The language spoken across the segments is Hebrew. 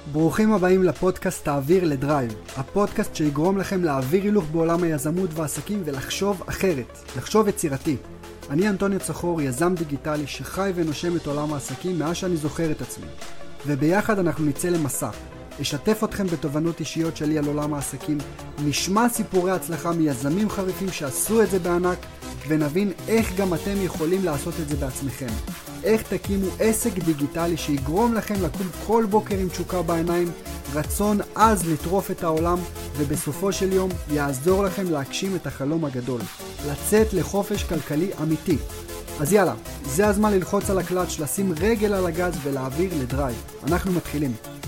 ברוכים הבאים לפודקאסט תעביר לדרייב, הפודקאסט שיגרום לכם להעביר הילוך בעולם היזמות והעסקים ולחשוב אחרת, לחשוב יצירתי. אני אנטוניו צחור, יזם דיגיטלי שחי ונושם את עולם העסקים מאז שאני זוכר את עצמי. וביחד אנחנו נצא למסע. אשתף אתכם בתובנות אישיות שלי על עולם העסקים, נשמע סיפורי הצלחה מיזמים חריפים שעשו את זה בענק, ונבין איך גם אתם יכולים לעשות את זה בעצמכם. איך תקימו עסק דיגיטלי שיגרום לכם לקום כל בוקר עם תשוקה בעיניים, רצון עז לטרוף את העולם, ובסופו של יום יעזור לכם להגשים את החלום הגדול, לצאת לחופש כלכלי אמיתי. אז יאללה, זה הזמן ללחוץ על הקלאץ', לשים רגל על הגז ולהעביר לדרייב. אנחנו מתחילים.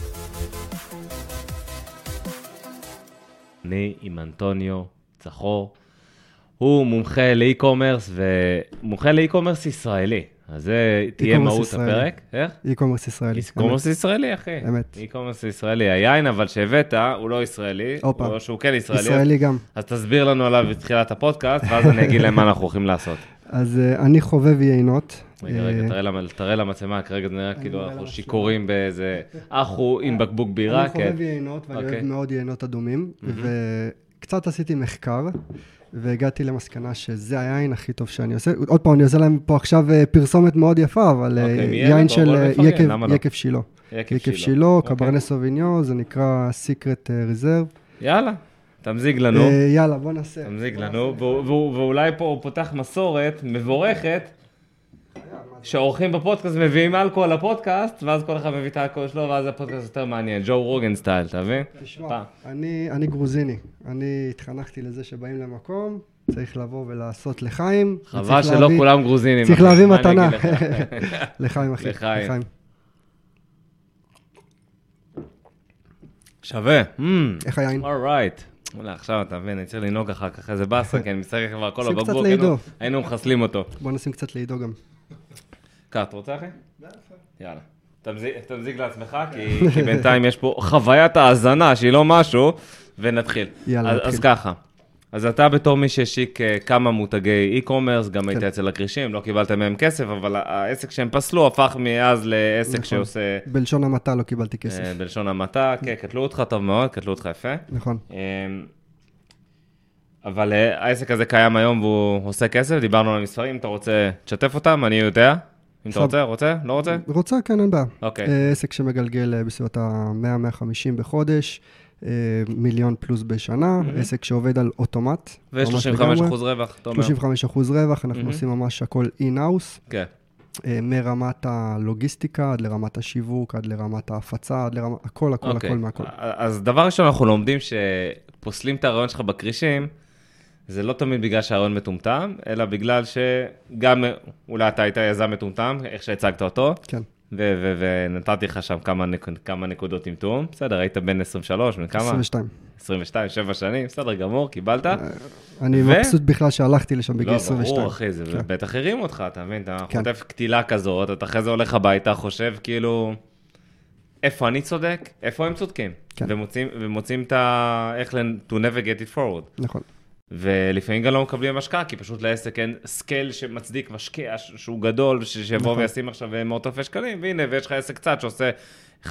אני עם אנטוניו צחור, הוא מומחה לאי-קומרס ומומחה לאי-קומרס ישראלי. אז זה תהיה מהות הפרק. איך? אי-קומרס ישראלי. אי-קומרס ישראלי, אחי. אמת. אי-קומרס ישראלי. היין אבל שהבאת, הוא לא ישראלי, או שהוא כן ישראלי. ישראלי גם. אז תסביר לנו עליו בתחילת הפודקאסט, ואז אני אגיד להם מה אנחנו הולכים לעשות. אז אני חובב יינות. רגע, תראה למצלמה, כרגע זה נראה כאילו אנחנו שיקורים באיזה אחו עם בקבוק בירה. אני חובב יינות, ואני אוהב מאוד יינות אדומים, וקצת עשיתי מחקר, והגעתי למסקנה שזה היין הכי טוב שאני עושה. עוד פעם, אני עושה להם פה עכשיו פרסומת מאוד יפה, אבל יין של יקב שילה. יקב שילה, קברנה סוביניון, זה נקרא Secret Reserve. יאללה. תמזיג לנו. יאללה, בוא נעשה. תמזיג לנו, ואולי פה הוא פותח מסורת מבורכת, שהאורחים בפודקאסט מביאים אלכוהול לפודקאסט, ואז כל אחד מביא את האלכוהול שלו, ואז הפודקאסט יותר מעניין. ג'ו רוגן סטייל, אתה מבין? תשמע, אני גרוזיני. אני התחנכתי לזה שבאים למקום, צריך לבוא ולעשות לחיים. חבל שלא כולם גרוזינים. צריך להביא מתנה. לחיים, אחי. לחיים. שווה. איך היין? אורייט. אולי, עכשיו אתה מבין, אני צריך לנהוג אחר כך איזה באסה, כי אני מצטרך כבר כל שים קצת הבקבוק, לידו. היינו מחסלים אותו. בוא נשים קצת לידו גם. קאט, רוצה אחי? יאללה. תמזיג לעצמך, כי בינתיים יש פה חוויית האזנה שהיא לא משהו, ונתחיל. יאללה, נתחיל. אז ככה. אז אתה בתור מי שהשיק כמה מותגי e-commerce, גם היית אצל הקרישים, לא קיבלת מהם כסף, אבל העסק שהם פסלו הפך מאז לעסק שעושה... בלשון המעטה לא קיבלתי כסף. בלשון המעטה, כן, קטלו אותך טוב מאוד, קטלו אותך יפה. נכון. אבל העסק הזה קיים היום והוא עושה כסף, דיברנו על המספרים, אתה רוצה לשתף אותם, אני יודע. אם אתה רוצה? לא רוצה? רוצה, כן, אין בעיה. אוקיי. עסק שמגלגל בסביבות ה-100-150 בחודש, מיליון פלוס בשנה, עסק שעובד על אוטומט. ו-35% רווח, אתה אומר. 35% רווח, אנחנו עושים ממש הכל אין-האוס. כן. מרמת הלוגיסטיקה, עד לרמת השיווק, עד לרמת ההפצה, עד לרמת הכל, מהכל. אז דבר ראשון, אנחנו לומדים שפוסלים את הרעיון שלך בקרישים, זה לא תמיד בגלל שהרעיון מטומטם, אלא בגלל שגם אולי אתה היית יזם מטומטם, איך שהצגת אותו. כן. ונתתי לך שם כמה נקודות עם תום. בסדר, היית בן 23, מכמה? 22, 7 שנים, בסדר גמור, קיבלת. אני מבסוט בכלל שהלכתי לשם בגיל 22. לא, ברור, אחי, זה בטח הרים אותך, אתה מבין? אתה חוטף קטילה כזאת, אתה אחרי זה הולך הביתה, חושב כאילו, איפה אני צודק? איפה הם צודקים? ומוצאים את איך to navigate it forward. נכון. ולפעמים גם לא מקבלים משקע, כי פשוט לעסק אין סקייל שמצדיק משקיע שהוא גדול, שיבוא וישים עכשיו מאות אלפי שקלים, והנה, ויש לך עסק קצת שעושה 50K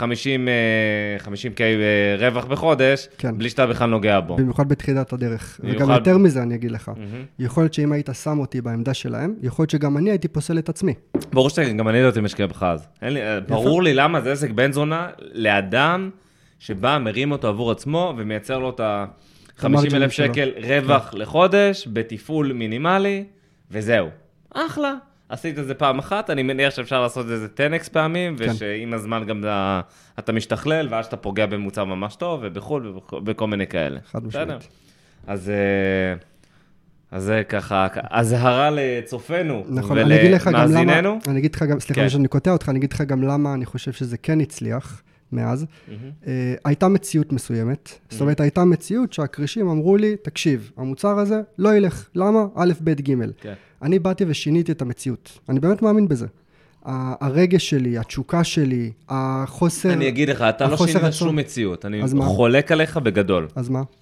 רווח בחודש, בלי שאתה בכלל נוגע בו. במיוחד בתחילת הדרך. וגם יותר מזה אני אגיד לך. יכול להיות שאם היית שם אותי בעמדה שלהם, יכול להיות שגם אני הייתי פוסל את עצמי. ברור שגם אני לא הייתי משקיע בך אז. ברור לי למה זה עסק בן זונה לאדם שבא, מרים אותו עבור עצמו ומייצר לו את 50,000 שקל רווח לחודש, בתפעול מינימלי, וזהו. אחלה. עשית את זה פעם אחת, אני מניח שאפשר לעשות את זה 10x פעמים, ושעם הזמן גם אתה משתכלל, ואז שאתה פוגע במוצר ממש טוב, ובחול, ובכל מיני כאלה. חד משמעית. אז זה ככה, הזהרה לצופינו, ולמאזיננו. אני אגיד לך גם, סליחה שאני קוטע אותך, אני אגיד לך גם למה אני חושב שזה כן הצליח. מאז, הייתה מציאות מסוימת, זאת אומרת, הייתה מציאות שהקרישים אמרו לי, תקשיב, המוצר הזה לא ילך, למה? א', ב', ג'. אני באתי ושיניתי את המציאות, אני באמת מאמין בזה. הרגש שלי, התשוקה שלי, החוסר... אני אגיד לך, אתה לא שינית שום מציאות, אני חולק עליך בגדול. אז מה?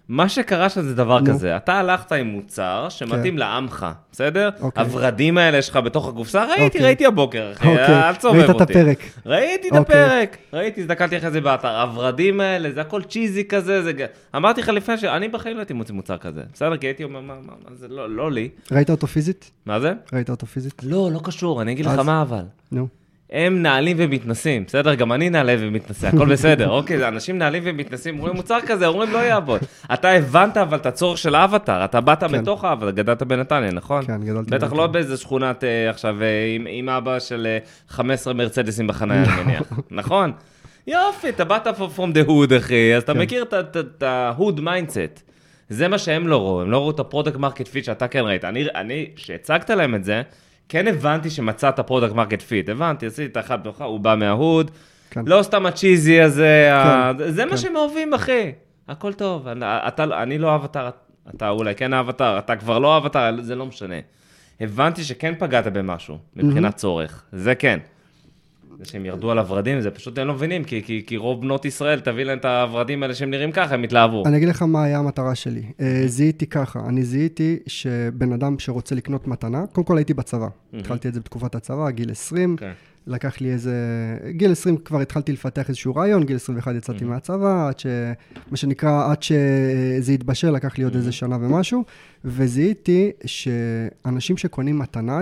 מה שקרה שם זה דבר כזה, אתה הלכת עם מוצר שמתאים לעמך, בסדר? הוורדים האלה שלך בתוך הקופסה, ראיתי הבוקר, אחי, אל צובב אותי. ראית את הפרק. ראיתי את הפרק, הסתכלתי אחרי זה באתר, הוורדים האלה, זה הכל צ'יזי כזה, אמרתי לך לפני שאני בחיים לא הייתי מוציא מוצר כזה, בסדר? כי הייתי אומר, מה, זה לא לי. ראית אותו פיזית? מה זה? ראית אותו פיזית? לא קשור, אני אגיד לך מה אבל. נו. הם נעלים ומתנסים, בסדר? גם אני נעלה ומתנסה, הכל בסדר, אוקיי? אנשים נעלים ומתנסים, רואים מוצר כזה, אומרים לא יעבוד. אתה הבנת אבל את הצורך של האבטר, אתה באת מתוך האבטר, גדלת בנתניה, נכון? כן, גדלתי. בטח לא באיזה שכונת עכשיו, עם אבא של 15 מרצדסים בחניה, אני מניח, נכון? יופי, אתה באת from the hood, אחי, אז אתה מכיר את ה-hood mindset. זה מה שהם לא ראו, הם לא ראו את הפרודקט מרקט פיט שאתה כן ראית. אני, שהצגת להם את זה, כן הבנתי שמצאת פרודקט מרקט פיט, הבנתי, עשיתי את האחת נוחה, הוא בא מההוד, לא סתם הצ'יזי הזה, זה מה שהם אוהבים, אחי, הכל טוב, אני לא אבטר, אתה אולי כן אבטר, אתה כבר לא אבטר, זה לא משנה. הבנתי שכן פגעת במשהו, מבחינת צורך, זה כן. זה שהם ירדו על הוורדים, זה פשוט הם לא מבינים, כי רוב בנות ישראל, תביא להם את הוורדים האלה שהם נראים ככה, הם התלהבו. אני אגיד לך מה היה המטרה שלי. זיהיתי ככה, אני זיהיתי שבן אדם שרוצה לקנות מתנה, קודם כל הייתי בצבא. התחלתי את זה בתקופת הצבא, גיל 20, לקח לי איזה, גיל 20 כבר התחלתי לפתח איזשהו רעיון, גיל 21 יצאתי מהצבא, מה שנקרא, עד שזה התבשל, לקח לי עוד איזה שנה ומשהו, וזיהיתי שאנשים שקונים מתנה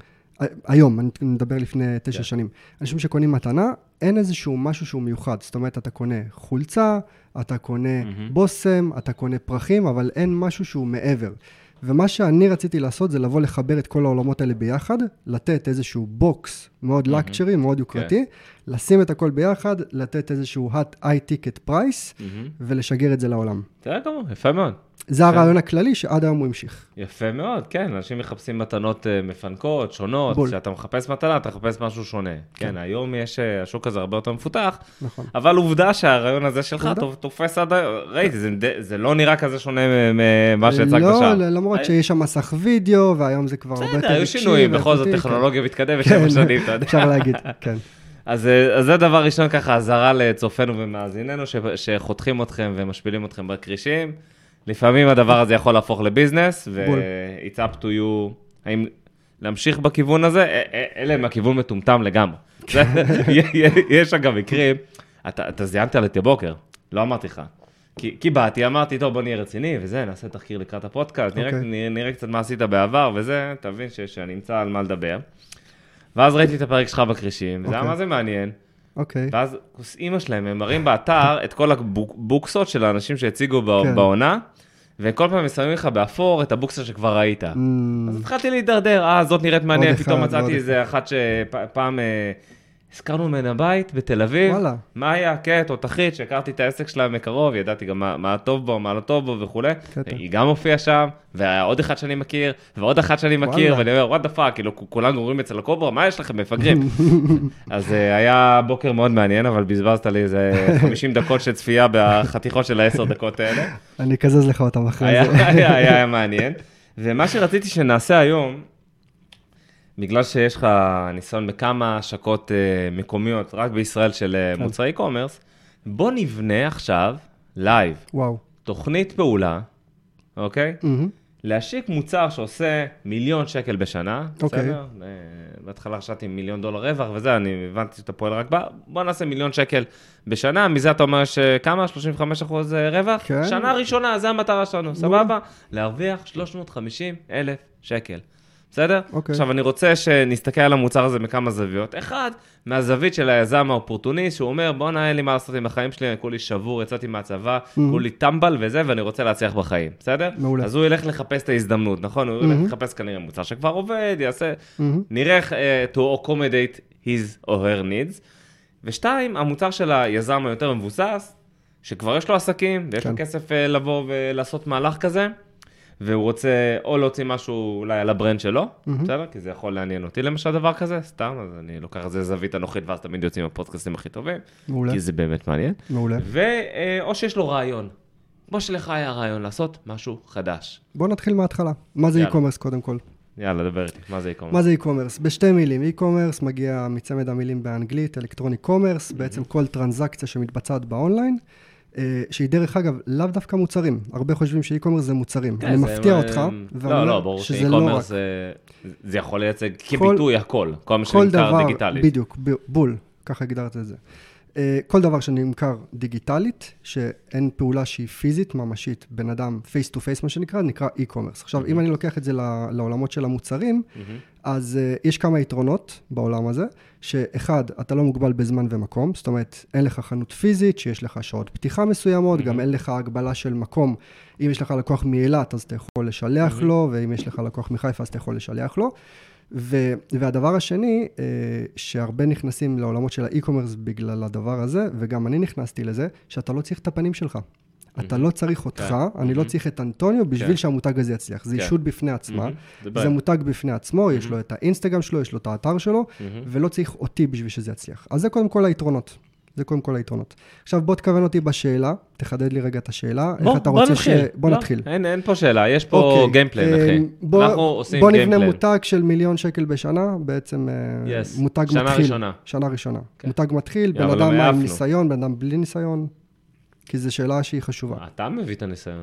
היום, אני מדבר לפני 9 שנים, אנשים שקונים מתנה, אין איזשהו משהו שהוא מיוחד, זאת אומרת, אתה קונה חולצה, אתה קונה בוסם, אתה קונה פרחים, אבל אין משהו שהוא מעבר. ומה שאני רציתי לעשות זה לבוא לחבר את כל העולמות האלה ביחד, לתת איזשהו בוקס מאוד לקצ'רי, מאוד יוקרתי, לשים את הכל ביחד, לתת איזשהו high ticket price, ולשגר את זה לעולם. תראה כמו, יפה מאוד. זה הרעיון הכללי שעד היום הוא המשיך. יפה מאוד, כן, אנשים מחפשים מתנות מפנקות, שונות, כשאתה מחפש מתנה, אתה מחפש משהו שונה. כן, היום יש, השוק הזה הרבה יותר מפותח, אבל עובדה שהרעיון הזה שלך תופס עד היום, ראיתי, זה לא נראה כזה שונה ממה שהצגת שם. לא, למרות שיש שם מסך וידאו, והיום זה כבר הרבה יותר היו שינויים, בכל זאת טכנולוגיה מתקדמת, שנים, אתה יודע. אפשר להגיד, כן. אז זה דבר ראשון ככה, הזרה לצופינו ומאזיננו, שחותכים אתכם ומשפילים אתכם בקרישים. לפעמים הדבר הזה יכול להפוך לביזנס, ו-it's up to you, האם להמשיך בכיוון הזה, אלה הם הכיוון מטומטם לגמרי. יש אגב מקרים, אתה זיינת עליתי בוקר, לא אמרתי לך. כי באתי, אמרתי, טוב, בוא נהיה רציני, וזה, נעשה תחקיר לקראת הפודקאסט, נראה קצת מה עשית בעבר, וזה, תבין שאני אמצא על מה לדבר. ואז ראיתי את הפרק שלך בקרישים, וזה היה מה זה מעניין. ואז אמא שלהם, הם מראים באתר את כל הבוקסות של האנשים שהציגו בעונה, וכל פעם מסיימים לך באפור את הבוקסה שכבר ראית. אז התחלתי להידרדר, זאת נראית מעניין, פתאום מצאתי איזה אחת שפעם הזכרנו ממנה בית בתל אביב, מה היה, קט או תחית, שהכרתי את העסק שלה מקרוב, ידעתי גם מה טוב בו, מה לא טוב בו וכו'. היא גם הופיעה שם, ועוד אחד שאני מכיר, ועוד אחד שאני מכיר, ואני אומר, what the fuck, כאילו כולנו רואים אצל הקוברה, מה יש לכם, מפגרים? אז היה בוקר מאוד מעניין, אבל בזבזת לי איזה 50 דקות של צפייה בחתיכות של 10 דקות האלה. אני אקזז לך אותם אחרי זה. היה מעניין. ומה שרציתי שנעשה היום, בגלל שיש לך ניסיון בכמה השקות מקומיות, רק בישראל של מוצרי e-commerce, בוא נבנה עכשיו, לייב, תוכנית פעולה, אוקיי? להשיק מוצר שעושה $1,000,000 בשנה, בסדר? בהתחלה חשבתי $1,000,000 רווח, וזה, אני הבנתי שאתה פועל רק בוא נעשה $1,000,000 בשנה, מזה אתה אומר שכמה? 35% רווח? שנה ראשונה, זה המטרה שלנו, סבבה? להרוויח $350,000. בסדר? עכשיו אני רוצה שנסתכל על המוצר הזה מכמה זוויות. אחד, מהזווית של היזם האופורטוניסט, שהוא אומר, בוא נהיה לי מה לעשות עם החיים שלי, אני כולי שבור, יצאתי מהצבא, כולי טמבל וזה, ואני רוצה להצליח בחיים, בסדר? מעולה. אז הוא ילך לחפש את ההזדמנות, נכון? הוא ילך לחפש כנראה מוצר שכבר עובד, יעשה, נראה to accommodate his or her needs. ושתיים, המוצר של היזם היותר מבוסס, שכבר יש לו עסקים, ויש לו כסף לבוא ולעשות מהלך כזה, והוא רוצה או להוציא משהו אולי על הברנד שלו, בסדר? כי זה יכול לעניין אותי למשל דבר כזה, סתם, אז אני לוקח את זה זווית הנוחית, ואז תמיד יוצאים הפודקאסטים הכי טובים, כי זה באמת מעניין. מעולה. או שיש לו רעיון. כמו שלך היה רעיון לעשות משהו חדש. בוא נתחיל מההתחלה. מה זה e-commerce קודם כל? יאללה, דבר איתי. מה זה e-commerce? מה זה e-commerce? בשתי מילים. e-commerce מגיע מצמד המילים באנגלית, אלקטרוני commerce, בעצם כל טרנזקציה שמתבצעת באונליין, שהיא דרך אגב, לאו דווקא מוצרים. הרבה חושבים שאי-קומרס זה מוצרים. אני מפתיע אותך, לא, ברור שאי-קומרס זה יכול לייצג כביטוי הכל, כל מה שנמכר דיגיטלית. בדיוק, בול, ככה הגדרת את זה. כל דבר שנמכר דיגיטלית, שאין פעולה שהיא פיזית, ממשית, בן אדם, face to face מה שנקרא, נקרא e-commerce. עכשיו, אם אני לוקח את זה לעולמות של המוצרים, אז יש כמה יתרונות בעולם הזה, שאחד, אתה לא מוגבל בזמן ומקום, זאת אומרת, אין לך חנות פיזית, שיש לך שעות פתיחה מסוימות, גם אין לך הגבלה של מקום. אם יש לך לקוח מאילת, אז אתה יכול לשלח לו, ואם יש לך לקוח מחיפה, אז אתה יכול לשלח לו. והדבר השני, שהרבה נכנסים לעולמות של האי-קומרס בגלל הדבר הזה, וגם אני נכנסתי לזה, שאתה לא צריך את הפנים שלך. אתה לא צריך אותך, אני לא צריך את אנטוניו בשביל שהמותג הזה יצליח. זה אישות בפני עצמה, זה מותג בפני עצמו, יש לו את האינסטגרם שלו, יש לו את האתר שלו, ולא צריך אותי בשביל שזה יצליח. אז זה קודם כל היתרונות. זה קודם כל היתרונות. עכשיו בוא תכוון אותי בשאלה, תחדד לי רגע את השאלה. בוא נתחיל. אין פה שאלה, יש פה גיימפליין, אחי. אנחנו עושים בוא נבנה מותג של $1,000,000 בשנה, בעצם מותג מתחיל. שנה ראשונה. מותג מתחיל, בן אדם עם ניסיון, בן אדם בלי ניסיון, כי זו שאלה שהיא חשובה. אתה מביא את הניסיון.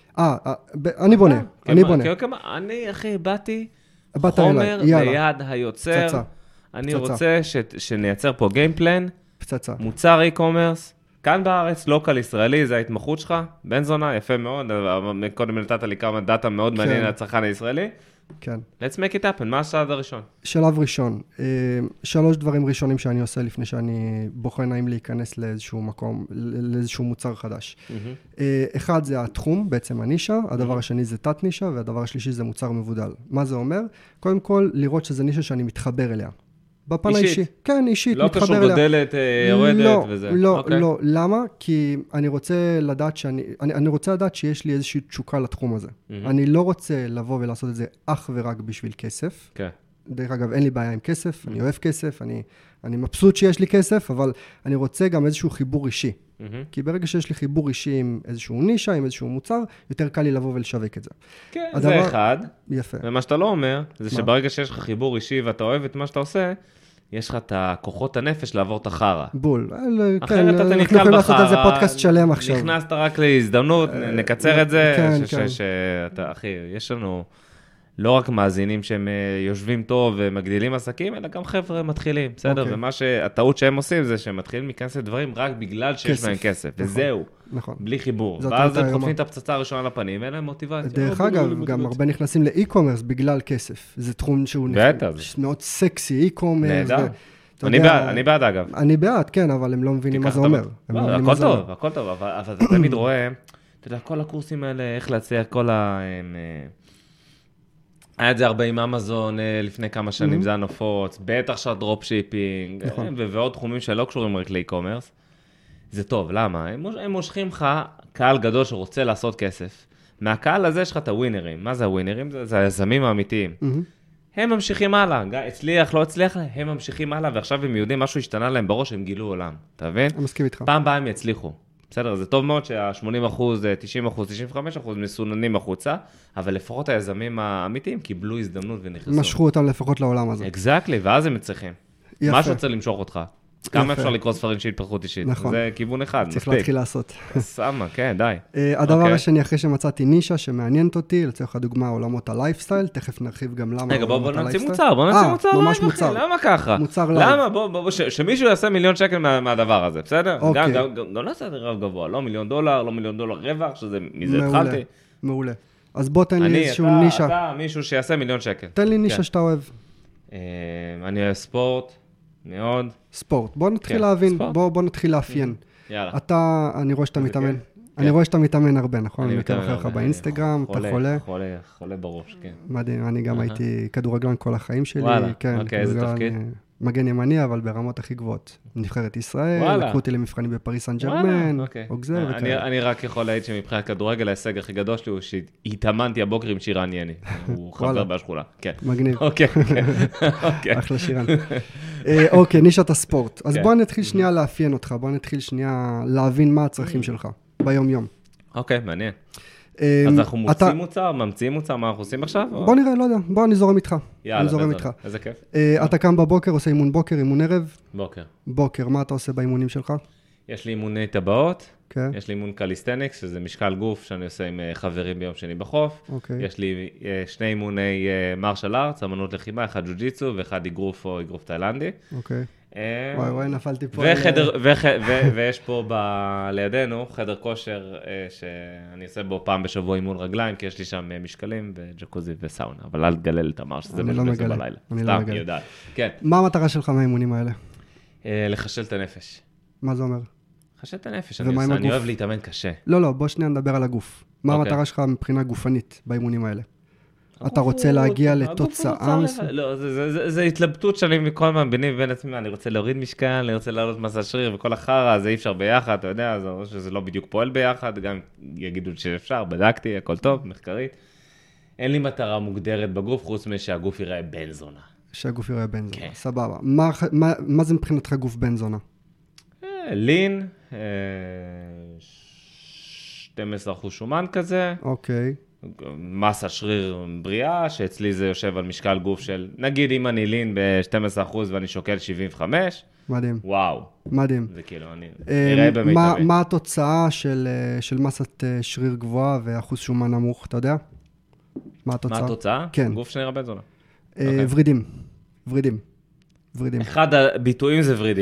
אני בונה. אני, אחי, באתי חומר ליד היוצר. אני רוצה שנייצר פה גיימפליין. פצצה. מוצר e-commerce, כאן בארץ, לוקל ישראלי, זה ההתמחות שלך, בן זונה, יפה מאוד, קודם נתת לי כמה דאטה מאוד מעניין לצרכן הישראלי. כן. Let's make it happen, מה השלב הראשון? שלב ראשון, 3 דברים ראשונים שאני עושה לפני שאני בוחן האם להיכנס לאיזשהו מקום, לאיזשהו מוצר חדש. אחד זה התחום, בעצם הנישה, הדבר השני זה תת נישה, והדבר השלישי זה מוצר מבודל. מה זה אומר? קודם כל, לראות שזה נישה שאני מתחבר אליה. בפן האישי. כן, אישית, מתחבר אליה. לא קשור גודלת, יורדת וזה. לא. למה? כי אני רוצה לדעת שיש לי איזושהי תשוקה לתחום הזה. אני לא רוצה לבוא ולעשות את זה אך ורק בשביל כסף. דרך אגב, אין לי בעיה עם כסף, אני אוהב כסף, אני מבסוט שיש לי כסף, אבל אני רוצה גם איזשהו חיבור אישי. כי ברגע שיש לי חיבור אישי עם איזשהו נישה, עם איזשהו מוצר, יותר קל לי לבוא ולשווק את זה. כן, זה אחד. יפה. ומה שאתה לא אומר, זה שברגע שיש לך חיבור אישי ואתה אוהב את מה שאתה עושה, יש לך את הכוחות הנפש לעבור את החרה. בול. אחרת אתה נתקל יכולים לעשות איזה פודקאסט שלם עכשיו. נכנסת רק להזדמנות, נקצר את זה, שאתה, אחי, יש לנו לא רק מאזינים שהם יושבים טוב ומגדילים עסקים, אלא גם חבר'ה מתחילים, בסדר? ומה שהטעות שהם עושים זה שהם מתחילים להיכנס לדברים רק בגלל שיש להם כסף, וזהו. נכון. בלי חיבור. ואז הם חוטפים את הפצצה הראשונה לפנים, אין להם מוטיבציה. דרך אגב, גם הרבה נכנסים לאי-קומרס בגלל כסף. זה תחום שהוא מאוד סקסי, אי-קומרס. אני בעד אגב. אני בעד, כן, אבל הם לא מבינים מה זה אומר. הכל טוב, אבל אתה תמיד רואה, אתה יודע, כל הקורסים האלה, איך להצליח, כל היה את זה הרבה עם אמזון לפני כמה שנים, זה הנפוץ, בטח של דרופשיפינג, ועוד תחומים שלא קשורים רק לאי-קומרס. זה טוב, למה? הם מושכים לך קהל גדול שרוצה לעשות כסף. מהקהל הזה יש לך את הווינרים. מה זה הווינרים? זה היזמים האמיתיים. הם ממשיכים הלאה. הצליח, לא הצליח, הם ממשיכים הלאה, ועכשיו הם יודעים, משהו השתנה להם בראש, הם גילו עולם. אתה מבין? אני מסכים איתך. פעם באה הם יצליחו. בסדר, זה טוב מאוד שה-80%, 90%, 95% מסוננים החוצה, אבל לפחות היזמים האמיתיים קיבלו הזדמנות ונכנסו. משכו אותם לפחות לעולם הזה. אקזקלי, ואז הם מצליחים. משהו צריך למשוך אותך. כמה אפשר לקרוא ספרים של התפתחות אישית? נכון. זה כיוון אחד, מספיק. צריך להתחיל לעשות. סמה, כן, די. הדבר השני, אחרי שמצאתי נישה שמעניינת אותי, לצורך הדוגמה, עולמות הלייפסטייל, תכף נרחיב גם למה. רגע, בוא נמציא מוצר, ממש מוצר. למה ככה? מוצר לייב. למה? בוא, שמישהו יעשה $1,000,000 מהדבר הזה, בסדר? גם לא נעשה רב גבוה, לא $1,000,000, לא $1,000,000 רווח, שזה מזה התחלתי. מעולה. אז בוא תן לי איזשהו נישה. אתה מישהו שיעשה $1,000,000. תן לי נישה שאתה אוהב. אני אוהב ספורט. מאוד. ספורט. בוא נתחיל להבין, בוא נתחיל לאפיין. יאללה. אני רואה שאתה מתאמן. אני רואה שאתה מתאמן הרבה, נכון? אני מתאמן לך באינסטגרם, אתה חולה. חולה בראש, כן. מדהים, אני גם הייתי כדורגלן כל החיים שלי. וואלה, אוקיי, איזה תפקיד? מגן ימני, אבל ברמות הכי גבוהות. נבחרת ישראל, לקחו אותי למבחנים בפריס סן ג'רמן, אוגזר וכאלה. אני רק יכול להעיד שמבחינת כדורגל, ההישג הכי גדול שלי הוא שהתאמנתי הבוקר עם שירן יני. הוא חבר בשכונה. מגניב. אוקיי. אחלה שירן. אוקיי, נישת הספורט. אז בוא נתחיל שנייה לאפיין אותך, בוא נתחיל שנייה להבין מה הצרכים שלך ביום יום. אוקיי, מעניין. אז אנחנו ממציאים מוצר, מה אנחנו עושים עכשיו? בוא נראה, לא יודע, בוא נזורם איתך. יאללה, איזה כיף. אתה קם בבוקר, עושה אימון בוקר, אימון ערב? בוקר. בוקר, מה אתה עושה באימונים שלך? יש לי אימוני טבעות, כן. יש לי אימון קליסטניקס, שזה משקל גוף שאני עושה עם חברים ביום שני בחוף. אוקיי. יש לי 2 אימוני מרשל ארץ, אמנות לחימה, אחד ג'ו-ג'יצו ואחד אגרוף או אגרוף תאילנדי. אוקיי. וואי, נפלתי פה. ויש פה לידינו חדר כושר שאני עושה בו פעם בשבוע אימון רגליים, כי יש לי שם משקלים וג'קוזי וסאונה, אבל אל תגלה לתמר שזה מה שאני עושה בלילה. אני לא מגלה. יודעת. כן. מה המטרה שלך מהאימונים האלה? לחשל את הנפש. מה זה אומר? לחשל את הנפש, אני אוהב להתאמן קשה. לא, בוא שנייה נדבר על הגוף. מה המטרה שלך מבחינה גופנית באימונים האלה? אתה רוצה להגיע לתוצאה? לא, זה התלבטות שאני מכל הזמן ביני ובין עצמי, אני רוצה להוריד משקל, אני רוצה להעלות מסע שריר וכל החרא, זה אי אפשר ביחד, אתה יודע, זה לא בדיוק פועל ביחד, גם יגידו שאפשר, בדקתי, הכל טוב, מחקרית. אין לי מטרה מוגדרת בגוף, חוץ משהגוף יראה בן זונה. שהגוף יראה בן זונה, סבבה. מה זה מבחינתך גוף בן זונה? לין, 12% שומן כזה. אוקיי. מסה שריר בריאה, שאצלי זה יושב על משקל גוף של, נגיד אם אני לין ב-12% ואני שוקל 75. מדהים. וואו. מדהים. זה כאילו, אני אראה במיטבי. מה התוצאה של מסת שריר גבוהה ואחוז שומן נמוך, אתה יודע? מה התוצאה? מה התוצאה? כן. גוף שנראה בן זונה. ורידים. אחד הביטויים זה ורידים.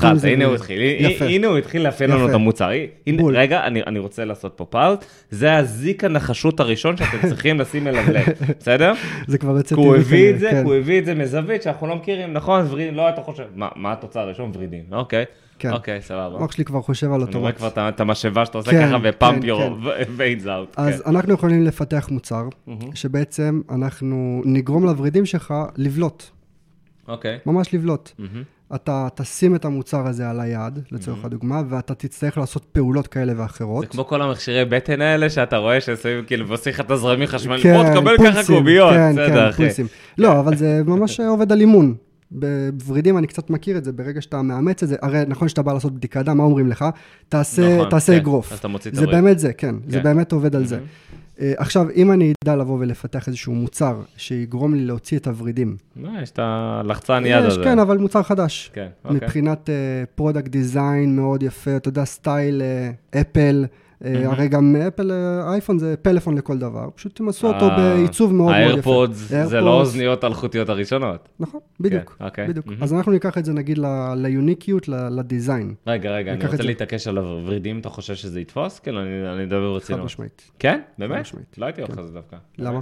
הנה הוא התחיל לאפיין לנו את המוצר. רגע, אני רוצה לעשות פה פאוט. זה הזיק הנחשות הראשון שאתם צריכים לשים אליו לב. בסדר? זה כבר יוצא טבעי. הוא הביא את זה מזווית שאנחנו לא מכירים, נכון? ורידים, לא אתה חושב. מה התוצאה הראשון? ורידים. אוקיי, סבבה. המוח שלי כבר חושב על אותו. אני רואה כבר את המשאבה שאתה עושה ככה ופאמפ יור ואינס אאוט. אז אנחנו יכולים לפתח מוצר, שבעצם אנחנו נגרום לוורידים שלך לבלוט. אוקיי. ממש לבלוט. אתה תשים את המוצר הזה על היד, לצורך הדוגמה, ואתה תצטרך לעשות פעולות כאלה ואחרות. זה כמו כל המכשירי בטן האלה, שאתה רואה שעושים כאילו ועושים לך את הזרמים חשמליים, בוא תקבל ככה קוביות. כן, פולסים. לא, אבל זה ממש עובד על אימון. בוורידים אני קצת מכיר את זה, ברגע שאתה מאמץ את זה, הרי נכון שאתה בא לעשות בדיקה דם, מה אומרים לך? תעשה אגרוף. זה באמת זה, כן, זה באמת עובד על זה. עכשיו, אם אני אדע לבוא ולפתח איזשהו מוצר שיגרום לי להוציא את הוורידים. יש את הלחצן יד הזה. כן, אבל מוצר חדש. מבחינת פרודקט דיזיין מאוד יפה, אתה יודע, סטייל אפל, הרי גם אפל, אייפון זה פלאפון לכל דבר, פשוט הם עשו אותו בעיצוב מאוד מאוד יפה. האיירפודס זה לא אוזניות אלחוטיות הראשונות. נכון, בדיוק. אז אנחנו ניקח את זה נגיד ליוניקיות, לדיזיין. רגע, אני רוצה להתעקש על הוורידים, אתה חושב שזה יתפוס? כאילו, אני מדבר רצינות. חד משמעית. כן? באמת? לא הייתי הולך על זה דווקא. למה?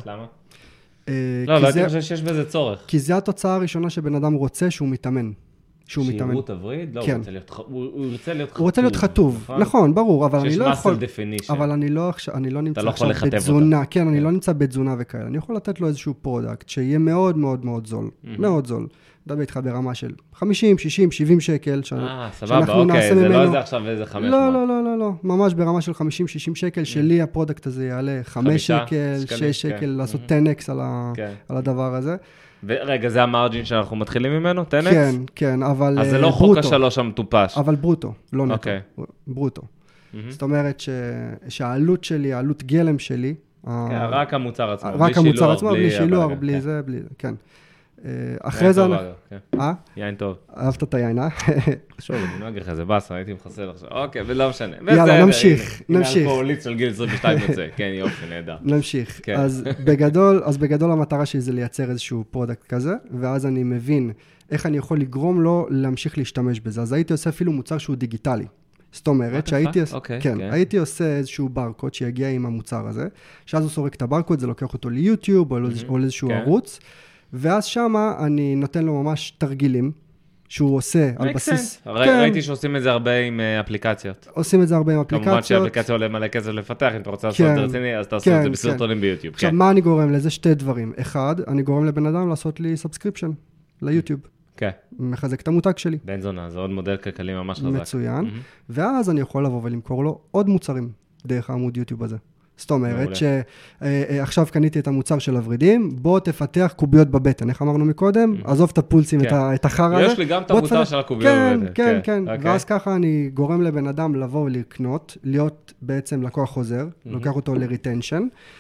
לא הייתי חושב שיש בזה צורך. כי זה התוצאה הראשונה שבן אדם רוצה שהוא מתאמן. שיראו את הווריד? לא, הוא רוצה להיות חטוב. נכון, ברור, אבל אני לא יכול... שיש מסל דפינישן. אבל אני לא נמצא עכשיו בתזונה. כן, אני לא נמצא בתזונה וכאלה. אני יכול לתת לו איזשהו פרודקט שיהיה מאוד מאוד מאוד זול. מאוד זול. מדבר איתך ברמה של 50, 60, 70 שקל. סבבה, אוקיי, זה לא איזה עכשיו איזה 500. לא. ממש ברמה של 50, 60 שקל, שלי הפרודקט הזה יעלה 5 שקל, 6 שקל, לעשות 10x על הדבר הזה. ורגע, זה המרג'ין שאנחנו מתחילים ממנו? 10x? כן, אבל ברוטו. אז זה לא חוק השלוש המטופש. אבל ברוטו, לא נטו. ברוטו. זאת אומרת שהעלות שלי, העלות גלם שלי, רק המוצר עצמו, רק המוצר עצמו, בלי שילוח, בלי זה, כן. אחרי זה... יין טוב. אהבת את היין, שוב, אני לא אגיד לך, זה בסה, הייתי מחסל עכשיו. אוקיי, ולא משנה. יאללה, נמשיך. הנה אלכוהוליץ של גיל 22 יוצא. כן, יופי, נהדר. נמשיך. אז בגדול המטרה שלי זה לייצר איזשהו פרודקט כזה, ואז אני מבין איך אני יכול לגרום לו להמשיך להשתמש בזה. אז הייתי עושה אפילו מוצר שהוא דיגיטלי. זאת אומרת שהייתי עושה איזשהו ברקוד שיגיע עם המוצר הזה, שאז הוא סורק את הברקוד, זה לוקח אותו ליוטיוב או לאיזשהו ערוץ, ואז שמה אני נותן לו ממש תרגילים, שהוא עושה על בסיס... ראיתי שעושים את זה הרבה עם אפליקציות. עושים את זה הרבה עם אפליקציות. כמובן שהאפליקציה עולה מלא כסף לפתח, אם אתה רוצה לעשות את זה רציני, אז תעשו את זה בסרטונים ביוטיוב. עכשיו, מה אני גורם לזה? שתי דברים. אחד, אני גורם לבן אדם לעשות לי סאבסקריפשן ליוטיוב. כן. מחזק את המותג שלי. בן זונה, זה עוד מודל כלכלי ממש חזק. מצוין. ואז אני יכול לבוא ולמכור לו עוד מוצרים דרך העמוד יוטיוב הזה. זאת אומרת שעכשיו קניתי את המוצר של הוורידים, בוא תפתח קוביות בבטן, איך אמרנו מקודם? עזוב את הפולסים, את החרא הזה. יש לי גם את המוצר של הקוביות בבטן. כן. ואז ככה אני גורם לבן אדם לבוא ולקנות, להיות בעצם לקוח חוזר, לוקח אותו לריטנשן,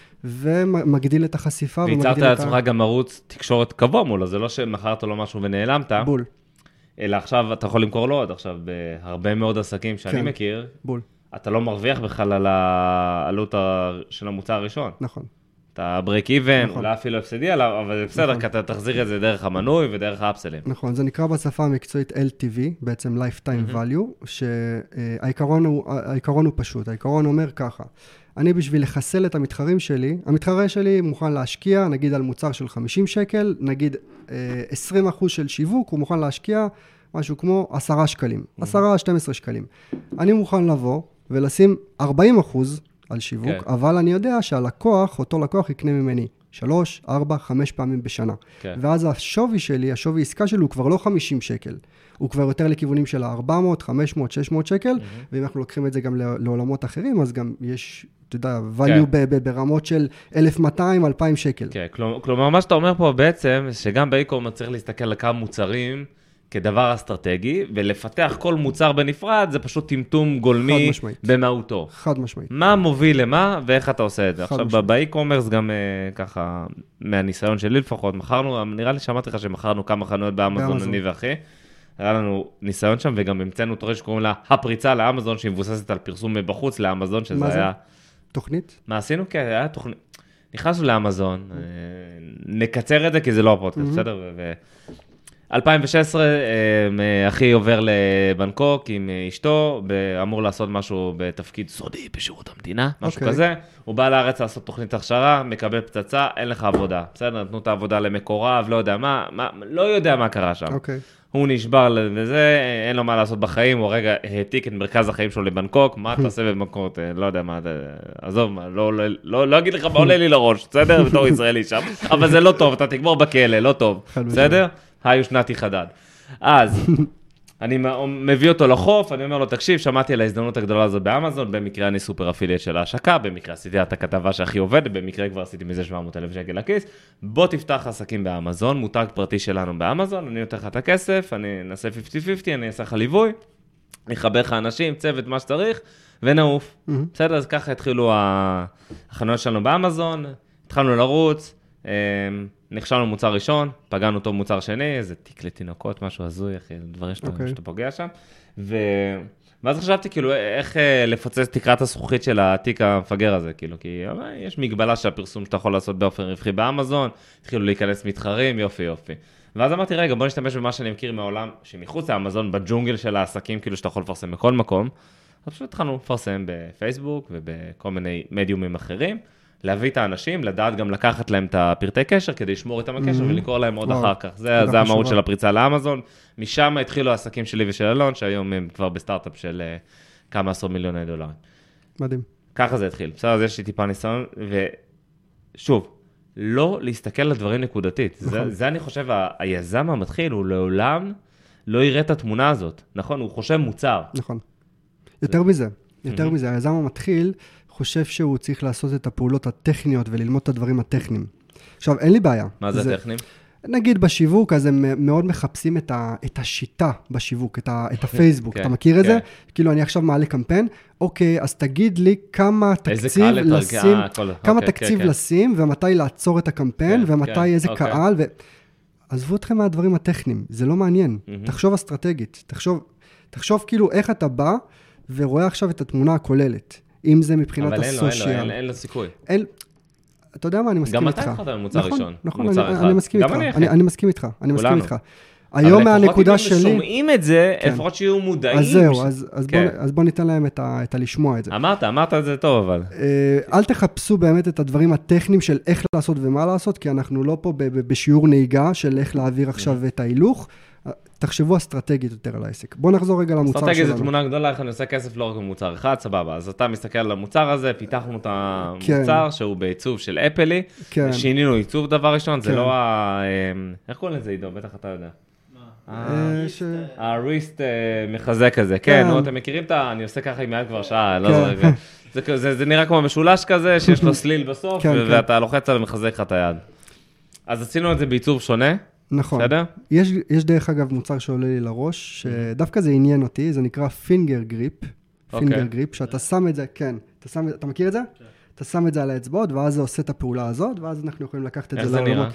ומגדיל את החשיפה. ויצרת לעצמך גם ערוץ תקשורת קבוע מולו, זה לא שמחרת לו משהו ונעלמת. בול. אלא עכשיו אתה יכול למכור לו עוד, עכשיו בהרבה מאוד עסקים שאני מכיר, בול. אתה לא מרוויח בכלל על העלות של המוצר הראשון. נכון. אתה break even, אולי אפילו הפסדי עליו, אבל זה בסדר, כי אתה תחזיר את זה דרך המנוי ודרך האפסלים. נכון, זה נקרא בשפה המקצועית LTV, בעצם Lifetime Value, שהעיקרון הוא פשוט, העיקרון אומר ככה, אני בשביל לחסל את המתחרים שלי, המתחרה שלי מוכן להשקיע, נגיד על מוצר של 50 שקל, נגיד 20% של שיווק, הוא מוכן להשקיע משהו כמו 10 שקלים, 10-12 שקלים. אני מוכן לבוא ולשים 40% על שיווק, אבל אני יודע שהלקוח, אותו לקוח יקנה ממני 3, 4, 5 פעמים בשנה. ואז השווי שלי, השווי עסקה שלי הוא כבר לא 50 שקל, הוא כבר יותר לכיוונים של 400, 500, 600 שקל, ואם אנחנו לוקחים את זה גם לעולמות אחרים, אז גם יש, אתה יודע, value ברמות של 1,200, 2,000 שקל. כן, כלומר, מה שאתה אומר פה בעצם, שגם באי-קומרס צריך להסתכל על כמה מוצרים, כדבר אסטרטגי, ולפתח כל מוצר בנפרד, זה פשוט טמטום גולמי במהותו. חד משמעית. מה מוביל למה, ואיך אתה עושה את זה. עכשיו, באי-קומרס גם ככה, מהניסיון שלי לפחות, מכרנו, נראה לי שאמרתי לך שמכרנו כמה חנויות באמזון, אני ואחי. היה לנו ניסיון שם, וגם המצאנו תורש שקוראים לה הפריצה לאמזון, שהיא מבוססת על פרסום בחוץ לאמזון, שזה היה... תוכנית? מה עשינו? כן, היה תוכנית. נכנסנו לאמזון, נקצר את זה, כי זה לא הפודקאסט, בסדר? 2016, אחי עובר לבנקוק עם אשתו, אמור לעשות משהו בתפקיד סודי בשירות המדינה, משהו כזה. הוא בא לארץ לעשות תוכנית הכשרה, מקבל פצצה, אין לך עבודה. בסדר, נתנו את העבודה למקורב, לא יודע מה, לא יודע מה קרה שם. הוא נשבר לזה, אין לו מה לעשות בחיים, הוא רגע העתיק את מרכז החיים שלו לבנקוק, מה אתה עושה בבנקוק, לא יודע מה, עזוב, לא אגיד לך מה עולה לי לראש, בסדר? בתור ישראלי שם, אבל זה לא טוב, אתה תגמור בכלא, לא טוב, בסדר? היו שנתי חדד. אז, אני מביא אותו לחוף, אני אומר לו, תקשיב, שמעתי על ההזדמנות הגדולה הזאת באמזון, במקרה אני סופר אפיליאט של ההשקה, במקרה עשיתי את הכתבה שהכי עובדת, במקרה כבר עשיתי מזה 700,000 שקל לכיס, בוא תפתח עסקים באמזון, מותג פרטי שלנו באמזון, אני נותן לך את הכסף, אני נעשה 50-50, אני אעשה לך ליווי, אני אחבר לך אנשים, צוות, מה שצריך, ונעוף. בסדר, אז ככה התחילו החנויות שלנו באמזון, התחלנו לרוץ, נכשלנו מוצר ראשון, פגענו אותו מוצר שני, איזה תיק לתינוקות, משהו הזוי, אחי, דברים שאתה פוגע שם. ואז חשבתי, כאילו, איך לפוצץ תקרת הזכוכית של התיק המפגר הזה, כאילו, כי יש מגבלה של הפרסום שאתה יכול לעשות באופן רווחי באמזון, התחילו להיכנס מתחרים, יופי. ואז אמרתי, רגע, בוא נשתמש במה שאני מכיר מהעולם, שמחוץ לאמזון, בג'ונגל של העסקים, כאילו, שאתה יכול לפרסם בכל מקום, אז פשוט התחלנו לפרסם בפייסבוק ובכל מיני מדיומים אחרים, להביא את האנשים, לדעת גם לקחת להם את הפרטי קשר, כדי לשמור איתם הקשר ולקרוא להם עוד אחר כך. זה המהות של הפריצה לאמזון. משם התחילו העסקים שלי ושל אלון, שהיום הם כבר בסטארט-אפ של כמה $10 מיליון. מדהים. ככה זה התחיל. בסדר, אז יש לי טיפה ניסיון, ושוב, לא להסתכל על דברים נקודתית. זה אני חושב, היזם המתחיל, הוא לעולם לא יראה את התמונה הזאת. נכון? הוא חושב מוצר. נכון. יותר מזה, היזם המתחיל, חושב שהוא צריך לעשות את הפעולות הטכניות וללמוד את הדברים הטכניים. עכשיו, אין לי בעיה. מה זה הטכניים? נגיד בשיווק, אז הם מאוד מחפשים את השיטה בשיווק, את הפייסבוק. אתה מכיר את זה? כאילו, אני עכשיו מעלה קמפיין, אוקיי, אז תגיד לי כמה תקציב לשים, ומתי לעצור את הקמפיין, ומתי איזה קהל, עזבו אתכם מהדברים הטכניים, זה לא מעניין. תחשוב אסטרטגית, תחשוב כאילו איך אתה בא, ורואה עכשיו את התמונה הכוללת. אם זה מבחינת הסושיאל. אבל אין לו סיכוי. אתה יודע מה, אני מסכים איתך. גם אתה התחלת במוצר ראשון. נכון, אני מסכים איתך. אני מסכים איתך. היום מהנקודה שלי... אבל לפחות אם הם שומעים את זה, לפחות שיהיו מודעים. אז זהו, אז בוא ניתן להם את הלשמוע את זה. אמרת את זה טוב, אבל... אל תחפשו באמת את הדברים הטכניים של איך לעשות ומה לעשות, כי אנחנו לא פה בשיעור נהיגה של איך להעביר עכשיו את ההילוך. תחשבו אסטרטגית יותר על העסק. בוא נחזור רגע למוצר שלנו. אסטרטגית זו תמונה גדולה, איך אני עושה כסף לא רק במוצר אחד, סבבה. אז אתה מסתכל על המוצר הזה, פיתחנו את המוצר שהוא בעיצוב של אפלי, שינינו עיצוב דבר ראשון, זה לא איך קוראים לזה עידו? בטח אתה יודע. הריסט מחזק כזה, כן, אתם מכירים אני עושה ככה עם יד כבר שעה, זה נראה כמו משולש כזה, שיש לו סליל בסוף, ואתה לוחץ על ומחזק לך את היד. אז עשינו את זה בעיצוב שונה. נכון. יש דרך אגב מוצר שעולה לי לראש, שדווקא זה עניין אותי, זה נקרא פינגר גריפ. פינגר גריפ, שאתה שם את זה, כן, אתה מכיר את זה? אתה שם את זה על האצבעות, ואז זה עושה את הפעולה הזאת, ואז אנחנו יכולים לקחת את זה לעולמות.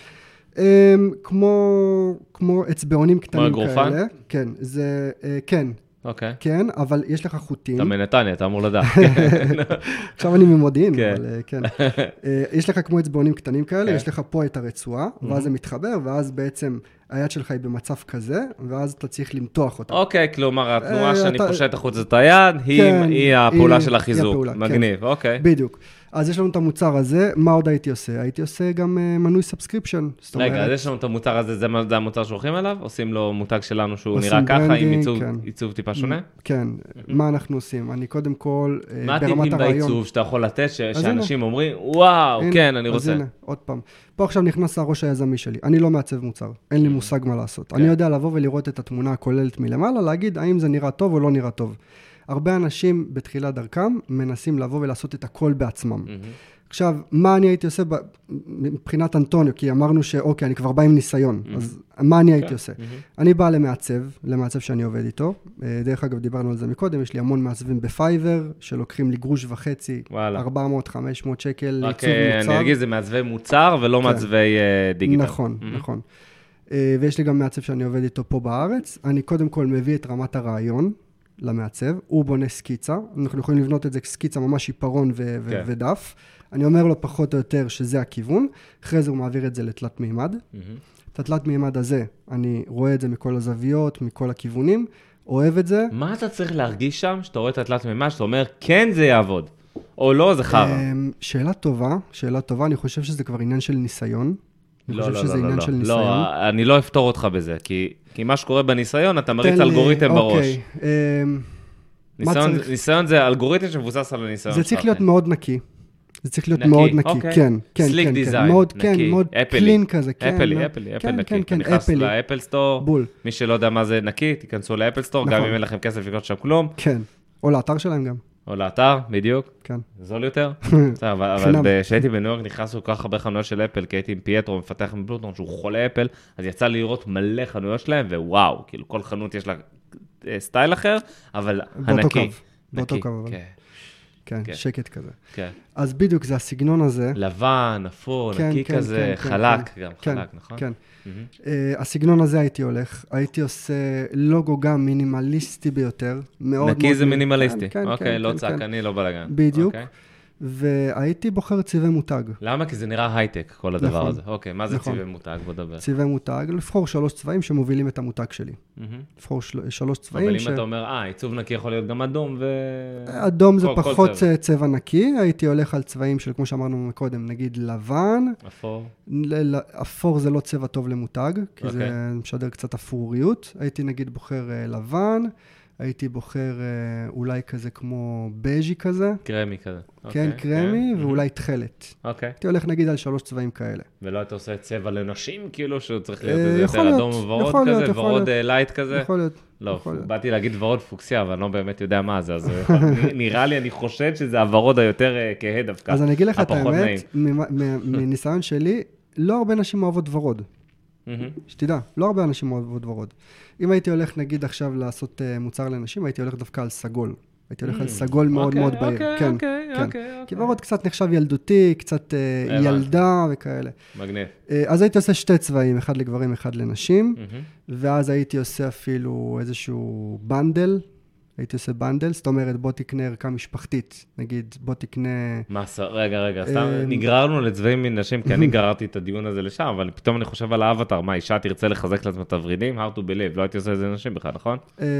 כמו אצבעונים קטנים כאלה. כמו אגרופן? כן, זה, כן. אוקיי. כן, אבל יש לך חוטים. אתה מנתניה, אתה אמור לדעת. עכשיו אני ממודיעין, כן. אבל כן. יש לך כמו אצבעונים קטנים כאלה, יש לך פה את הרצועה, ואז זה מתחבר, ואז בעצם היד שלך היא במצב כזה, ואז אתה צריך למתוח אותה. אוקיי, כלומר, התנועה שאני פושט החוץ את היד, היא הפעולה של החיזוק. מגניב, אוקיי. בדיוק. אז יש לנו את המוצר הזה, מה עוד הייתי עושה? הייתי עושה גם מנוי סאבסקריפשן. רגע, אז יש לנו את המוצר הזה, זה המוצר שהולכים אליו? עושים לו מותג שלנו שהוא נראה ככה, עם עיצוב טיפה שונה? כן, מה אנחנו עושים? אני קודם כל, מה הטיפים בעיצוב שאתה יכול לתת, שאנשים אומרים, וואו, כן, אני רוצה. אז הנה, עוד פעם. פה עכשיו נכנס הראש היזמי שלי. אני לא מעצב מוצר, אין לי מושג מה לעשות. אני יודע לבוא ולראות את התמונה הכוללת מלמעלה, להגיד האם זה נראה טוב או לא נראה טוב. הרבה אנשים בתחילת דרכם מנסים לבוא ולעשות את הכל בעצמם. עכשיו, מה אני הייתי עושה מבחינת אנטוניו? כי אמרנו שאוקיי, אני כבר בא עם ניסיון, אז מה אני הייתי עושה? אני בא למעצב שאני עובד איתו. דרך אגב, דיברנו על זה מקודם, יש לי המון מעצבים בפייבר, שלוקחים לי גרוש וחצי, 400-500 שקל לעיצוב מוצר. אני אגיד, זה מעצבי מוצר ולא מעצבי דיגיטל. נכון, נכון. ויש לי גם מעצב שאני עובד איתו פה בארץ. אני קודם כל מביא את רמת הרעיון למעצב, הוא בונה סקיצה, אנחנו יכולים לבנות את זה סקיצה ממש עיפרון ודף. אני אומר לו פחות או יותר שזה הכיוון, אחרי זה הוא מעביר את זה לתלת מימד. את התלת מימד הזה, אני רואה את זה מכל הזוויות, מכל הכיוונים, אוהב את זה. מה אתה צריך להרגיש שם, שאתה רואה את התלת מימד, שאתה אומר, כן זה יעבוד, או לא, זה חרא? שאלה טובה, אני חושב שזה כבר עניין של ניסיון. לא, אני לא אפתור אותך בזה, כי מה שקורה בניסיון, אתה מריץ אלגוריתם בראש. ניסיון זה אלגוריתם שמבוסס על הניסיון. זה צריך להיות מאוד נקי. זה צריך להיות מאוד נקי, כן. סליק דיזיין, נקי. מאוד קלין כזה. אפל נקי. אתה נכנס לאפל סטור, מי שלא יודע מה זה נקי, תיכנסו לאפל סטור, גם אם אין לכם כסף לקנות שם כלום. כן, או לאתר שלהם גם. או לאתר, בדיוק. כן. זול יותר. אבל כשהייתי בניו יורק נכנסו כל כך הרבה חנויות של אפל, כי הייתי עם פייטרו, מפתח עם בלוטון, שהוא חולה אפל, אז יצא לי לראות מלא חנויות שלהם, ווואו, כאילו כל חנות יש לה סטייל אחר, אבל הנקי. באותו קו, אבל. כן, שקט כזה. כן. אז בדיוק זה הסגנון הזה. לבן, אפור, נקי כזה, חלק גם, חלק, נכון? כן. הסגנון הזה הייתי עושה לוגו גם מינימליסטי ביותר. נקי זה מינימליסטי. אוקיי, לא צעקני, לא בלגן. בדיוק. והייתי בוחר צבעי מותג. למה? כי זה נראה הייטק, כל הדבר הזה. אוקיי, מה זה צבעי מותג? בוא דבר. צבעי מותג, לבחור 3 צבעים שמובילים את המותג שלי. לבחור 3 צבעים. אבל אם אתה אומר, עיצוב נקי יכול להיות גם אדום ו... אדום זה פחות צבע נקי, הייתי הולך על צבעים של, כמו שאמרנו מקודם, נגיד לבן. אפור. אפור זה לא צבע טוב למותג, כי זה משדר קצת אפוריות. הייתי נגיד בוחר לבן. הייתי בוחר אולי כזה כמו בז'י כזה. קרמי כזה. כן, קרמי, ואולי תכלת. אוקיי. הייתי הולך נגיד על 3 צבעים כאלה. ולא אתה עושה צבע לנשים, כאילו שהוא צריך להיות איזה יותר אדום ורוד כזה, ורוד לייט כזה? יכול להיות. לא, באתי להגיד ורוד פוקסיה, אבל אני לא באמת יודע מה זה, אז נראה לי, אני חושד שזה הוורוד היותר כהה דווקא. אז אני אגיד לך את האמת, מניסיון שלי, לא הרבה נשים אוהבות ורוד. שתדע, לא הרבה אנשים אוהבות ורוד. אם הייתי הולך, נגיד עכשיו לעשות מוצר לנשים, הייתי הולך דווקא על סגול. הייתי הולך על סגול מאוד מאוד בהיר. כן, כן. כי ורוד קצת נחשב ילדותי, קצת ילדה וכאלה. מגניב. אז הייתי עושה 2 צבעים, אחד לגברים, אחד לנשים, ואז הייתי עושה אפילו איזשהו בנדל, הייתי עושה בנדל, זאת אומרת, בוא תקנה ערכה משפחתית, נגיד, בוא תקנה... רגע, סתם נגררנו לצבעים מנשים, כי אני גררתי את הדיון הזה לשם, אבל פתאום אני חושב על האבטר, מה, אישה תרצה לחזק לעצמה את הוורידים? How to believe, לא הייתי עושה את זה לנשים בכלל, נכון?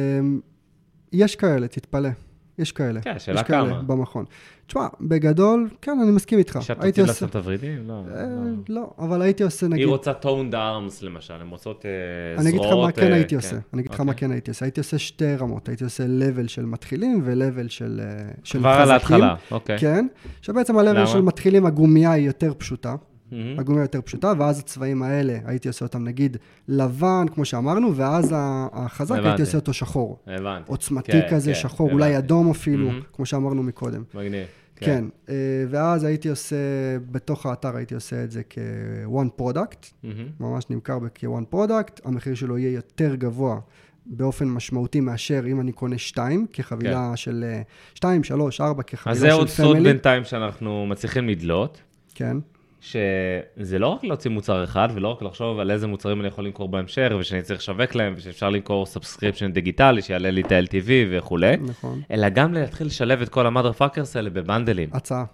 יש כאלה, תתפלא. יש כאלה. כן, שאלה כמה. במכון. תשמע, בגדול, כן, אני מסכים איתך. אישה תרצה לעשות את הוורידים? לא, אבל הייתי עושה, נגיד... היא רוצה toned arms, למשל, הן רוצות זרועות... אני אגיד לך מה כן הייתי עושה. הייתי עושה 2 רמות. הייתי עושה level של מתחילים ו-level של חזקים. כבר על ההתחלה, אוקיי. כן, שבעצם ה-level של מתחילים, הגומיה היא יותר פשוטה. הגומיה יותר פשוטה, ואז הצבעים האלה, הייתי עושה אותם נגיד לבן, כמו שאמרנו, ואז החזק הייתי עושה אותו שחור. הבנתי. עוצמתי כזה, שחור, אולי אדום אפילו, כמו שאמרנו מקודם. מגניב. כן, ואז הייתי עושה, בתוך האתר הייתי עושה את זה כ-one product, ממש נמכר כ-one product, המחיר שלו יהיה יותר גבוה באופן משמעותי מאשר אם אני קונה 2, כחבילה של 2, 3, 4, כחבילה של family. אז זה עוד סוד בינתיים שאנחנו מצליחים לדלות. כן. שזה לא רק להוציא מוצר אחד, ולא רק לחשוב על איזה מוצרים אני יכול למכור בהמשך, ושאני צריך לשווק להם, ושאפשר למכור סאבסקריפשן דיגיטלי, שיעלה לי את ה-LTV וכו'. נכון. אלא גם להתחיל לשלב את כל המאדר פאקרס האלה בבנדלים.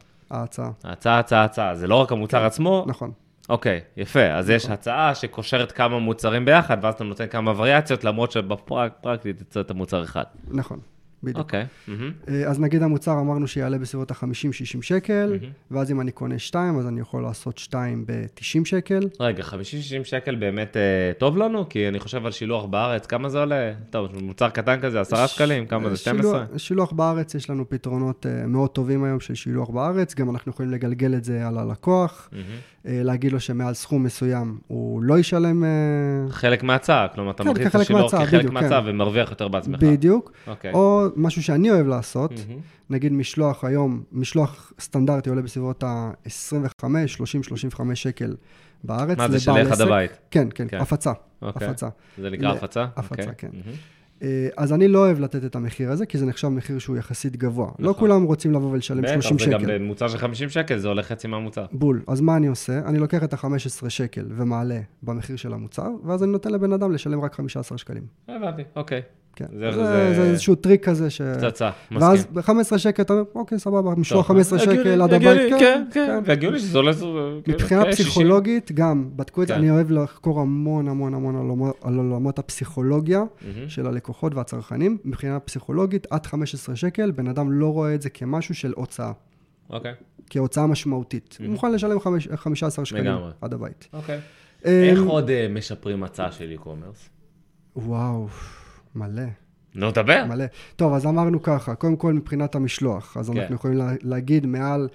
הצעה. זה לא רק המוצר עצמו. נכון. אוקיי, יפה. אז יש הצעה שקושרת כמה מוצרים ביחד, ואז אתה נותן כמה וריאציות, למרות שבפרקטית יצא את המוצר אחד. נכון. בדיוק. אוקיי. אז נגיד המוצר אמרנו שיעלה בסביבות ה-50-60 שקל, ואז אם אני קונה 2, אז אני יכול לעשות 2 ב-90 שקל. רגע, 50-60 שקל באמת טוב לנו? כי אני חושב על שילוח בארץ, כמה זה עולה? טוב, מוצר קטן כזה, 10 שקלים, כמה זה? 12? שילוח בארץ, יש לנו פתרונות מאוד טובים היום של שילוח בארץ, גם אנחנו יכולים לגלגל את זה על הלקוח, להגיד לו שמעל סכום מסוים הוא לא ישלם... חלק מהצעה, כלומר, אתה מכניס את השילוח כחלק מהצצעה ומרוויח יותר בעצמך. בדיוק. או משהו שאני אוהב לעשות, נגיד משלוח היום, משלוח סטנדרטי עולה בסביבות ה-25, 30, 35 שקל בארץ. מה זה, שליח עד הבית? כן, הפצה. זה נקרא הפצה? הפצה, כן. אז אני לא אוהב לתת את המחיר הזה, כי זה נחשב מחיר שהוא יחסית גבוה. לא כולם רוצים לבוא ולשלם 30 שקל. וגם במוצר של 50 שקל, זה הולך חצי מהמוצר. בול. אז מה אני עושה? אני לוקח את ה-15 שקל ומעלה במחיר של המוצר, ואז אני נותן לבן אדם לשלם רק 15 שקלים. הבנתי, אוקיי. כן. זה איזשהו טריק כזה פצצה, מסכים. ואז ב-15 שקל אתה אומר, אוקיי, סבבה, משלוח 15 שקל עד הבית. כן, והגיוני שזה עולה... מבחינה פסיכולוגית, גם, בדקו את זה, אני אוהב לחקור המון המון המון על עולמות הפסיכולוגיה של הלקוחות והצרכנים. מבחינה פסיכולוגית, עד 15 שקל, בן אדם לא רואה את זה כמשהו של הוצאה. אוקיי. כהוצאה משמעותית. הוא מוכן לשלם 15 שקלים עד הבית. אוקיי. איך עוד משפרים הצעה של e-commerce? וואו. מלא. נו, דבר. מלא. טוב, אז אמרנו ככה, קודם כל מבחינת המשלוח, אז אנחנו יכולים להגיד מעל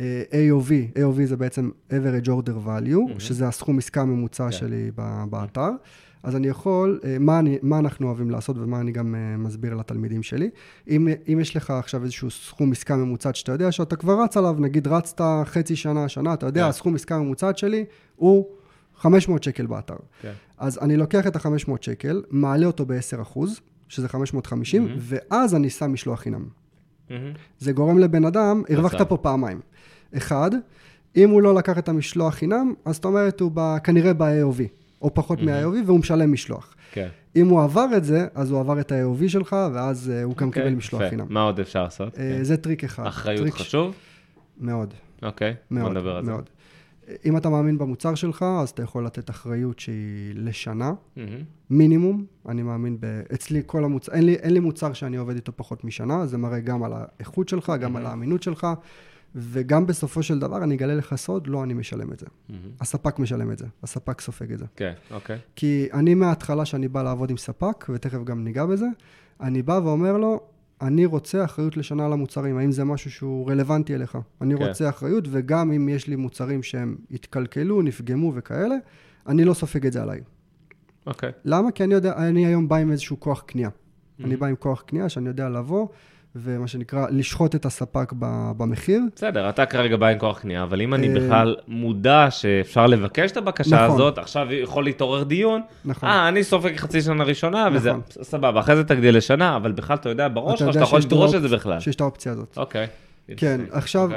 AOV זה בעצם average order value, שזה הסכום עסקה הממוצע שלי באתר, אז אני יכול, מה אנחנו אוהבים לעשות ומה אני גם מסביר לתלמידים שלי, אם יש לך עכשיו איזשהו סכום עסקה ממוצע שאתה יודע שאתה כבר רץ עליו, נגיד רצת חצי שנה, אתה יודע, הסכום עסקה ממוצע שלי הוא 500 שקל באתר. אז אני לוקח את ה-500 שקל, מעלה אותו ב-10%, שזה 550, ואז אני שם משלוח חינם. זה גורם לבן אדם, הרווחת פה פעמיים. אחד, אם הוא לא לקח את המשלוח חינם, אז זאת אומרת, הוא כנראה ב-AOV, או פחות מה-AOV, והוא משלם משלוח. אם הוא עבר את זה, אז הוא עבר את ה-AOV שלך, ואז הוא גם קיבל משלוח חינם. מה עוד אפשר לעשות? זה טריק אחד. אחריות חשוב? מאוד. אוקיי, בוא נדבר על זה. מאוד. אם אתה מאמין במוצר שלך, אז אתה יכול לתת אחריות שהיא לשנה, מינימום. אני מאמין אצלי כל המוצר, אין לי מוצר שאני עובד איתו פחות משנה, זה מראה גם על האיכות שלך, גם על האמינות שלך, וגם בסופו של דבר אני אגלה לך סוד, לא אני משלם את זה. הספק משלם את זה, הספק סופג את זה. כן, אוקיי. כי אני מההתחלה שאני בא לעבוד עם ספק, ותכף גם ניגע בזה, אני בא ואומר לו, אני רוצה אחריות לשנה על המוצרים, האם זה משהו שהוא רלוונטי אליך? אני רוצה אחריות, וגם אם יש לי מוצרים שהם התקלקלו, נפגמו וכאלה, אני לא סופג את זה עליי. אוקיי. למה? כי אני היום בא עם איזשהו כוח קנייה. אני בא עם כוח קנייה שאני יודע לבוא, ומה שנקרא, לשחוט את הספק במחיר. בסדר, אתה כרגע בא עם כוח קנייה, אבל אם אני בכלל מודע שאפשר לבקש את הבקשה הזאת, עכשיו יכול להתעורר דיון, אני סופג חצי שנה ראשונה, וזה סבבה, אחרי זה תגדיל לשנה, אבל בכלל אתה יודע בראש שאתה יכול שתדרוש את זה בכלל. שיש את האופציה הזאת. אוקיי. כן, עכשיו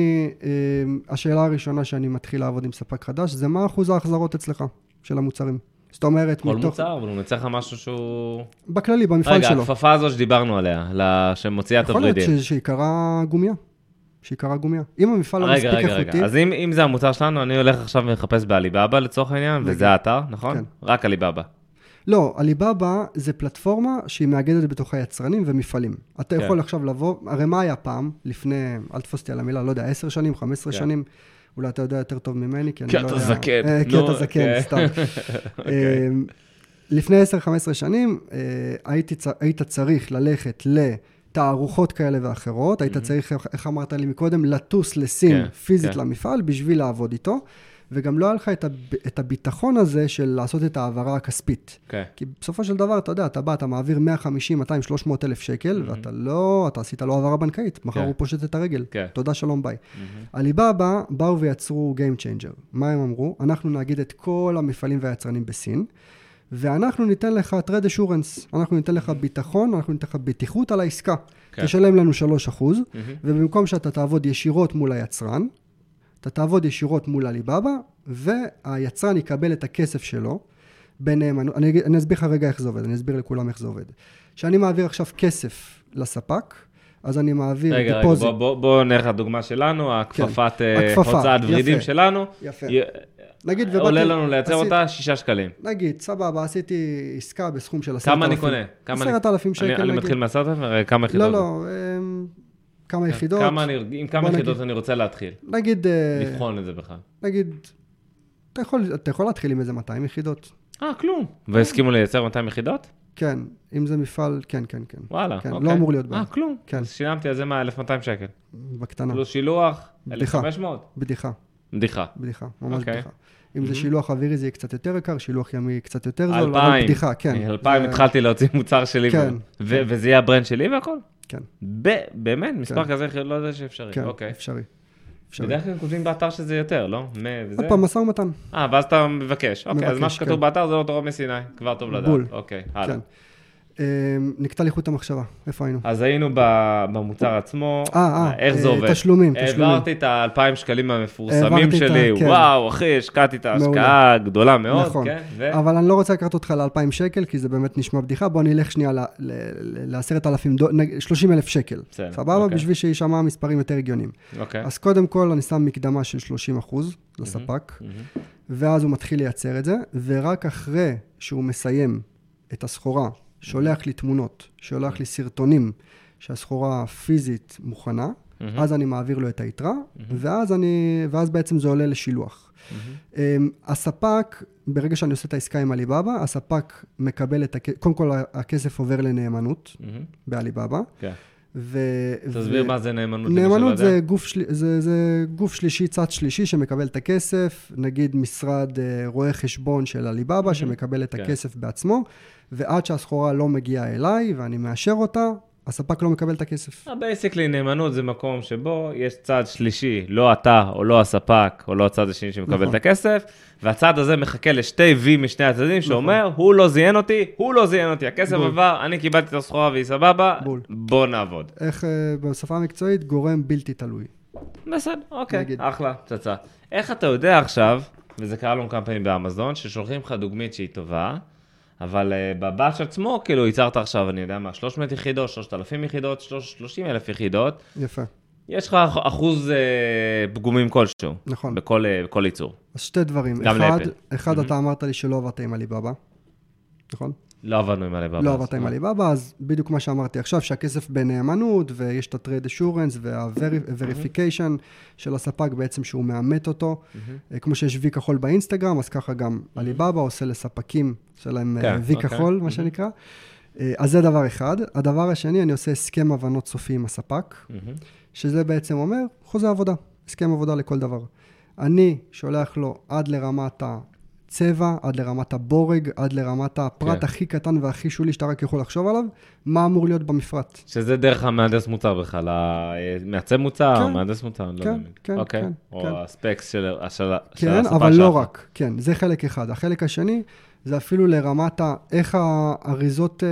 השאלה הראשונה שאני מתחיל לעבוד עם ספק חדש, זה מה אחוז ההחזרות אצלך של המוצרים? זאת אומרת, כל מוצר, אבל הוא מצא לך משהו שהוא... בכללי, במפעל שלו. רגע, הכפפה הזו שדיברנו עליה, שמוציאה את הוורידים. יכול להיות שעיקרה גומיה. אם המפעל לא מספיק איכותי... רגע. אז אם זה המוצר שלנו, אני הולך עכשיו לחפש באליבאבא לצורך העניין, וזה האתר, נכון? כן. רק אליבאבא. לא, אליבאבא זה פלטפורמה שהיא מאגדת בתוכה יצרנים ומפעלים. אתה יכול עכשיו לבוא, הרי מה היה פעם, לפני, אל תפוס אותי על המילה, לא יודע, 10 שנים, 15 שנים, אולי אתה יודע יותר טוב ממני, כי אני לא יודע... כי אתה זקן, סתם. לפני 10-15 שנים, היית צריך ללכת לתערוכות כאלה ואחרות, היית צריך, איך אמרת לי מקודם, לטוס לסין פיזית למפעל בשביל לעבוד איתו, וגם לא היה לך את הביטחון הזה של לעשות את העברה הכספית. כי בסופו של דבר, אתה יודע, אתה בא, אתה מעביר 150, 200, 300 אלף שקל, ואתה לא, אתה עשית לו העברה בנקאית, מחר הוא פושט את הרגל. תודה, שלום, ביי. אליבאבא באו ויצרו Game Changer. מה הם אמרו? אנחנו נגיד את כל המפעלים והיצרנים בסין, ואנחנו ניתן לך Trade Assurance, אנחנו ניתן לך ביטחון, אנחנו ניתן לך בטיחות על העסקה. תשלם לנו 3%, ובמקום שאתה תעבוד ישירות מול היצרן, אתה תעבוד ישירות מול עליבאבא, והיצרן יקבל את הכסף שלו, בנאמנות, אני אסביר לך רגע איך זה עובד, אני אסביר לכולם איך זה עובד. כשאני מעביר עכשיו כסף לספק, אז אני מעביר דיפוזיט. רגע, בוא נלך לדוגמה שלנו, הכפפת הוצאת ורידים שלנו. יפה. עולה לנו לייצר אותה 6 שקלים. נגיד, סבבה, עשיתי עסקה בסכום של 10,000. כמה אני קונה? 10,000 שקל. אני מתחיל מ10,000, כמה יחידות? לא, כמה יחידות. עם כמה יחידות אני רוצה להתחיל? נגיד... לבחון את זה בכלל. נגיד, אתה יכול להתחיל עם איזה 200 יחידות. כלום. והסכימו לייצר 200 יחידות? כן, אם זה מפעל, כן. וואלה, כן, אוקיי. לא אמור להיות בעיה. כלום. כן. אז שילמתי על זה 1,200 שקל. בקטנה. פלוס שילוח, 1,500? בדיחה, ממש בדיחה. אם זה שילוח אווירי זה יהיה קצת יותר יקר, שילוח ימי קצת יותר זול, אבל בדיחה, כן. 2,000 התחלתי להוציא מוצר שלי, וזה יהיה הברנד שלי והכל? כן. באמת? מספר כזה לא יודע שאפשרי. כן, אפשרי. בדרך כלל כותבים באתר שזה יותר, לא? עוד פעם, משא ומתן. ואז אתה מבקש. אוקיי, אז מה שכתוב באתר זה לא תורה מסיני, כבר טוב לדעת. בול. אוקיי, הלאה. נקטע לי חוט המחשבה, איפה היינו? אז היינו במוצר עצמו, איך זה עובד? תשלומים. העברתי את ה2,000 שקלים המפורסמים שלי, וואו, אחי, השקעתי את ההשקעה גדולה מאוד, נכון, כן? אבל אני לא רוצה לקחת אותך ל2,000 שקל, כי זה באמת נשמע בדיחה, בוא נלך שנייה ל10,000, 30,000 שקל, סבבה? בשביל שישמע מספרים יותר הגיוניים. אז קודם כל אני שם מקדמה של 30% לספק, ואז הוא מתחיל לייצר את זה, ורק אחרי שהוא מסיים את הסחורה, שולח לי תמונות, שולח לי סרטונים שהסחורה פיזית מוכנה, אז אני מעביר לו את היתרה, ואז בעצם זה עולה לשילוח. הספק, ברגע שאני עושה את העסקה עם עליבאבא, הספק מקבל קודם כל הכסף עובר לנאמנות בעליבאבא. תסביר מה זה נאמנות. נאמנות זה גוף שלישי, צד שלישי שמקבל את הכסף, נגיד משרד רואה חשבון של עליבאבא שמקבל את הכסף בעצמו, ועד שהסחורה לא מגיעה אליי ואני מאשר אותה, הספק לא מקבל את הכסף. בייסיקלי, נאמנות זה מקום שבו יש צד שלישי, לא אתה או לא הספק או לא הצד השני שמקבל את הכסף, והצד הזה מחכה לשתי וי משני הצדדים שאומר, הוא לא זיין אותי, הכסף עבר, אני קיבלתי את הסחורה והיא סבבה, בוא נעבוד. איך בשפה המקצועית גורם בלתי תלוי. בסדר, אוקיי, אחלה, פצצה. איך אתה יודע עכשיו, וזה קרה לנו כמה פעמים באמזון, ששולחים לך דוגמית שהיא טובה, אבל בבאץ' עצמו, כאילו, ייצרת עכשיו, אני יודע מה, 300 יחידות, 3,000 יחידות, 30,000 יחידות. יפה. יש לך אחוז פגומים כלשהו. נכון. בכל ייצור. אז שתי דברים. גם לאפל. אחד, אתה אמרת לי שלא עבדת עם עליבאבא. נכון? לא עבדנו עם עליבאבא. לא עבדת עם עליבאבא, אז בדיוק מה שאמרתי עכשיו, שהכסף בנאמנות, ויש את ה-Trade Assurance, וה-Verification של הספק בעצם שהוא מאמת אותו. כמו שיש וי כחול באינסטגרם, אז ככה גם עליבאבא עושה לספקים שלהם וי כחול, מה שנקרא. אז זה דבר אחד. הדבר השני, אני עושה הסכם הבנות סופי עם הספק, שזה בעצם אומר, חוזה עבודה, הסכם עבודה לכל דבר. אני שולח לו עד לרמת צבע, עד לרמת הבורג, עד לרמת הפרט הכי קטן והכי שולי שאתה רק יכול לחשוב עליו, מה אמור להיות במפרט. שזה דרך המהנדס מוצר בכלל, מעצב מוצר, מהנדס מוצר, אני לא יודע. כן, כן. או הספקס של הספק שלך. כן, אבל לא רק, כן, זה חלק אחד. החלק השני, זה אפילו לרמת איך האריזות,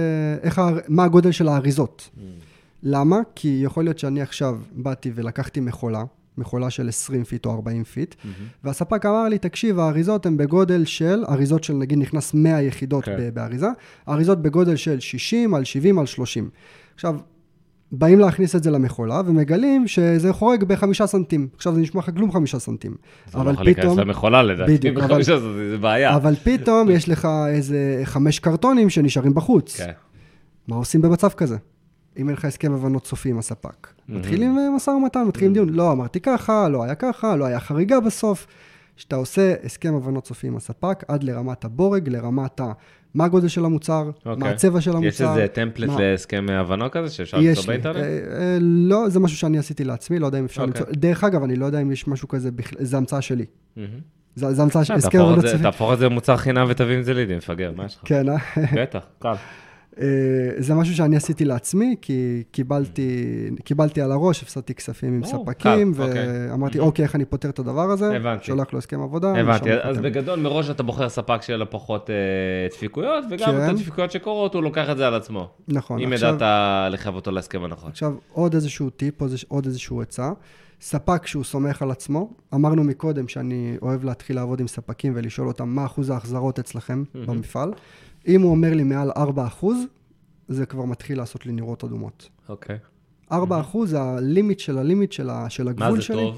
מה הגודל של האריזות. למה? כי יכול להיות שאני עכשיו באתי ולקחתי מכולה של 20 פיט או 40 פיט, והספק אמר לי, תקשיב, האריזות הן בגודל של, אריזות של נגיד נכנס 100 יחידות באריזה, האריזות בגודל של 60 על 70 על 30. עכשיו, באים להכניס את זה למכולה, ומגלים שזה חורג ב5 סנטים. עכשיו זה נשמע לך כלום 5 סנטים. זה לא יכול להיכנס למכולה לדעתי, ב5 סנטים, זה בעיה. אבל פתאום יש לך איזה 5 קרטונים שנשארים בחוץ. מה עושים במצב כזה? אם אין לך הסכם הבנות סופי עם הספק. מתחילים משא ומתן, מתחילים דיון. לא אמרתי ככה, לא היה ככה, לא היה חריגה בסוף. שאתה עושה הסכם הבנות סופי עם הספק, עד לרמת הבורג, לרמת מה הגודל של המוצר, מה הצבע של המוצר. יש איזה טמפלט להסכם הבנות כזה שאפשר למצוא באינטרנט? לא, זה משהו שאני עשיתי לעצמי, לא יודע אם אפשר למצוא. דרך אגב, אני לא יודע אם יש משהו כזה, זה המצאה שלי. זה המצאה של הסכם הבנות סופי. תהפוך את זה במוצר חינם ותביא עם זה לידים, מפגר, מה יש לך? כן, בטח, קל. זה משהו שאני עשיתי לעצמי, כי קיבלתי על הראש, הפסדתי כספים עם ספקים, ואמרתי, אוקיי, איך אני פותר את הדבר הזה? שולח לו הסכם עבודה. הבנתי, אז בגדול מראש אתה בוחר ספק שיהיה לו פחות דפיקויות, וגם את הדפיקויות שקורות, הוא לוקח את זה על עצמו. נכון. אם ידעת לחייב אותו להסכם הנכון. עכשיו, עוד איזשהו טיפ, עוד איזשהו עצה. ספק שהוא סומך על עצמו, אמרנו מקודם שאני אוהב להתחיל לעבוד עם ספקים ולשאול אותם מה אחוז ההחזרות אצלכם במפעל. אם הוא אומר לי מעל 4%, זה כבר מתחיל לעשות לי נורות אדומות. אוקיי. 4% זה הלימיט של הגבול שלי. מה זה טוב?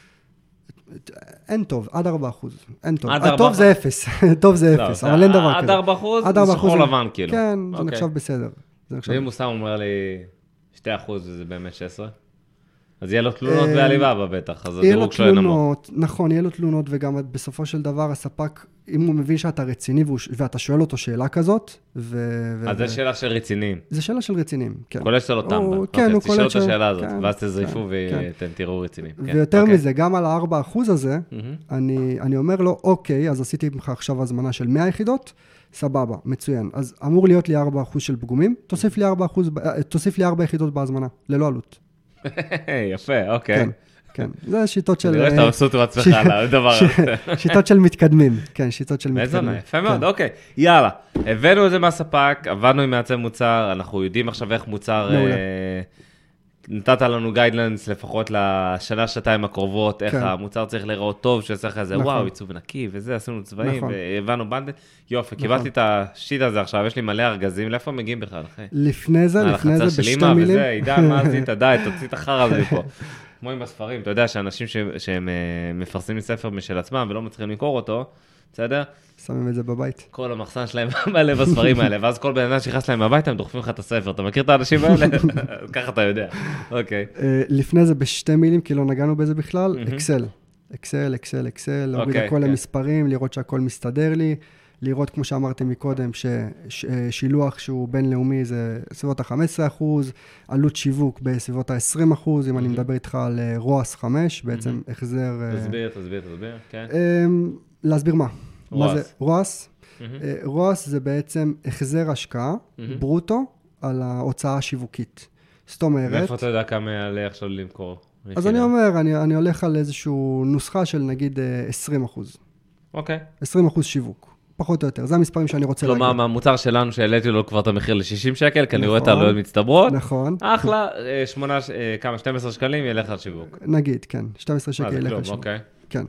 אין טוב, עד 4%. אין טוב. עד 4%. טוב זה 0. טוב זה 0, אבל אין דבר כזה. עד 4% זה שחור לבן כאילו. כן, זה נחשב בסדר. ואם הוא סתם אומר לי 2% וזה באמת 16? אז יהיה לו תלונות בעליבאבא בטח, אז הדירוג שלו נמוך. נכון, יהיה לו תלונות, וגם בסופו של דבר הספק, אם הוא מבין שאתה רציני ואתה שואל אותו שאלה כזאת, אז זה שאלה של רציניים. זה שאלה של רציניים, כן. קולט שלו טמבה. כן, הוא תשאל את השאלה הזאת, ואז תזייפו ואתם תראו רציניים. ויותר מזה, גם על ה4% הזה, אני אומר לו, אוקיי, אז עשיתי ממך עכשיו הזמנה של 100 יחידות, סבבה, מצוין. אז אמור להיות לי 4% של פגומים, תוסיף לי 4 יחידות בהזמנה, ללא עלות. יפה, אוקיי. כן, זה שיטות של... אני רואה שאתה מבסוט עם עצמך על הדבר הזה. שיטות של מתקדמים, כן, שיטות של מתקדמים. יפה מאוד, אוקיי. יאללה, הבאנו את זה מהספק, עבדנו עם מעצב מוצר, אנחנו יודעים עכשיו איך מוצר... נתת לנו גיידלנס לפחות לשנה, שנתיים הקרובות, איך המוצר צריך להיראות טוב, שעושה לך איזה וואו, עיצוב נקי וזה, עשינו צבעים, והבנו בנדל. יופי, קיבלתי את השיט הזה עכשיו, יש לי מלא ארגזים, לאיפה מגיעים בכלל, אחי? לפני זה בשתי מילים. עידן, מה עשית? די, תוציא את החרא הזה פה. כמו עם הספרים, אתה יודע שאנשים שהם מפרסמים ספר משל עצמם ולא מצליחים למכור אותו, בסדר? שמים את זה בבית. כל המחסן שלהם מלא בספרים האלה, ואז כל בן אדם שיחס להם הביתה, הם דוחפים לך את הספר. אתה מכיר את האנשים האלה? ככה אתה יודע. אוקיי. לפני זה בשתי מילים, כי לא נגענו בזה בכלל, אקסל, להוריד הכל למספרים, לראות שהכל מסתדר לי, לראות, כמו שאמרתי מקודם, ששילוח שהוא בינלאומי זה סביבות ה-15%, עלות שיווק בסביבות ה-20%, אם אני מדבר איתך על רואס 5, בעצם החזר... תסביר, כן. להסביר מה? מה זה רואס? רואס זה בעצם החזר השקעה, ברוטו, על ההוצאה השיווקית. זאת אומרת... מאיפה אתה יודע כמה יעלה עכשיו למכור? אז אני אומר, אני הולך על איזושהי נוסחה של נגיד 20%. אוקיי. 20% שיווק. פחות או יותר, זה המספרים שאני רוצה להגיד. כלומר, מהמוצר שלנו שהעליתי לו כבר את המחיר ל-60 שקל, כי אני רואה את העלויות מצטברות. נכון. אחלה, 12 שקלים ילך על שיווק. נגיד, כן, 12 שקל ילך על שיווק. אוקיי. כן.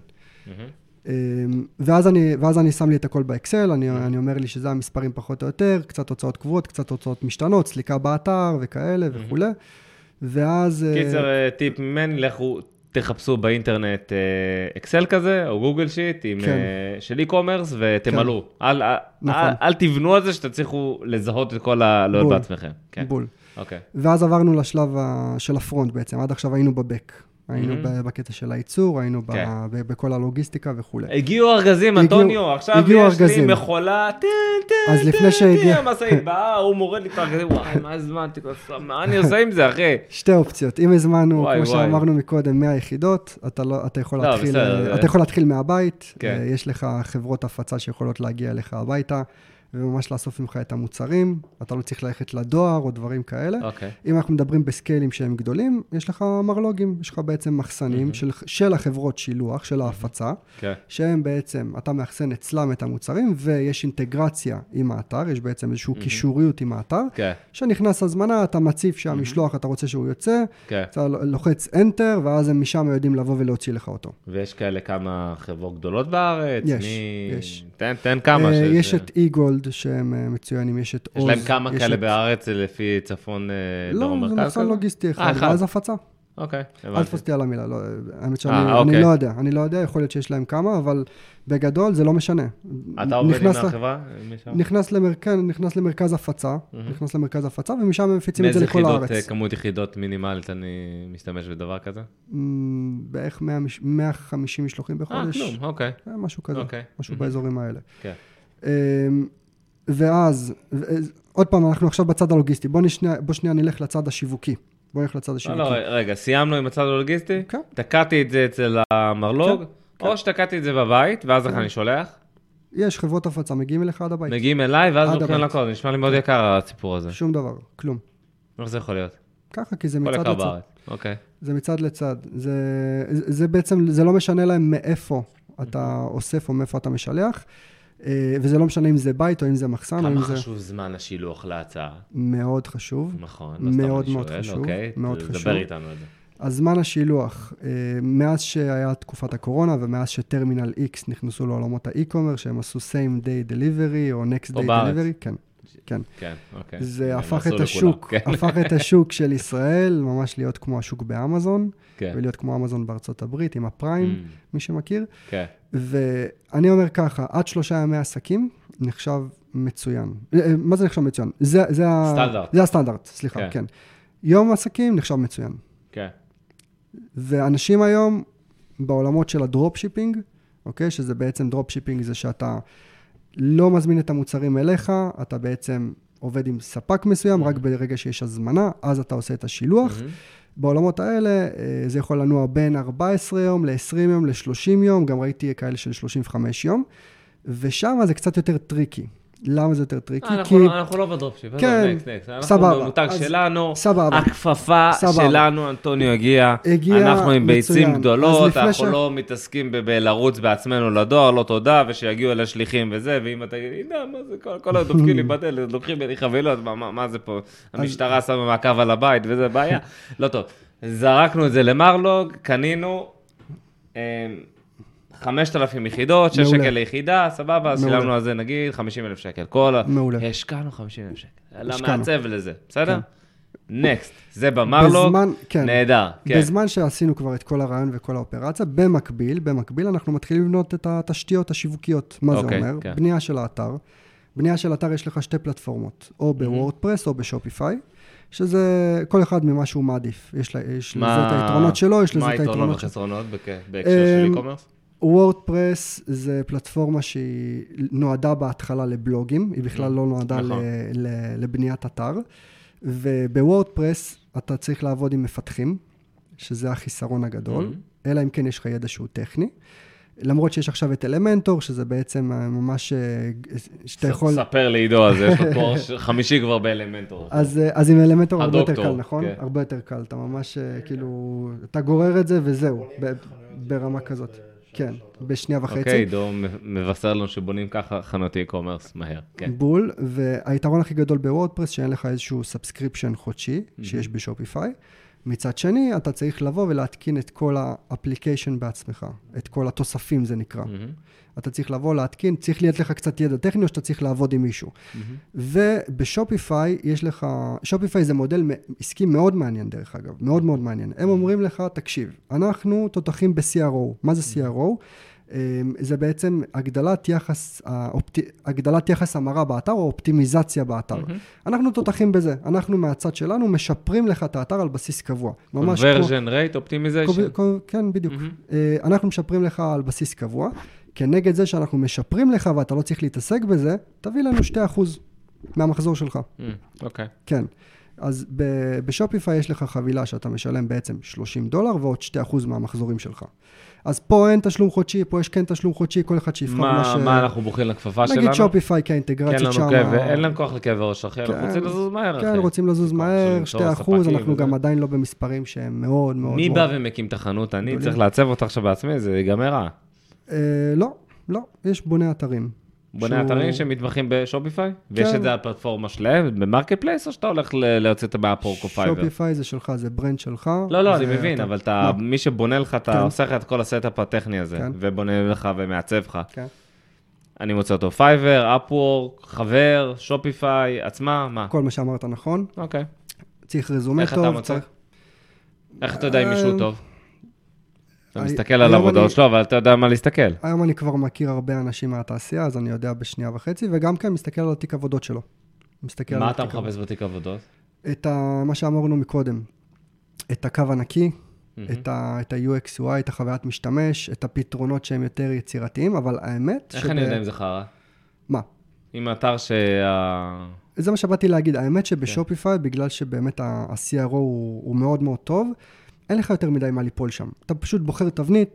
ואז אני שם לי את הכל באקסל, אני אומר לי שזה המספרים פחות או יותר, קצת הוצאות קבועות, קצת הוצאות משתנות, סליקה באתר וכאלה וכו'. ואז... קיצר, טיפ ממני, לכו תחפשו באינטרנט אקסל כזה, או גוגל שיט, של e-commerce, ותמלאו. אל תבנו על זה שתצליחו לזהות את כל העלויות בעצמכם. בול. אוקיי. ואז עברנו לשלב של הפרונט בעצם, עד עכשיו היינו בבק. היינו בקטע של הייצור, היינו בכל הלוגיסטיקה וכו'. הגיעו ארגזים, אנטוניו, עכשיו יש לי מכולה, אז לפני שהגיע... הוא מורד לי את הארגזים, וואי, מה הזמנתי? מה אני עושה עם זה, אחי? שתי אופציות. אם הזמנו, כמו שאמרנו מקודם, 100 יחידות, אתה יכול להתחיל מהבית, יש לך חברות הפצה שיכולות להגיע אליך הביתה, וממש לאסוף ממך את המוצרים, אתה לא צריך ללכת לדואר או דברים כאלה. אם אנחנו מדברים בסקיילים שהם גדולים, יש לך מרלוגים, יש לך בעצם מחסנים של החברות שילוח, של ההפצה, שהם בעצם, אתה מאחסן אצלם את המוצרים, ויש אינטגרציה עם האתר, יש בעצם איזושהי קישוריות עם האתר, שנכנס הזמנה, אתה מציף שהמשלוח, אתה רוצה שהוא יוצא, אתה לוחץ Enter, ואז הם משם יודעים לבוא ולהוציא לך אותו. ויש כאלה כמה חברות גדולות בארץ? יש. תן כמה. יש את e-gold שהם מצוינים, יש את עוז. יש להם כמה כאלה בארץ לפי צפון דרום מרכז? לא, זה מחסן לוגיסטי אחד, ואז הפצה. אוקיי, אל תפסתי על המילה, האמת שאני לא יודע, יכול להיות שיש להם כמה, אבל בגדול זה לא משנה. אתה עובד עם החברה? נכנס למרכז הפצה, ומשם הם מפיצים את זה לכל הארץ. מאיזה כמות יחידות מינימלית אני משתמש בדבר כזה? בערך 150 משלוחים בחודש. כלום, אוקיי. משהו כזה, משהו באזורים האלה. כן. ואז, עוד פעם, אנחנו עכשיו בצד הלוגיסטי, בוא שנייה נלך לצד השיווקי. בוא נלך לצד השיווקי. לא, רגע, סיימנו עם הצד הלוגיסטי? כן. תקעתי את זה אצל המרלוג, או שתקעתי את זה בבית, ואז איך אני שולח? יש חברות הפצה, מגיעים אליך עד הבית. מגיעים אליי, ואז לוקחים לכל, זה נשמע לי מאוד יקר הסיפור הזה. שום דבר, כלום. איך זה יכול להיות? ככה, כי זה מצד לצד. כל יקר בארץ, אוקיי. זה מצד לצד. זה בעצם, זה לא משנה להם מאיפה אתה אוסף או מאיפה אתה משלח, וזה לא משנה אם זה בית או אם זה מחסן. כמה חשוב זמן השילוח להצעה? מאוד חשוב. נכון, מאוד מאוד חשוב. אוקיי, דבר איתנו על זה. הזמן השילוח, מאז שהיה תקופת הקורונה, ומאז שטרמינל X נכנסו לעולמות האי-קומר, שהם עשו same day delivery או next day delivery, כן. כן. כן, אוקיי. זה הפך את השוק של ישראל, ממש להיות כמו השוק באמזון, ולהיות כמו אמזון בארצות הברית, עם הפריים, מי שמכיר. כן. ואני אומר ככה, עד 3 ימי עסקים נחשב מצוין. מה זה נחשב מצוין? זה הסטנדרט, סליחה, כן. יום עסקים נחשב מצוין. כן. ואנשים היום בעולמות של הדרופשיפינג, אוקיי? שזה בעצם דרופשיפינג זה שאתה לא מזמין את המוצרים אליך, אתה בעצם עובד עם ספק מסוים, רק ברגע שיש הזמנה, אז אתה עושה את השילוח. בעולמות האלה זה יכול לנוע בין 14 יום ל-20 יום ל-30 יום, גם ראיתי כאלה של 35 יום, ושם זה קצת יותר טריקי. למה זה יותר טריקי? אנחנו לא בדרופשיפ. כן, סבבה. אנחנו במותג שלנו, הכפפה שלנו, אנטוניו הגיע, אנחנו עם ביצים גדולות, אנחנו לא מתעסקים בלרוץ בעצמנו לדואר, לא תודה, ושיגיעו אל השליחים וזה, ואם אתה תגיד, מה זה, כל הדופקים לי בדלת, לוקחים לי חבילות, מה זה פה? המשטרה שמה מעקב על הבית, וזה בעיה. לא טוב. זרקנו את זה למרלוג, קנינו 5,000 יחידות, 6 שקל ליחידה, סבבה, אז שילמנו על זה נגיד 50,000 שקל. השקענו 50,000 שקל. למעצב לזה, בסדר? נקסט, זה במרלוג, נהדר. בזמן שעשינו כבר את כל הרעיון וכל האופרציה, במקביל אנחנו מתחילים לבנות את התשתיות השיווקיות. מה זה אומר? בנייה של האתר. בנייה של אתר יש לך 2 פלטפורמות, או בוורדפרס או בשופיפיי, שזה כל אחד ממה שהוא מעדיף. יש לזה את היתרונות שלו, יש לזה את היתרונות שלו. מה היתרונות וחסרונות בהקשר של אי-קומרס? וורדפרס זה פלטפורמה שהיא נועדה בהתחלה לבלוגים, היא בכלל לא נועדה לבניית אתר, ובוורדפרס אתה צריך לעבוד עם מפתחים, שזה החיסרון הגדול, אלא אם כן יש לך ידע שהוא טכני, למרות שיש עכשיו את אלמנטור, שזה בעצם ממש שאתה יכול... ספר לעידו על זה, יש לו פה 50 כבר באלמנטור. אז עם אלמנטור הרבה יותר קל, נכון? הרבה יותר קל, אתה ממש כאילו, אתה גורר את זה וזהו, ברמה כזאת. כן, בשנייה וחצי. אוקיי, דו מבשר לנו שבונים ככה חנות אי-קומרס מהר. בול, והיתרון הכי גדול בוורדפרס, שאין לך איזשהו סאבסקריפשן חודשי, שיש בשופיפיי. מצד שני, אתה צריך לבוא ולהתקין את כל האפליקיישן בעצמך, את כל התוספים זה נקרא. אתה צריך לבוא להתקין, צריך להיות לך קצת ידע טכני, או שאתה צריך לעבוד עם מישהו. ובשופיפיי יש לך, שופיפיי זה מודל עסקי מאוד מעניין דרך אגב, מאוד מאוד מעניין. הם אומרים לך, תקשיב, אנחנו תותחים ב-CRO. מה זה CRO? זה בעצם הגדלת יחס המרה באתר, או אופטימיזציה באתר. אנחנו תותחים בזה. אנחנו מהצד שלנו משפרים לך את האתר על בסיס קבוע. Conversion rate optimization. כן, בדיוק. אנחנו משפרים לך על בסיס קבוע. כנגד זה שאנחנו משפרים לך, ואתה לא צריך להתעסק בזה, תביא לנו 2% מהמחזור שלך. אוקיי. כן. אז בשופיפיי יש לך חבילה שאתה משלם בעצם $30 ועוד 2% מהמחזורים שלך. אז פה אין תשלום חודשי, פה יש כן תשלום חודשי, כל אחד שיבחר מה ש... מה אנחנו בוחרים לכפפה שלנו? נגיד שופיפיי כאינטגרציות שם. אין לנו כוח לקבר ראש אחר, אנחנו רוצים לזוז מהר. כן, רוצים לזוז מהר, 2%, אנחנו גם עדיין לא במספרים שהם מאוד מאוד... מי בא ומקים את החנות? אני צריך לעצב אותה עכשיו בעצמי, זה ייגמר רע. לא, יש בוני אתרים. בוני אתרים שמתמחים בשופיפיי? ויש את זה הפלטפורמה שלהם, במרקט פלייס, או שאתה הולך להוציא את מהפורקופייבר? שופיפיי זה שלך, זה ברנד שלך. לא, אני מבין, אבל מי שבונה לך, אתה עושה לך את כל הסטאפ הטכני הזה, ובונה לך ומעצב לך. אני מוצא אותו פייבר, אפוורק, חבר, שופיפיי, עצמה, מה? כל מה שאמרת נכון. אוקיי. צריך רזומה טוב. איך אתה מוצא? איך אתה יודע אם מישהו טוב? אתה מסתכל על העבודות שלו, אבל אתה יודע מה להסתכל. היום אני כבר מכיר הרבה אנשים מהתעשייה, אז אני יודע בשנייה וחצי, וגם כן מסתכל על התיק עבודות שלו. מה אתה מחפש בתיק עבודות? את מה שאמרנו מקודם, את הקו הנקי, את ה-UX UI, את החוויית משתמש, את הפתרונות שהם יותר יצירתיים, אבל האמת... איך אני יודע אם זה חרא? מה? עם האתר זה מה שבאתי להגיד, האמת שבשופיפיי, בגלל שבאמת ה-CRO הוא מאוד מאוד טוב, אין לך יותר מדי מה ליפול שם. אתה פשוט בוחר תבנית,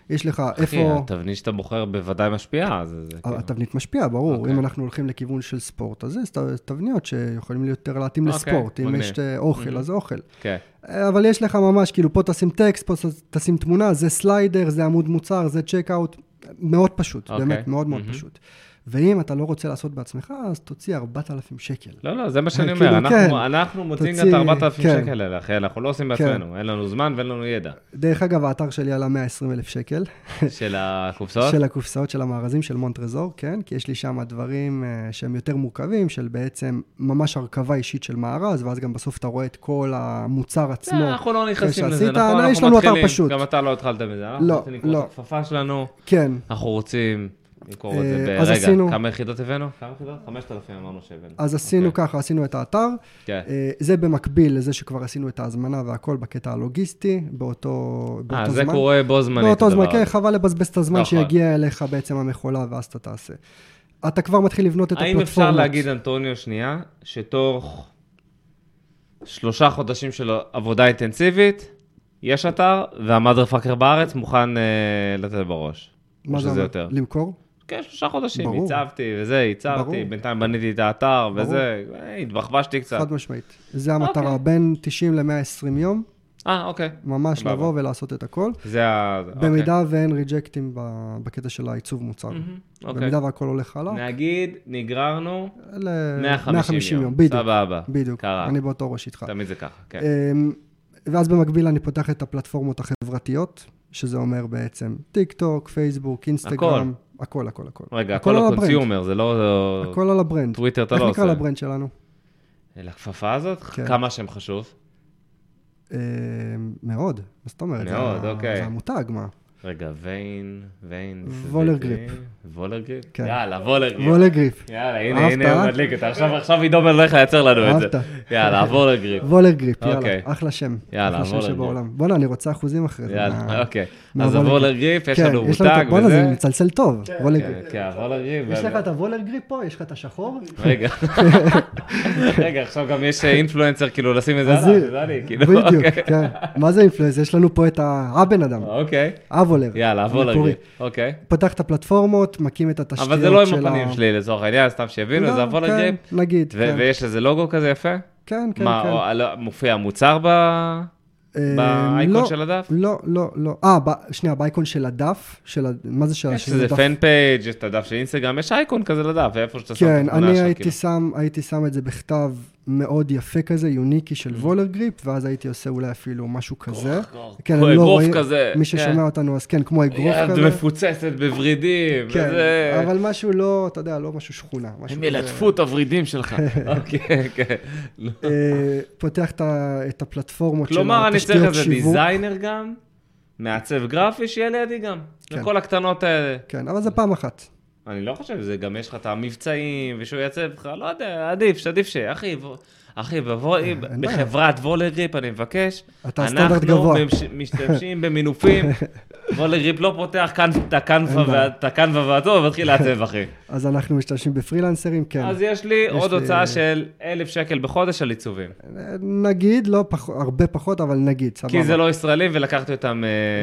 יש לך אחי, איפה... התבנית שאתה בוחר בוודאי משפיעה. התבנית משפיעה, ברור. אם אנחנו הולכים לכיוון של ספורט, אז זה תבניות שיכולים יותר להתאים לספורט. אם יש אוכל, אז אוכל. אבל יש לך ממש, כאילו, פה תשים טקסט, פה תשים תמונה, זה סליידר, זה עמוד מוצר, זה צ'קאוט. מאוד פשוט, באמת, מאוד מאוד פשוט. ואם אתה לא רוצה לעשות בעצמך, אז תוציא 4,000 שקל. לא, זה מה שאני אומר. אנחנו מוצאים את 4,000 שקל האלה, אחי. אנחנו לא עושים בעצמנו. אין לנו זמן ואין לנו ידע. דרך אגב, האתר שלי עלה 120,000 שקל. של הקופסאות? של הקופסאות, של המארזים, של מונטרזור, כן? כי יש לי שם דברים שהם יותר מורכבים, של בעצם ממש הרכבה אישית של מארז, ואז גם בסוף אתה רואה את כל המוצר עצמו. אנחנו לא נכנסים לזה, נכון? אנחנו מתחילים. גם אתה לא התחלת בזה. לא, לא. הכפפה שלנו. כן. אנחנו רוצים נקור את זה ברגע. כמה יחידות הבאנו? 5,000 אמרנו שהבאנו. אז עשינו ככה, עשינו את האתר. זה במקביל לזה שכבר עשינו את ההזמנה והכל בקטע הלוגיסטי, באותו זמן. זה קורה בו זמנית. באותו זמן, כן, חבל לבזבז את הזמן שיגיע אליך בעצם המחולה, ואז אתה תעשה. אתה כבר מתחיל לבנות את הפלטפורמות. האם אפשר להגיד, אנטוניו, שנייה, שתוך 3 חודשים של עבודה אינטנסיבית, יש אתר, והמאדר פאקר בארץ מוכן לתת בראש? מה זה יותר? למכור? כן, 3 חודשים, ייצרתי, בינתיים בניתי את האתר, וזה, התבחבשתי קצת. חד משמעית. זה המטרה, בין 90 ל-120 יום. אוקיי. ממש לבוא ולעשות את הכל. במידה ואין ריג'קטים בקטע של העיצוב מוצר. במידה והכל הולך הלאה. נגיד, נגררנו 150 יום. בדיוק. סבבה. בדיוק. אני באותו ראש איתך. תמיד זה ככה, כן. ואז במקביל אני פותח את הפלטפורמות החברתיות, שזה אומר בעצם טיק טוק, פייסבוק, אינסטגרם, הכל. רגע, הכל הקונסיומר, זה לא... הכל על הברנד. טוויטר אתה לא עושה. איך נקרא לברנד שלנו? לכפפה הזאת? כמה שם חשוב? מאוד, מה זאת אומרת? מאוד, אוקיי. זה המותג, מה? רגע, ויין... וולר גריפ. וולר גריפ? כן. יאללה, וולר גריפ. וולר גריפ. יאללה, הנה הוא מדליק אותה. עכשיו עידו הולך לייצר לנו את זה. יאללה, וולר גריפ. וולר גריפ, יאללה, אחלה שם. יאללה, אחלה שם שבעולם. בוא'נה, אני רוצה אחוזים אחרי זה. יאללה, אוקיי. אז הוולר גריפ, יש לנו מותג וזה. בוא'נה, זה מצלצל טוב, וולר גריפ. כן, וולר גריפ. יש לך את הוולר גריפ פה? יש לך את השחור? רגע, עכשיו גם יש אינפלואנסר, כאילו, לשים את זה עליו, בדיוק, כן. מה זה אינפלואנסר? יש לנו פה את הבן אדם. אוקיי. הוולר. יאללה, הוולר גריפ. אוקיי. פתח את הפלטפורמות, מקים את התשתיות אבל זה לא עם הפנים שלי, לצורך העניין, סתם שיבינו, זה הוולר גריפ. נגיד, כן. ויש איזה לוגו כזה יפה? כן. מה, מופיע המוצר באייקון של הדף? לא. שנייה, באייקון של הדף, מה זה של הדף? יש איזה פן פייג', יש את הדף של אינסטגרם, יש אייקון כזה לדף, ואיפה שאתה שם את התמונה שלך. כן, אני הייתי שם את זה בכתב מאוד יפה כזה, יוניקי של וולר גריפ, ואז הייתי עושה אולי אפילו משהו כזה. כמו אגרוף כזה. מי ששומע אותנו, אז כן, כמו אגרוף כזה. יד מפוצצת בוורידים. כן, אבל משהו לא, אתה יודע, לא משהו שכונה. הם ילטפו את הוורידים שלך. אוקיי, כן. פותח את הפלטפורמות של כלומר, אני צריך איזה דיזיינר גם, מעצב גרפי, שיהיה לידי גם. לכל הקטנות האלה. כן, אבל זה פעם אחת. אני לא חושב, זה גם יש לך את המבצעים, ושהוא יעצב לך, לא יודע, עדיף אחי, בחברת וולר גריפ, אני מבקש, אנחנו משתמשים במינופים, וולר גריפ לא פותח את הקנווה והטוב, ומתחיל לעצב, אחי. אז אנחנו משתמשים בפרילנסרים, כן. אז יש לי עוד הוצאה של 1,000 שקל בחודש על עיצובים. נגיד, לא הרבה פחות, אבל נגיד, סבבה. כי זה לא ישראלים, ולקחתי אותם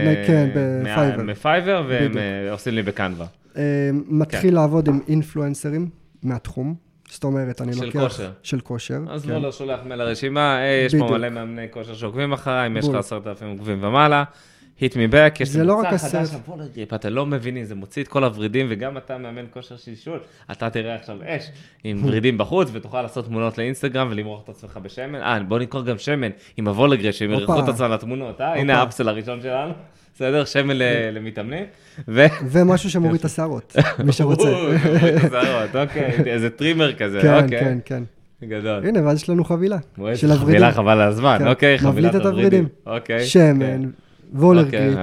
מפייבר, והם עושים לי בקנווה. מתחיל לעבוד עם אינפלואנסרים מהתחום, זאת אומרת, אני לוקח... של כושר. אז לא שולח מייל לרשימה, יש פה מלא מאמני כושר שעוקבים אחריי, אם יש לך 10,000 עוקבים ומעלה, hit me back, יש לי מוצא חדש, אתה לא מבינים, זה מוציא את כל הוורידים, וגם אתה מאמן כושר שלשול, אתה תראה עכשיו אש עם ורידים בחוץ, ותוכל לעשות תמונות לאינסטגרם, ולמרוח את עצמך בשמן. בוא נקרא גם שמן עם הוולר גריפ, שהם ירחו את עצמם לתמונות, הנה האפסל הראשון שלנו. בסדר, שמן למתאמנים. ומשהו שמוריד את השערות, מי שרוצה. מוריד את השערות, אוקיי, איזה טרימר כזה, אוקיי. כן. גדול. הנה, ואז יש לנו חבילה. של הוורידים. חבילה חבל על הזמן, אוקיי, חבילת הוורידים. שמן, וולר גריפ.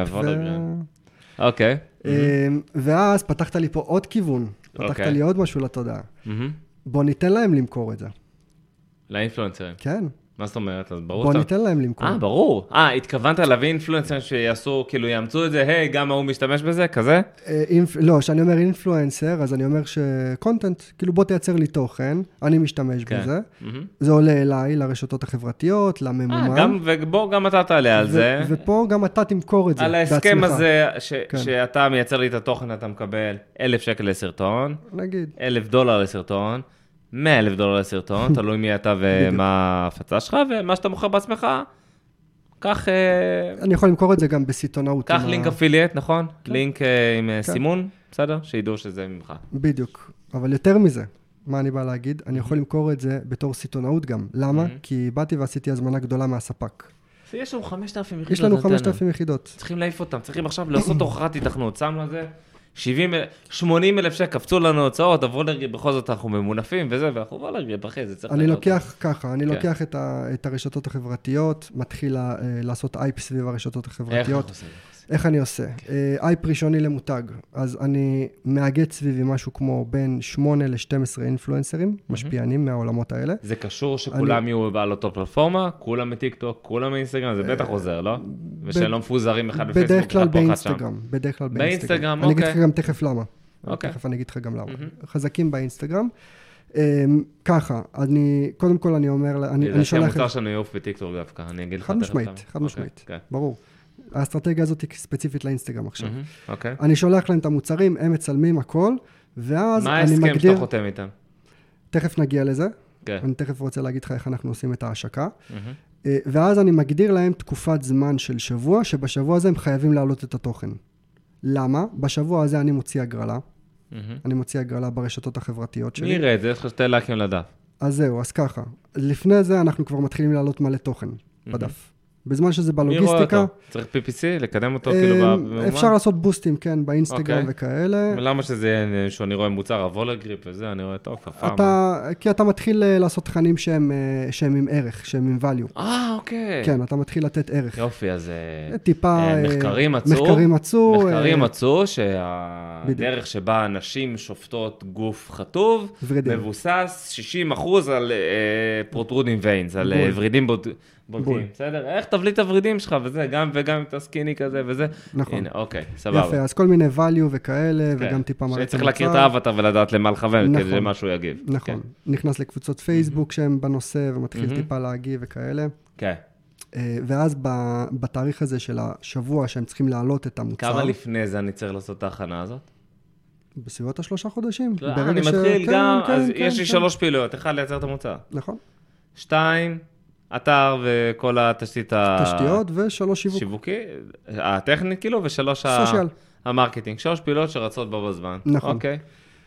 אוקיי. ואז פתחת לי פה עוד כיוון, פתחת לי עוד משהו לתודעה. בוא ניתן להם למכור את זה. לאינפלואנסרים. כן. מה זאת אומרת? אז ברור. בוא ניתן להם למכור. ברור. התכוונת להביא אינפלואנסר שיעשו, כאילו יאמצו את זה, היי, גם הוא משתמש בזה, כזה? לא, כשאני אומר אינפלואנסר, אז אני אומר שקונטנט, כאילו בוא תייצר לי תוכן, אני משתמש בזה, זה עולה אליי, לרשתות החברתיות, לממומן. ובוא גם אתה תעלה על זה. ופה גם אתה תמכור את זה בעצמך. על ההסכם הזה, שאתה מייצר לי את התוכן, אתה מקבל 1,000 שקל לסרטון, נגיד. $1,000 לסרטון, $100,000 לסרטון, תלוי מי אתה ומה ההפצה שלך, ומה שאתה מוכר בעצמך, כך... אני יכול למכור את זה גם בסיטונאות. כך לינק אפילייט, נכון? לינק עם סימון, בסדר? שידעו שזה ממך. בדיוק, אבל יותר מזה, מה אני בא להגיד? אני יכול למכור את זה בתור סיטונאות גם. למה? כי באתי ועשיתי הזמנה גדולה מהספק. יש לנו 5,000 יחידות. יש לנו 5,000 יחידות. צריכים להעיף אותם, צריכים עכשיו לעשות הוכחת התכנות, שמנו על זה 80,000 שקל, קפצו לנו הוצאות, הוולרגריפ, בכל זאת אנחנו ממונפים וזה, ואנחנו וולרגריפ, אחי, זה צריך... אני לוקח ככה, אני לוקח את הרשתות החברתיות, מתחיל לעשות אייפ סביב הרשתות החברתיות. איך אני עושה? אייפ ראשוני למותג, אז אני מאגד סביבי משהו כמו בין 8 ל-12 אינפלואנסרים, משפיענים מהעולמות האלה. זה קשור שכולם יהיו על אותו פלטפורמה, כולם מטיקטוק, כולם מאינסטגרם, זה בטח עוזר, לא? ושהם לא מפוזרים אחד בפייסבוק. בדרך כלל באינסטגרם, באינסטגרם, אני אגיד לך גם תכף למה. תכף אני אגיד לך גם למה. חזקים באינסטגרם. ככה, קודם כל אני אומר, אני שולח... זה המוצר שלנו יעוף בטיקטוק דווקא, אני אגיד לך תכף למה. חד משמעית, ברור. האסטרטגיה הזאת היא ספציפית לאינסטגרם עכשיו. אוקיי. אני שולח להם את המוצרים, הם מצלמים הכל, ואז אני מגדיר... מה ההסכם שאתה חותם איתם? תכף נגיע לזה. אני תכף רוצה להגיד לך איך אנחנו עושים את ההשקה. ואז אני מגדיר להם תקופת זמן של שבוע, שבשבוע הזה הם חייבים להעלות את התוכן. למה? בשבוע הזה אני מוציא הגרלה. אני מוציא הגרלה ברשתות החברתיות שלי. מי יראה את זה? יש לך שתי לייקים לדף. אז זהו, אז ככה. לפני זה אנחנו כבר מתחילים להעלות מלא תוכן בדף. בזמן שזה בלוגיסטיקה... צריך PPC, לקדם אותו כאילו במומן? אפשר לעשות בוסטים, כן, באינסטגרם וכאלה. למה שזה, שאני רואה מוצר, הוולרגריפ וזה, אני רואה טוב, כפר. כי אתה מתחיל לעשות תכנים שהם עם ערך, שהם עם value. אוקיי. כן, אתה מתחיל לתת ערך. יופי, אז טיפה... מחקרים מצאו שהדרך שבה אנשים שופטות גוף חטוב, מבוסס 60% על פרוטרודינג ויינס, על ורידים בולטים, בסדר? איך תבליט את הורידים שלך וזה, גם וגם את הסקיני כזה וזה. נכון. הנה, אוקיי, סבבה. יפה, אז כל מיני value וכאלה, וגם טיפה מראה את שצריך להכיר את האבטר ולדעת למה לכוון, כדי שמשהו יגיב. נכון. נכנס לקבוצות פייסבוק שהם בנושא, ומתחיל טיפה להגיב וכאלה. כן. ואז בתאריך הזה של השבוע שהם צריכים להעלות את המוצר. כמה לפני זה אני צריך לעשות את ההכנה הזאת? בסביבות 3 חודשים. אני מתחיל גם, אז יש לי 3 פעילויות. 1, לייצר את המוצר. נכון. 2, אתר וכל התשתית תשתיות ו3 שיווק. שיווקי, הטכנית כאילו, ו3 סושיאל. המרקטינג. 3 פעילות שרצות בו בזמן. נכון. אוקיי.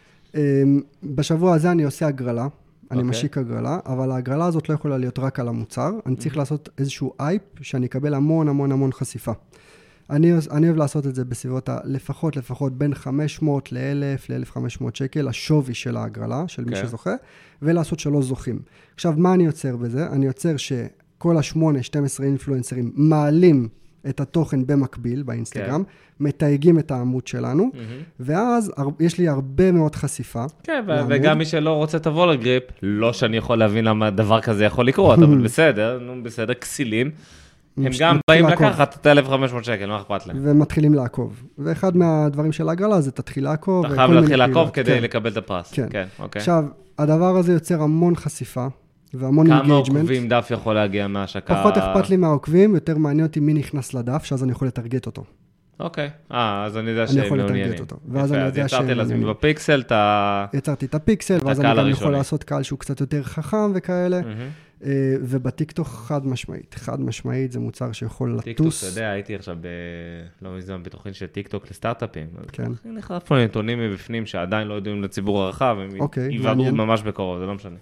בשבוע הזה אני עושה הגרלה. אני משיק הגרלה, אבל ההגרלה הזאת לא יכולה להיות רק על המוצר. אני צריך לעשות איזשהו אייפ שאני אקבל המון המון המון חשיפה. אני אוהב לעשות את זה בסביבות לפחות בין 500 ל-1,000 ל-1,500 שקל, השווי של ההגרלה, של מי שזוכה, ולעשות 3 זוכים. עכשיו, מה אני יוצר בזה? אני יוצר שכל 8-12 אינפלואנסרים מעלים את התוכן במקביל באינסטגרם, מתייגים את העמוד שלנו, ואז יש לי הרבה מאוד חשיפה. כן, וגם מי שלא רוצה את הוולרגריפ, לא שאני יכול להבין למה דבר כזה יכול לקרות, אבל בסדר, כסילים. הם גם באים לקחת את 1,500 שקל, מה אכפת להם? ומתחילים לעקוב. ואחד מהדברים של ההגרלה זה תתחיל לעקוב. אתה חייב להתחיל לעקוב כדי לקבל את הפרס. כן, עכשיו, הדבר הזה יוצר המון חשיפה, והמון engagement. כמה עוקבים דף יכול להגיע מהשקה? פחות אכפת לי מהעוקבים, יותר מעניין אותי מי נכנס לדף, שאז אני יכול לטרגט אותו. אוקיי, אז אני יודע שהם מעוניינים. אני יכול לטרגט אותו. ואז אני יודע יצרתי לעצמי בפיקסל את יצרתי את הפיקסל, ואז אני גם יכול לעשות קהל שהוא קצת יותר חכם וכאלה. ובטיקטוק חד משמעית זה מוצר שיכול לטוס. טיקטוק, אתה יודע, הייתי עכשיו לא מזמן בתוכנית של טיקטוק לסטארט-אפים. כן. אני נחלף פה נתונים מבפנים שעדיין לא יודעים לציבור הרחב, הם יבדרו ממש בקרוב, זה לא משנה.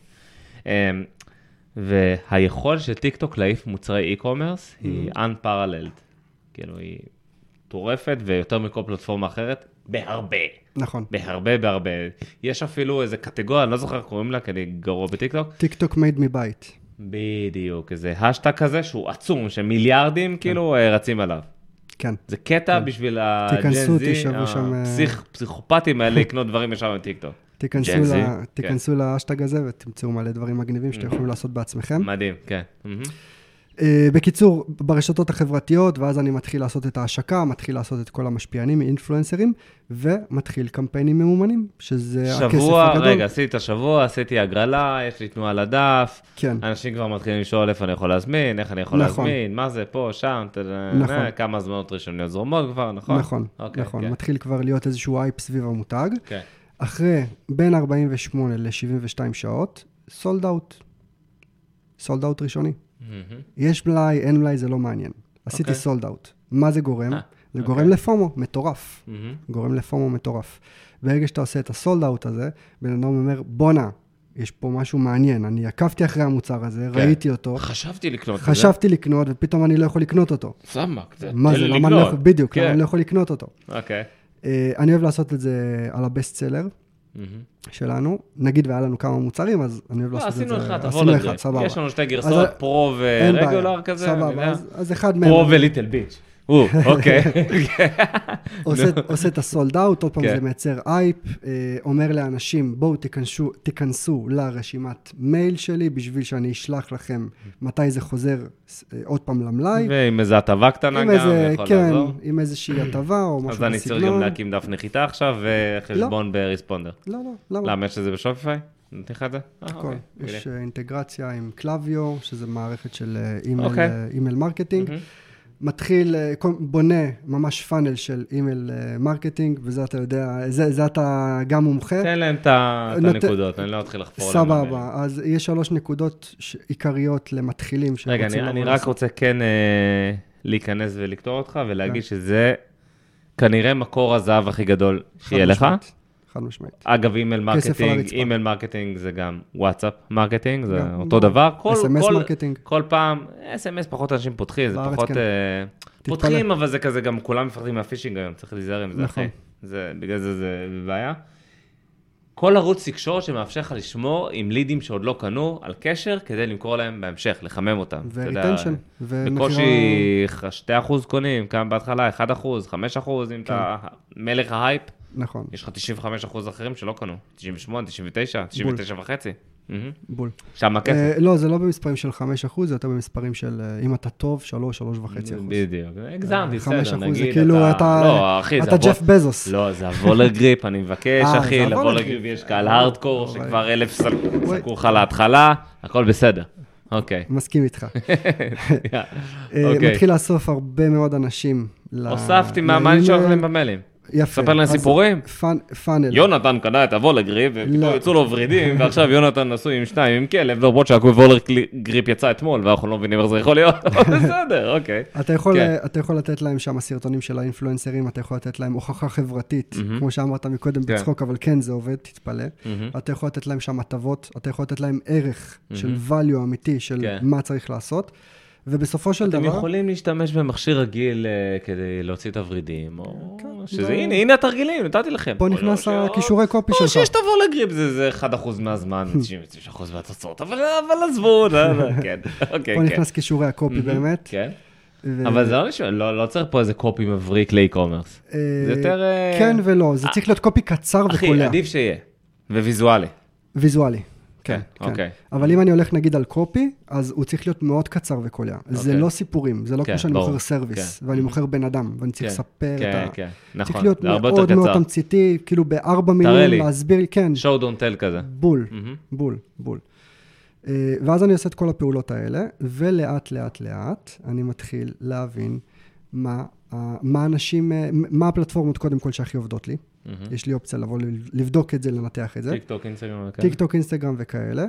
והיכולת של טיקטוק להעיף מוצרי e-commerce היא unparalleled. כאילו היא טורפת ויותר מכל פלטפורמה אחרת, בהרבה. נכון. בהרבה. יש אפילו איזה קטגוריה, אני לא זוכר איך קוראים לה, כי אני גרוע בטיקטוק. טיקטוק made me bite. בדיוק, איזה השטג כזה שהוא עצום, שמיליארדים כאילו רצים עליו. כן. זה קטע בשביל תיכנסו, תשאבו שם... הפסיכופטים האלה לקנות דברים ישר בטיקטוק. תיכנסו להשטג הזה ותמצאו מלא דברים מגניבים שאתם יכולים לעשות בעצמכם. מדהים, כן. בקיצור, ברשתות החברתיות, ואז אני מתחיל לעשות את ההשקה, מתחיל לעשות את כל המשפיענים, אינפלואנסרים, ומתחיל קמפיינים ממומנים, שזה הכסף הגדול. שבוע, רגע, עשיתי את השבוע, עשיתי הגרלה, יש לי תנועה לדף, כן. אנשים כבר מתחילים לשאול איפה אני יכול להזמין, איך אני יכול להזמין, מה זה פה, שם, כמה הזמנות ראשוניות זורמות כבר, נכון? נכון, נכון. מתחיל כבר להיות איזשהו אייפ סביב המותג. אחרי בין 48 ל-72 שעות, סולד אאוט ראשוני. יש מלאי, אין מלאי, זה לא מעניין. עשיתי סולד אאוט. מה זה גורם? זה גורם לפומו, מטורף. גורם לפומו מטורף. ברגע שאתה עושה את הסולד אאוט הזה, בן אדם אומר, בונה, יש פה משהו מעניין, אני עקבתי אחרי המוצר הזה, ראיתי אותו. חשבתי לקנות, ופתאום אני לא יכול לקנות אותו. סמק, זה לקנות. בדיוק, למה אני לא יכול לקנות אותו. אני אוהב לעשות את זה על הבסט סלר. שלנו, נגיד והיה לנו כמה מוצרים, אז אני אוהב לעשות את זה. עשינו אחד, תבוא לגריפ. יש לנו שתי גרסות, פרו ורגולר כזה. סבבה, אז אחד מהם. פרו וליטל ביץ'. אוקיי. עושה את הסולד אאוט, עוד פעם זה מייצר אייפ, אומר לאנשים, בואו תיכנסו לרשימת מייל שלי, בשביל שאני אשלח לכם מתי זה חוזר עוד פעם למלאי. ועם איזו הטבה קטנה גם, יכול לעזור. עם איזושהי הטבה או משהו בסגנון. אז אני צריך גם להקים דף נחיתה עכשיו, וחשבון בריספונדר. לא, למה? למה יש לזה בשופיפיי? נתן לך את זה? הכל. יש אינטגרציה עם קלאביו, שזה מערכת של אימייל מרקטינג. מתחיל, בונה ממש פאנל של אימייל מרקטינג, וזה אתה יודע, זה אתה גם מומחה. תן להם את הנקודות, אני לא אתחיל לחפור עליהם. סבבה, אז יש 3 נקודות עיקריות למתחילים. רגע, אני רק רוצה כן להיכנס ולקטור אותך, ולהגיד שזה כנראה מקור הזהב הכי גדול שיהיה לך. חד משמעית. אגב, אימייל מרקטינג זה גם וואטסאפ מרקטינג, זה אותו דבר. SMS מרקטינג. כל פעם, SMS פחות אנשים פותחים, זה פחות פותחים, אבל זה כזה גם כולם מפחדים מהפישינג היום, צריך להיזהר עם זה, אחי. בגלל זה בעיה. כל ערוץ תקשורת שמאפשר לך לשמור עם לידים שעוד לא קנו על קשר, כדי למכור להם בהמשך, לחמם אותם. וריטנשן. בקושי 2% קונים, כמה בהתחלה, 1%, 5%, אם אתה מלך ההייפ. נכון. יש לך 95% אחרים שלא קנו. 98, 99, 99.5. בול. שם הכסף. לא, זה לא במספרים של 5%, זה יותר במספרים של, אם אתה טוב, 3.5%. בדיוק. הגזמתי, בסדר, נגיד. זה כאילו, אתה ג'ף בזוס. לא, זה הוולר גריפ, אני מבקש, אחי, לוולר גריפ יש קהל הארדקור, שכבר 1,000 סקור לך להתחלה, הכל בסדר. אוקיי. מסכים איתך. מתחיל לאסוף הרבה מאוד אנשים. הוספתי מה אני שואל לכם במיילים. יפה. ספר להם סיפורים. פאנל. יונתן קנה את הוולר גריפ, ופתאום יצאו לו ורידים, ועכשיו יונתן נשוי עם 2 עם כלב, למרות שהוולר גריפ יצא אתמול, ואנחנו לא מבינים איך זה יכול להיות. בסדר, אוקיי. אתה יכול לתת להם שם הסרטונים של האינפלואנסרים, אתה יכול לתת להם הוכחה חברתית, כמו שאמרת מקודם בצחוק, אבל כן, זה עובד, תתפלא. אתה יכול לתת להם שם הטבות, אתה יכול לתת להם ערך של value אמיתי, של מה צריך לעשות. ובסופו של דבר... אתם יכולים להשתמש במכשיר רגיל כדי להוציא את הוורידים, או שזה, הנה התרגילים, נתתי לכם. פה נכנס הכישורי קופי שלך. או שיש תבוא לגריפ, זה 1% מהזמן, 99% מהתוצאות, אבל עזבו, כן, אוקיי. פה נכנס כישורי הקופי באמת. כן. אבל זה לא צריך פה איזה קופי מבריק לאי-קומרס. זה יותר... כן ולא, זה צריך להיות קופי קצר וקולע. אחי, עדיף שיהיה, וויזואלי. ויזואלי. כן, אוקיי. אבל אם אני הולך נגיד על קופי, אז הוא צריך להיות מאוד קצר וקולע. זה לא סיפורים, זה לא כמו שאני מוכר סרוויס, ואני מוכר בן אדם, ואני צריך לספר את ה... צריך להיות מאוד מאוד תמציתי, כאילו ב4 מילים להסביר לי, כן. show don't tell כזה. בול. ואז אני עושה את כל הפעולות האלה, ולאט לאט לאט אני מתחיל להבין מה אנשים, מה הפלטפורמות קודם כל שהכי עובדות לי. יש לי אופציה לבוא לבדוק את זה, לנתח את זה. טיקטוק, אינסטגרם וכאלה.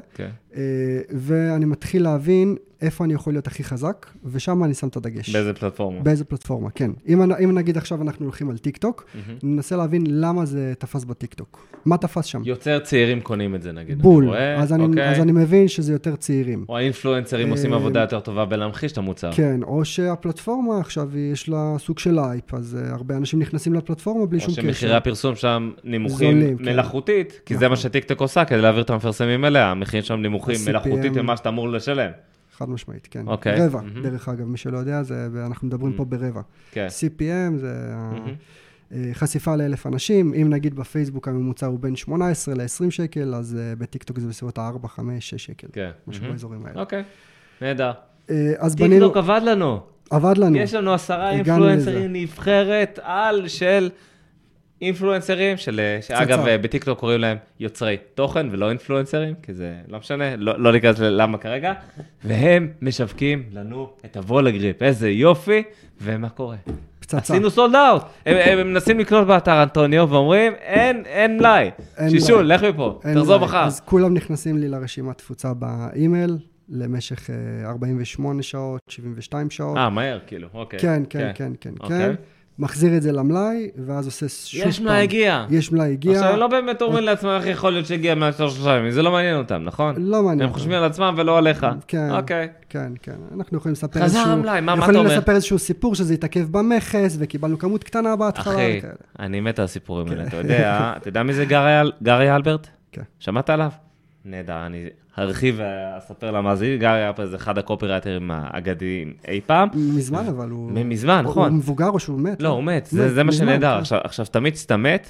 ואני מתחיל להבין איפה אני יכול להיות הכי חזק, ושם אני שם את הדגש. באיזה פלטפורמה? באיזה פלטפורמה, כן. אם נגיד עכשיו אנחנו הולכים על טיקטוק, ננסה להבין למה זה תפס בטיקטוק. מה תפס שם? יותר צעירים קונים את זה, נגיד. בול. אז אני מבין שזה יותר צעירים. או האינפלואנסרים עושים עבודה יותר טובה בלהמחיש את המוצר. כן, או שהפלטפורמה עכשיו יש לה סוג של אייפ, אז הרבה אנשים נכנסים לפלטפורמה בלי שום קשר. או שמחירי הפרסום שם נמוכים מלאכותית, כי זה מה שטיקטוק עושה, כדי להעביר את המפרסמים אליה. המחירים שם נמוכים מלאכותית למה שאתה אמור לשלם. חד משמעית, כן. רבע, דרך אגב, מי שלא יודע, אנחנו מדברים פה ברבע. CPM זה חשיפה ל1,000 אנשים, אם נגיד בפייסבוק הממוצע הוא בין 18 ל-20 שקל, אז בטיקטוק זה בסביבות 4, 5, 6 שקל. כן. משהו באזורים האלה. אוקיי, נהדר. טיקטוק טיקטוק עבד לנו. עבד לנו. יש לנו 10 אינפלואנסרים, נבחרת על של אינפלואנסרים, שאגב בטיקטוק קוראים להם יוצרי תוכן ולא אינפלואנסרים, כי זה לא משנה, לא ניכנס ללמה כרגע, והם משווקים לנו את הוולגריפ, איזה יופי, ומה קורה? עשינו סולד אאוט, הם מנסים לקנות באתר אנטוניו ואומרים, אין מלאי, שישול, לך מפה, תחזור מחר. אז כולם נכנסים לי לרשימת תפוצה באימייל, למשך 48 שעות, 72 שעות. מהר, כאילו, אוקיי. כן. מחזיר את זה למלאי, ואז עושה שוב פעם. יש מלאי הגיע. עכשיו, לא באמת אומרים לעצמם איך יכול להיות שהגיע מה-3 ימים, זה לא מעניין אותם, נכון? לא מעניין. הם חושבים על עצמם ולא עליך. כן. אוקיי. כן. אנחנו יכולים לספר חזר המלאי, מה אתה אומר? יכולים לספר איזשהו סיפור שזה יתעכב במכס, וקיבלנו כמות קטנה בהתחלה. אחי, אני מת על הסיפורים האלה, אתה יודע מי זה גרי אלברט? כן. שמעת עליו? נהדר, אני הרחיב ואספר למאזין, גרי אלברט זה אחד הקופירייטרים האגדיים אי פעם. מזמן אבל הוא... מזמן, נכון. הוא מבוגר או שהוא מת? לא, הוא מת, זה מה שנהדר. עכשיו, תמיד שאתה מת,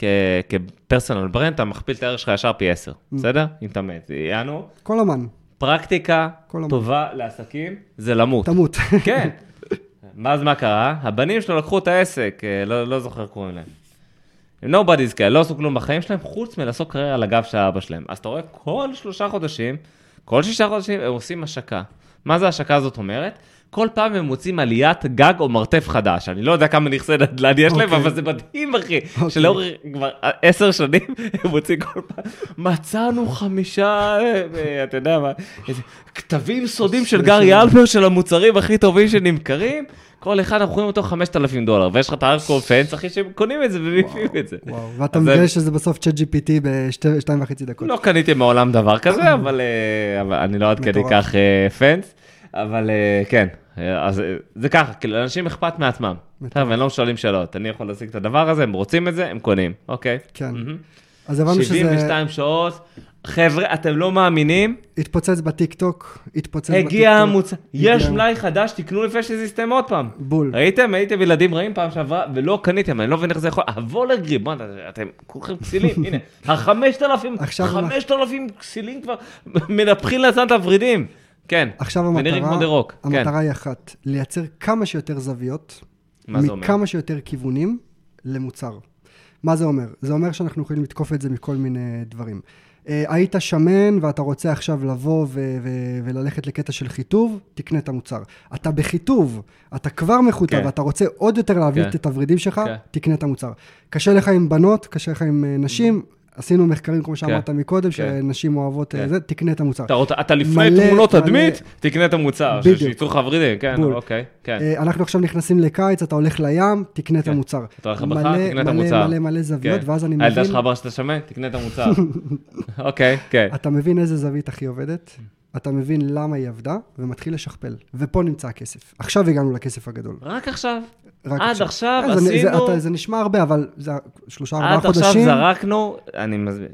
כפרסונל ברנד, אתה מכפיל את הערך שלך ישר פי 10, בסדר? אם אתה מת, יענו. כל אמן. פרקטיקה טובה לעסקים, זה למות. תמות. כן. אז מה קרה? הבנים שלו לקחו את העסק, לא זוכר קוראים להם. nobody's כאלה, לא עשו כלום בחיים שלהם, חוץ מלעשות קריירה על הגב של האבא שלהם. אז אתה רואה, כל 3 חודשים, כל 6 חודשים, הם עושים השקה. מה זה השקה הזאת אומרת? כל פעם הם מוצאים עליית גג או מרתף חדש. אני לא יודע כמה נכסי נדל"ן יש להם, אבל זה מדהים, אחי. שלאור כבר 10 שנים, הם מוצאים כל פעם, מצאנו 5, אתה יודע מה, כתבים סודים של גרי אלבר, של המוצרים הכי טובים שנמכרים, כל אחד אנחנו רואים אותו $5,000, ויש לך את הארדקור פנס, אחי, שהם קונים את זה ומפיעים את זה. וואו, ואתה מגלה שזה בסוף צ'אט GPT ב2.5 דקות. לא קניתי מעולם דבר כזה, אבל אני לא עד כדי כך פנס, אבל כן, אז זה ככה, כאילו, אנשים אכפת מעצמם. טוב, הם לא שואלים שאלות, אני יכול להשיג את הדבר הזה, הם רוצים את זה, הם קונים, אוקיי? כן. אז הבנו שזה... 72 שעות, חבר'ה, אתם לא מאמינים? התפוצץ בטיקטוק, הגיע המוצא, יש מלאי חדש, תקנו לפני שזה יסתיים עוד פעם. בול. הייתם ילדים רעים פעם שעברה, ולא קניתם, אני לא מבין איך זה יכול, הוולגריפ, בוא, אתם כולכם כסילים, הנה, 5,000 כסילים כבר מנפחים לעצמם את הוורידים. כן, עכשיו המטרה היא אחת, לייצר כמה שיותר זוויות, מכמה שיותר כיוונים למוצר. מה זה אומר? זה אומר שאנחנו יכולים לתקוף את זה מכל מיני דברים. היית שמן ואתה רוצה עכשיו לבוא וללכת לקטע של חיטוב, תקנה את המוצר. אתה בחיטוב, אתה כבר מחוטב, ואתה רוצה עוד יותר להבליט את הוורידים שלך, תקנה את המוצר. קשה לך עם בנות, קשה לך עם נשים, עשינו מחקרים, כמו שאמרת מקודם, שנשים אוהבות זה, תקנה את המוצר. אתה לפני תמונות תדמית, תקנה את המוצר, שיצאו לך ורידים, כן, אוקיי, כן. אנחנו עכשיו נכנסים לקיץ, אתה הולך לים, תקנה את המוצר. אתה הולך לבחר, תקנה את המוצר. מלא זוויות, ואז אני מבין... הילדה שלך בר שאתה שמן, תקנה את המוצר. אוקיי, כן. אתה מבין איזה זווית הכי עובדת, אתה מבין למה היא עבדה, ומתחיל לשכפל. ופה נמצא הכסף. עכשיו הגענו לכסף הגדול. רק עכשיו. עד עכשיו עשינו... זה נשמע הרבה, אבל זה 3-4 חודשים. עד עכשיו זרקנו, אני מסביר,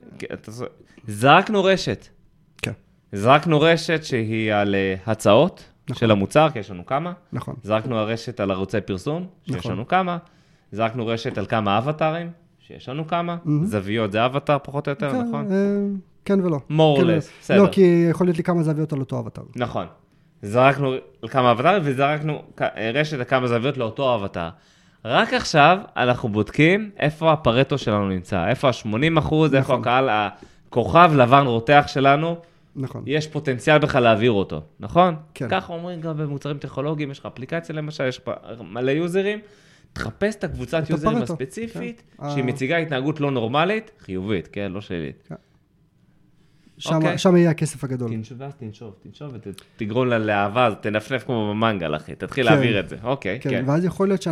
זרקנו רשת. כן. זרקנו רשת שהיא על הצעות של המוצר, כי יש לנו כמה. נכון. זרקנו הרשת על ערוצי פרסום, שיש לנו כמה. זרקנו רשת על כמה אבטרים, שיש לנו כמה. זוויות זה אבטר פחות או יותר, נכון? כן ולא. more or less, בסדר. לא, כי יכול להיות לי כמה זוויות על אותו אבטר. נכון. זרקנו על כמה אבטרים, וזרקנו רשת על כמה זוויות לאותו אבטר. רק עכשיו אנחנו בודקים איפה הפרטו שלנו נמצא, איפה ה-80%, איפה הקהל, הכוכב לבן רותח שלנו, נכון. יש פוטנציאל בכלל להעביר אותו, נכון? כן. ככה אומרים גם במוצרים טכנולוגיים, יש לך אפליקציה למשל, יש מלא יוזרים, תחפש את הקבוצת יוזרים הספציפית, שהיא מציגה התנהגות לא נורמלית, חיובית, כן, לא שלילית. שם יהיה הכסף הגדול. תנשוב ותגרום לה לאהבה, תנפנף כמו במנגל, אחי, תתחיל להעביר את זה. אוקיי, כן. ואז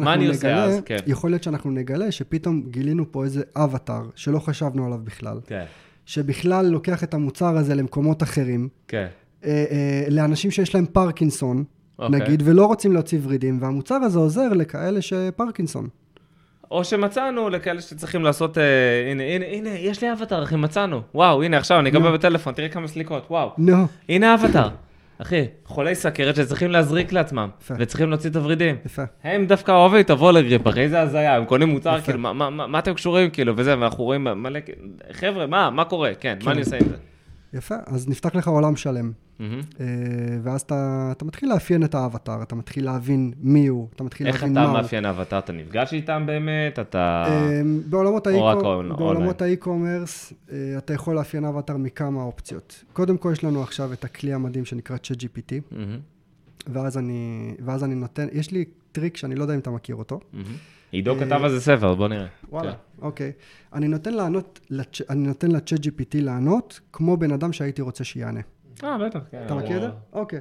יכול להיות שאנחנו נגלה שפתאום גילינו פה איזה אבטר שלא חשבנו עליו בכלל. כן. שבכלל לוקח את המוצר הזה למקומות אחרים. כן. לאנשים שיש להם פרקינסון, נגיד, ולא רוצים להוציא ורידים, והמוצר הזה עוזר לכאלה שפרקינסון. או שמצאנו לכאלה שצריכים לעשות, הנה, יש לי אבטר, אחי, מצאנו. וואו, הנה, עכשיו אני אקבל בטלפון, תראי כמה סליקות, וואו. הנה אבטר. אחי, חולי סכרת שצריכים להזריק לעצמם, וצריכים להוציא את הוורידים. יפה. הם דווקא אוהבים את הוולר גריפ, אחי, זה הזיה, הם קונים מוצר, כאילו, מה אתם קשורים, כאילו, וזה, ואנחנו רואים מלא, חבר'ה, מה קורה? כן, מה אני עושה עם זה? יפה, אז נפתח לך עולם שלם. ואז אתה מתחיל לאפיין את האבטר, אתה מתחיל להבין מי הוא, אתה מתחיל להבין מה הוא. איך אתה מאפיין האבטר? אתה נפגש איתם באמת? אתה... בעולמות האי-קומרס, אתה יכול לאפיין האבטר מכמה אופציות. קודם כל יש לנו עכשיו את הכלי המדהים שנקרא ChatGPT, ואז אני נותן, יש לי טריק שאני לא יודע אם אתה מכיר אותו. עידו כתב על זה ספר, בוא נראה. וואלה, אוקיי. אני נותן ל-ChatGPT לענות כמו בן אדם שהייתי רוצה שיענה. בטח, כן. אתה מכיר את זה? אוקיי,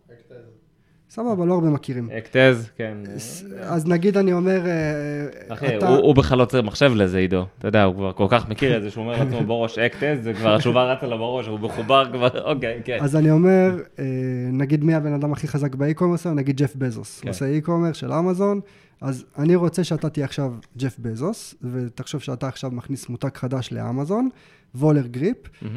סבבה, לא הרבה מכירים. אקטז, כן. אז נגיד אני אומר... אחי, הוא בכלל לא צריך מחשב לזה, עידו. אתה יודע, הוא כבר כל כך מכיר את זה, שהוא אומר לעצמו בראש אקטז, זה כבר התשובה רצה לו בראש, הוא מחובר כבר, אוקיי, כן. אז אני אומר, נגיד מי הבן אדם הכי חזק באי-קומרס, נגיד ג'ף בזוס. הוא עושה אי-קומרס של אמזון, אז אני רוצה שאתה תהיה עכשיו ג'ף בזוס, ותחשוב שאתה עכשיו מכניס מותג חדש לאמזון, וולר גריפ,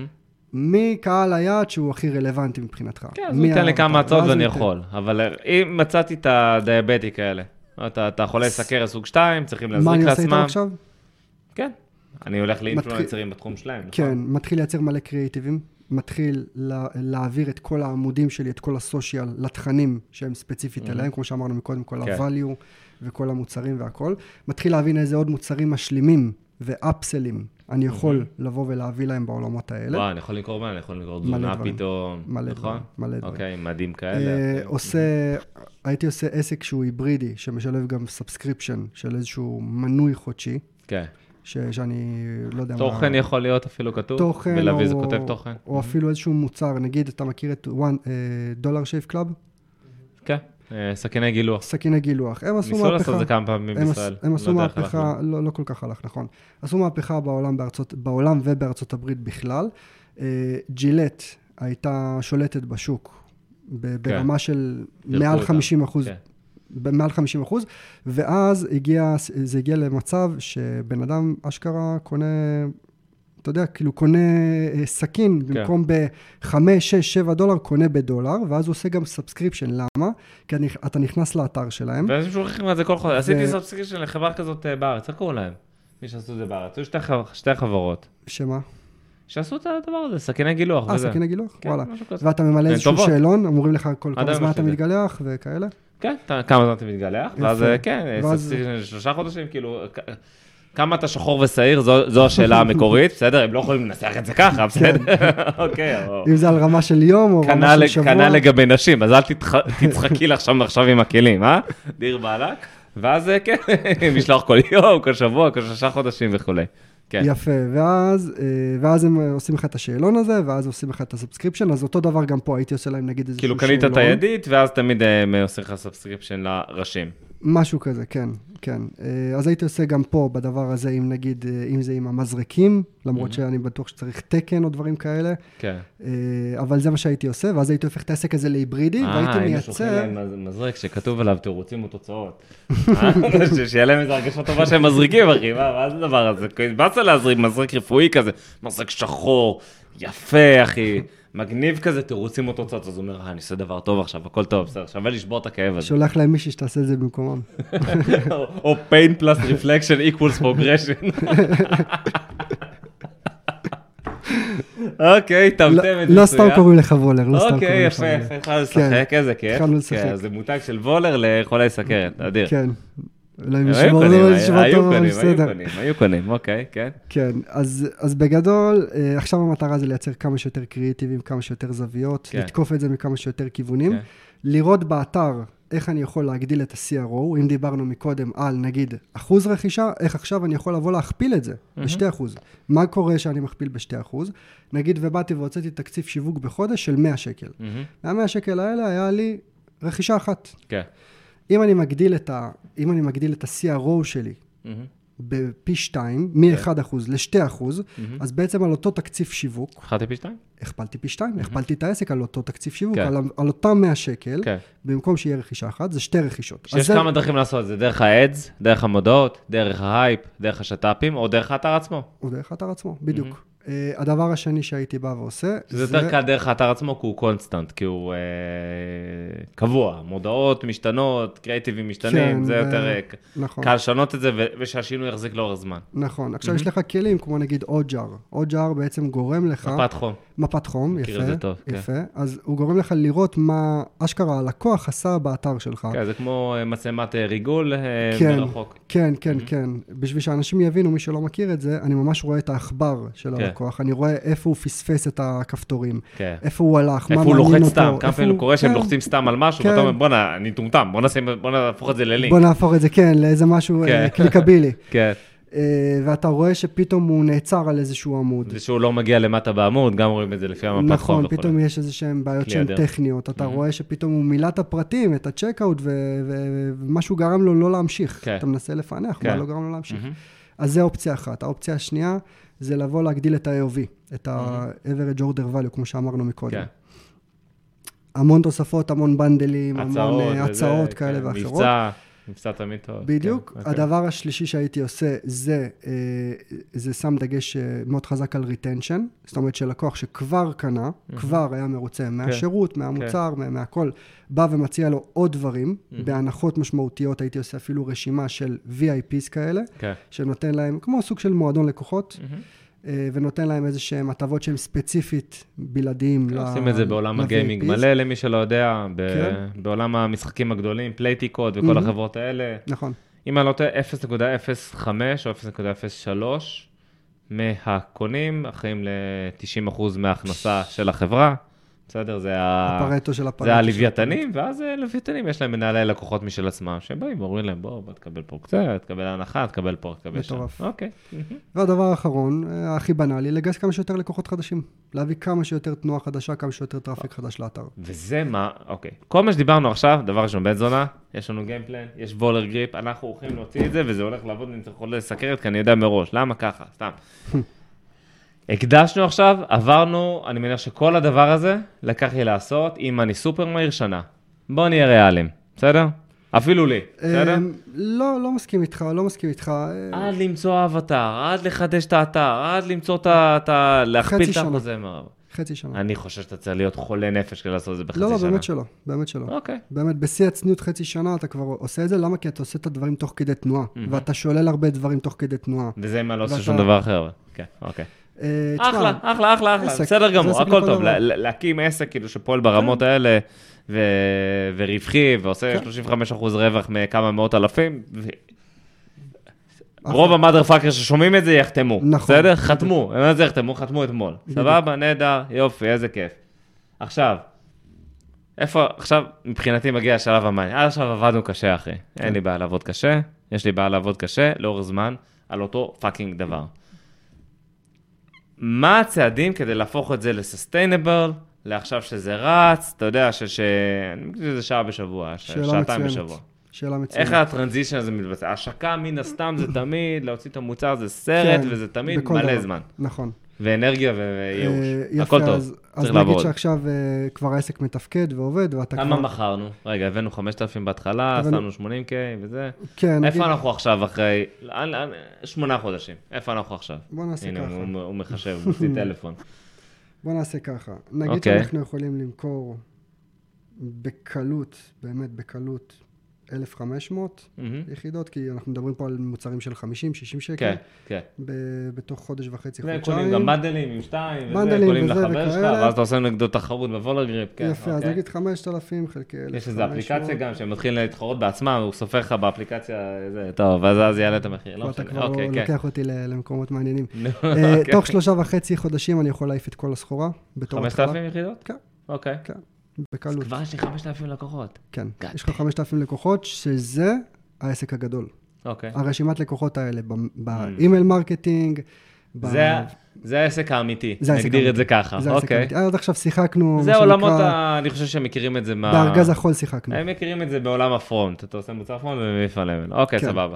מי קהל היעד שהוא הכי רלוונטי מבחינתך? כן, אז הוא ייתן לי כמה הצעות ואני יכול. אבל אם מצאתי את הדיאבטיק האלה, אתה חולה סכרת סוג 2, צריכים להזריק לעצמם. מה אני עושה איתם עכשיו? כן. אני הולך לאינפלואנסרים בתחום שלהם. כן, מתחיל לייצר מלא קריאיטיבים, מתחיל להעביר את כל העמודים שלי, את כל הסושיאל, לתכנים שהם ספציפית אליהם, כמו שאמרנו מקודם, כל ה-value וכל המוצרים והכל. מתחיל להבין איזה עוד מוצרים משלימים ואפסלים אני יכול לבוא ולהביא להם בעולמות האלה. וואו, אני יכול לקרוא מה? אני יכול לקרוא תזונה פתאום, נכון? מלא דברים. אוקיי, מדהים כאלה. הייתי עושה עסק שהוא היברידי, שמשלב גם סאבסקריפשן של איזשהו מנוי חודשי. כן. שאני לא יודע מה... תוכן יכול להיות אפילו כתוב? תוכן, ולהביא זה כותב תוכן? או אפילו איזשהו מוצר. נגיד, אתה מכיר את דולר שייב קלאב? כן. סכיני גילוח. סכיני גילוח. הם עשו מהפכה. ניסו לעשות זה כמה פעמים בישראל. הם עשו מהפכה, לא כל כך הלך, נכון. עשו מהפכה בעולם ובארצות הברית בכלל. ג'ילט הייתה שולטת בשוק ברמה של מעל 50%. במעל 50%, ואז זה הגיע למצב שבן אדם אשכרה קונה, אתה יודע, כאילו קונה סכין, במקום ב$5, 6, 7 קונה בדולר, ואז הוא עושה גם סאבסקריפשן. למה? כי אתה נכנס לאתר שלהם. ואז שולחים את זה כל חודש. עשיתי סאבסקריפשן לחברה כזאת בארץ, איך קוראים להם? מי שעשו את זה בארץ. היו שתי חברות. שמה? שעשו את הדבר הזה, סכיני גילוח וזה. סכיני גילוח? וואלה. ואתה ממלא איזשהו שאלון, אמורים לך כל זמן אתה מתגלח וכאלה? כן, כמה זמן אתה מתגלח, ואז כן, 3 חודשים, כאילו, כמה אתה שחור ושעיר, זו השאלה המקורית, בסדר? הם לא יכולים לנסח את זה ככה, בסדר? אוקיי. אם זה על רמה של יום או רמה של שבוע. כנ"ל לגבי נשים, אז אל תצחקי לך עכשיו עם הכלים, דיר בעלק, ואז כן, משלוח כל יום, כל שבוע, כל 3 חודשים וכו'. יפה, ואז הם עושים לך את השאלון הזה, ואז עושים לך את הסאבסקריפשן, אז אותו דבר גם פה, הייתי עושה להם נגיד איזשהו שאלון. כאילו קנית את הידית, ואז תמיד הם עושים לך סאבסקריפשן לראשים. משהו כזה, כן, כן. אז הייתי עושה גם פה בדבר הזה, אם נגיד, אם זה עם המזרקים, למרות שאני בטוח שצריך תקן או דברים כאלה. כן. אבל זה מה שהייתי עושה, ואז הייתי הופך את העסק הזה להיברידי, והייתי מייצר... שולחים להם מזרק שכתוב עליו תירוצים ותוצאות. שיהיה להם איזו הרגשה טובה שהם מזריקים, אחי, מה זה הדבר הזה? באצה להזריק מזרק רפואי כזה, מזרק שחור, יפה, אחי. מגניב כזה, תירוצים אותו צץ, אז הוא אומר, אני עושה דבר טוב עכשיו, הכל טוב, בסדר, שווה לשבור את הכאב הזה. שולח להם מישהי שתעשה את זה במקומם. או pain plus reflection equals progression. אוקיי, תמתם את זה. לא סתם קוראים לך וולר, לא סתם קוראים אוקיי, יפה, התחלנו לשחק, איזה כיף. התחלנו לשחק. זה מותג של וולר לחולי סכרת, אדיר. כן. אולי משמור לא נשמע טוב, אבל בסדר. היו קונים, אוקיי, כן. כן, אז בגדול, עכשיו המטרה זה לייצר כמה שיותר קריאיטיבים, כמה שיותר זוויות, לתקוף את זה מכמה שיותר כיוונים, לראות באתר איך אני יכול להגדיל את ה-CRO, אם דיברנו מקודם על נגיד אחוז רכישה, איך עכשיו אני יכול לבוא להכפיל את זה ב-2%. מה קורה שאני מכפיל ב-2%? נגיד ובאתי והוצאתי תקציב שיווק בחודש של 100 שקל. 100 שקל האלה היה לי רכישה אחת. כן. אם אני מגדיל את ה-CRO שלי בפי 2, מ-1% ל-2%, אז בעצם על אותו תקציב שיווק... הכפלתי פי 2? הכפלתי פי 2, הכפלתי את העסק על אותו תקציב שיווק, על אותם 100 שקל, במקום שיהיה רכישה אחת, זה 2 רכישות. יש כמה דרכים לעשות את זה, דרך ה-Ads, דרך המודעות, דרך ההייפ, דרך השטאפים, או דרך האתר עצמו? או דרך האתר עצמו, בדיוק. הדבר השני שהייתי בא ועושה, זה יותר קל דרך האתר עצמו, כי הוא קונסטנט, כי הוא קבוע, מודעות משתנות, קריאטיבים משתנים, זה יותר קל לשנות את זה, ושהשינוי יחזיק לאורך זמן. נכון, עכשיו יש לך כלים, כמו נגיד אוג'אר. אוג'אר בעצם גורם לך... מפת חום, יפה. אז הוא גורם לך לראות מה אשכרה הלקוח עשה באתר שלך. כן, זה כמו מצלמת ריגול מרחוק. כן. בשביל שאנשים יבינו, מי שלא מכיר את זה, אני ממש רואה את העכבר של הלקוח, אני רואה איפה הוא פספס את הכפתורים, איפה הוא הלך, מה מעניין אותו. איפה הוא לוחץ סתם, כמה פעמים הוא קורא שהם לוחצים סתם על משהו, ואתה אומר, בוא אני טומטם, בוא נהפוך את זה ללינק. בוא נהפוך את זה, כן, לאיזה משהו קליקבילי. כן. ואתה רואה שפתאום הוא נעצר על איזשהו עמוד. זה שהוא לא מגיע למטה בעמוד, גם רואים את זה לפי המפת חום. נכון, פתאום יש איזשהם בעיות שהן טכניות. אתה רואה שפתאום הוא מילא את הפרטים, את הצ'קאוט, ומשהו גרם לו לא להמשיך. אתה מנסה לפענח, מה לא גרם לו להמשיך. אז זה אופציה אחת. האופציה השנייה, זה לבוא להגדיל את ה-AOV, את ה-Average Order Value, כמו שאמרנו מקודם. המון תוספות, המון בנדלים, המון הצעות כאלה ואחרות. מבצע תמיד טוב. בדיוק. הדבר השלישי שהייתי עושה, זה שם דגש מאוד חזק על retention, זאת אומרת שלקוח שכבר קנה, כבר היה מרוצה מהשירות, מהמוצר, מהכל, בא ומציע לו עוד דברים, בהנחות משמעותיות, הייתי עושה אפילו רשימה של VIPs כאלה, שנותן להם, כמו סוג של מועדון לקוחות, ונותן להם איזה שהם הטבות שהם ספציפית בלעדיים. עושים את זה בעולם הגיימינג מלא, למי שלא יודע, בעולם המשחקים הגדולים, פלייטיקוד וכל החברות האלה. נכון. אם אני לא טועה, 0.05 או 0.03 מהקונים, אחרים ל-90% מההכנסה של החברה. בסדר, זה הלוויתנים, ואז לוויתנים יש להם מנהלי לקוחות משל עצמם, שהם באים ואומרים להם, בוא תקבל פה קצת, תקבל הנחה, תקבל פה, תקבל שם. מטורף. אוקיי. והדבר האחרון, הכי בנאלי, לגייס כמה שיותר לקוחות חדשים. להביא כמה שיותר תנועה חדשה, כמה שיותר טראפיק חדש לאתר. וזה מה, אוקיי. כל מה שדיברנו עכשיו, דבר ראשון, בן זונה, יש לנו גיימפלן, יש וולר גריפ, אנחנו הולכים להוציא את זה, וזה הולך לעבוד, אני צריך לסקרת, כי אני יודע מראש. למה ככה? סתם. הקדשנו עכשיו, עברנו, אני מניח שכל הדבר הזה לקח לי לעשות, אם אני סופר מהיר שנה. בוא נהיה ריאליים, בסדר? אפילו לי, בסדר? לא מסכים איתך. עד למצוא אבטר, עד לחדש את האתר, עד למצוא להכפיל את החוזה. חצי שנה. אני חושב שאתה צריך להיות חולה נפש כדי לעשות את זה בחצי שנה. לא, באמת שלא. אוקיי. באמת, בשיא הצניעות חצי שנה אתה כבר עושה את זה, למה? כי אתה עושה את הדברים תוך כדי תנועה, ואתה שולל הרבה דברים תוך כדי תנועה. וזה מה לא עושה שום דבר אחר. כן, אוקיי. אחלה, בסדר גמור, הכל טוב, להקים עסק כאילו שפועל ברמות האלה, ורווחי, ועושה 35% רווח מכמה מאות אלפים, רוב המאדר פאקר ששומעים את זה יחתמו, בסדר? חתמו, חתמו אתמול, סבבה, נהדר, יופי, איזה כיף. עכשיו, עכשיו מבחינתי מגיע השלב המעניין, עד עכשיו עבדנו קשה אחי, אין לי בעיה לעבוד קשה, יש לי בעיה לעבוד קשה, לאורך זמן, על אותו פאקינג דבר. מה הצעדים כדי להפוך את זה לסוסטיינבל, לעכשיו שזה רץ, אתה יודע אני חושב שזה שעה בשבוע, שעתיים בשבוע. שאלה מצוינת. איך הטרנזישן הזה מתבצע? השקה מן הסתם זה תמיד, להוציא את המוצר זה סרט, וזה תמיד מלא זמן. נכון. ואנרגיה וייאוש. הכל טוב, צריך לעבוד. אז נגיד שעכשיו כבר העסק מתפקד ועובד, ואתה כבר... כמה מכרנו? רגע, הבאנו 5,000 בהתחלה, עשינו 80K וזה. כן. איפה אנחנו עכשיו אחרי 8 חודשים? איפה אנחנו עכשיו? בוא נעשה ככה. הנה, הוא מחשב, הוא מוציא טלפון. בוא נעשה ככה. נגיד שאנחנו יכולים למכור בקלות, באמת בקלות, 1,500 יחידות, כי אנחנו מדברים פה על מוצרים של 50-60 שקל. כן. בתוך חודש וחצי, חודשיים. קונים גם בנדלים עם 2, קונים לחבר שלך, ואז אתה עושה נגדו תחרות בוולר גריפ. יפה, אז נגיד 5,000 חלקי 1,500. יש איזו אפליקציה גם, שהם מתחילים להתחרות בעצמם, הוא סופר לך באפליקציה, טוב, ואז יעלה את המחיר. אתה כבר לוקח אותי למקומות מעניינים. תוך 3.5 חודשים אני יכול להעיף את כל הסחורה. 5,000 יחידות? כן. אוקיי. בקלות. אז כבר יש לי 5,000 לקוחות. כן, יש לך 5,000 לקוחות, שזה העסק הגדול. אוקיי. הרשימת לקוחות האלה, באימייל מרקטינג, זה העסק האמיתי, נגדיר את זה ככה. זה העסק האמיתי. עד עכשיו שיחקנו, זה עולמות, אני חושב שהם מכירים את זה בארגז החול שיחקנו. הם מכירים את זה בעולם הפרונט, אתה עושה מוצר פרונט ומפעל אמן. אוקיי, סבבה, כן.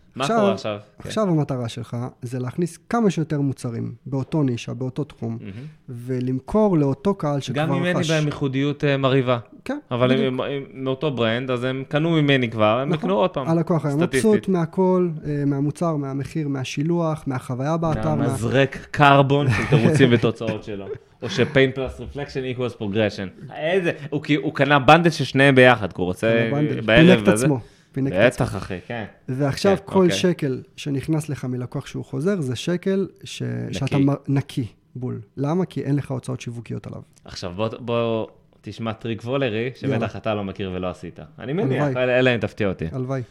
מה קורה עכשיו? עכשיו המטרה שלך זה להכניס כמה שיותר מוצרים באותו נישה, באותו תחום, ולמכור לאותו קהל שכבר גם ממני בהם ייחודיות מרהיבה. כן. אבל הם מאותו ברנד, אז הם קנו ממני כבר, הם יקנו עוד פעם. הלקוח היה מבסוט מהכל, מהמוצר, מהמחיר, מהשילוח, מהחוויה באתר. מהמזרק קרבון של תירוצים ותוצאות שלו. או ש-Paint plus Reflection equals Progression. הוא קנה בנדל ששניהם ביחד, כי הוא רוצה בערב וזה. בטח, אחי, כן. ועכשיו כל שקל שנכנס לך מלקוח שהוא חוזר, זה שקל שאתה נקי בול. למה? כי אין לך הוצאות שיווקיות עליו. עכשיו בוא תשמע טריק וולרי, שבטח אתה לא מכיר ולא עשית. אני מניח, אלא אם תפתיע אותי. הלוואי.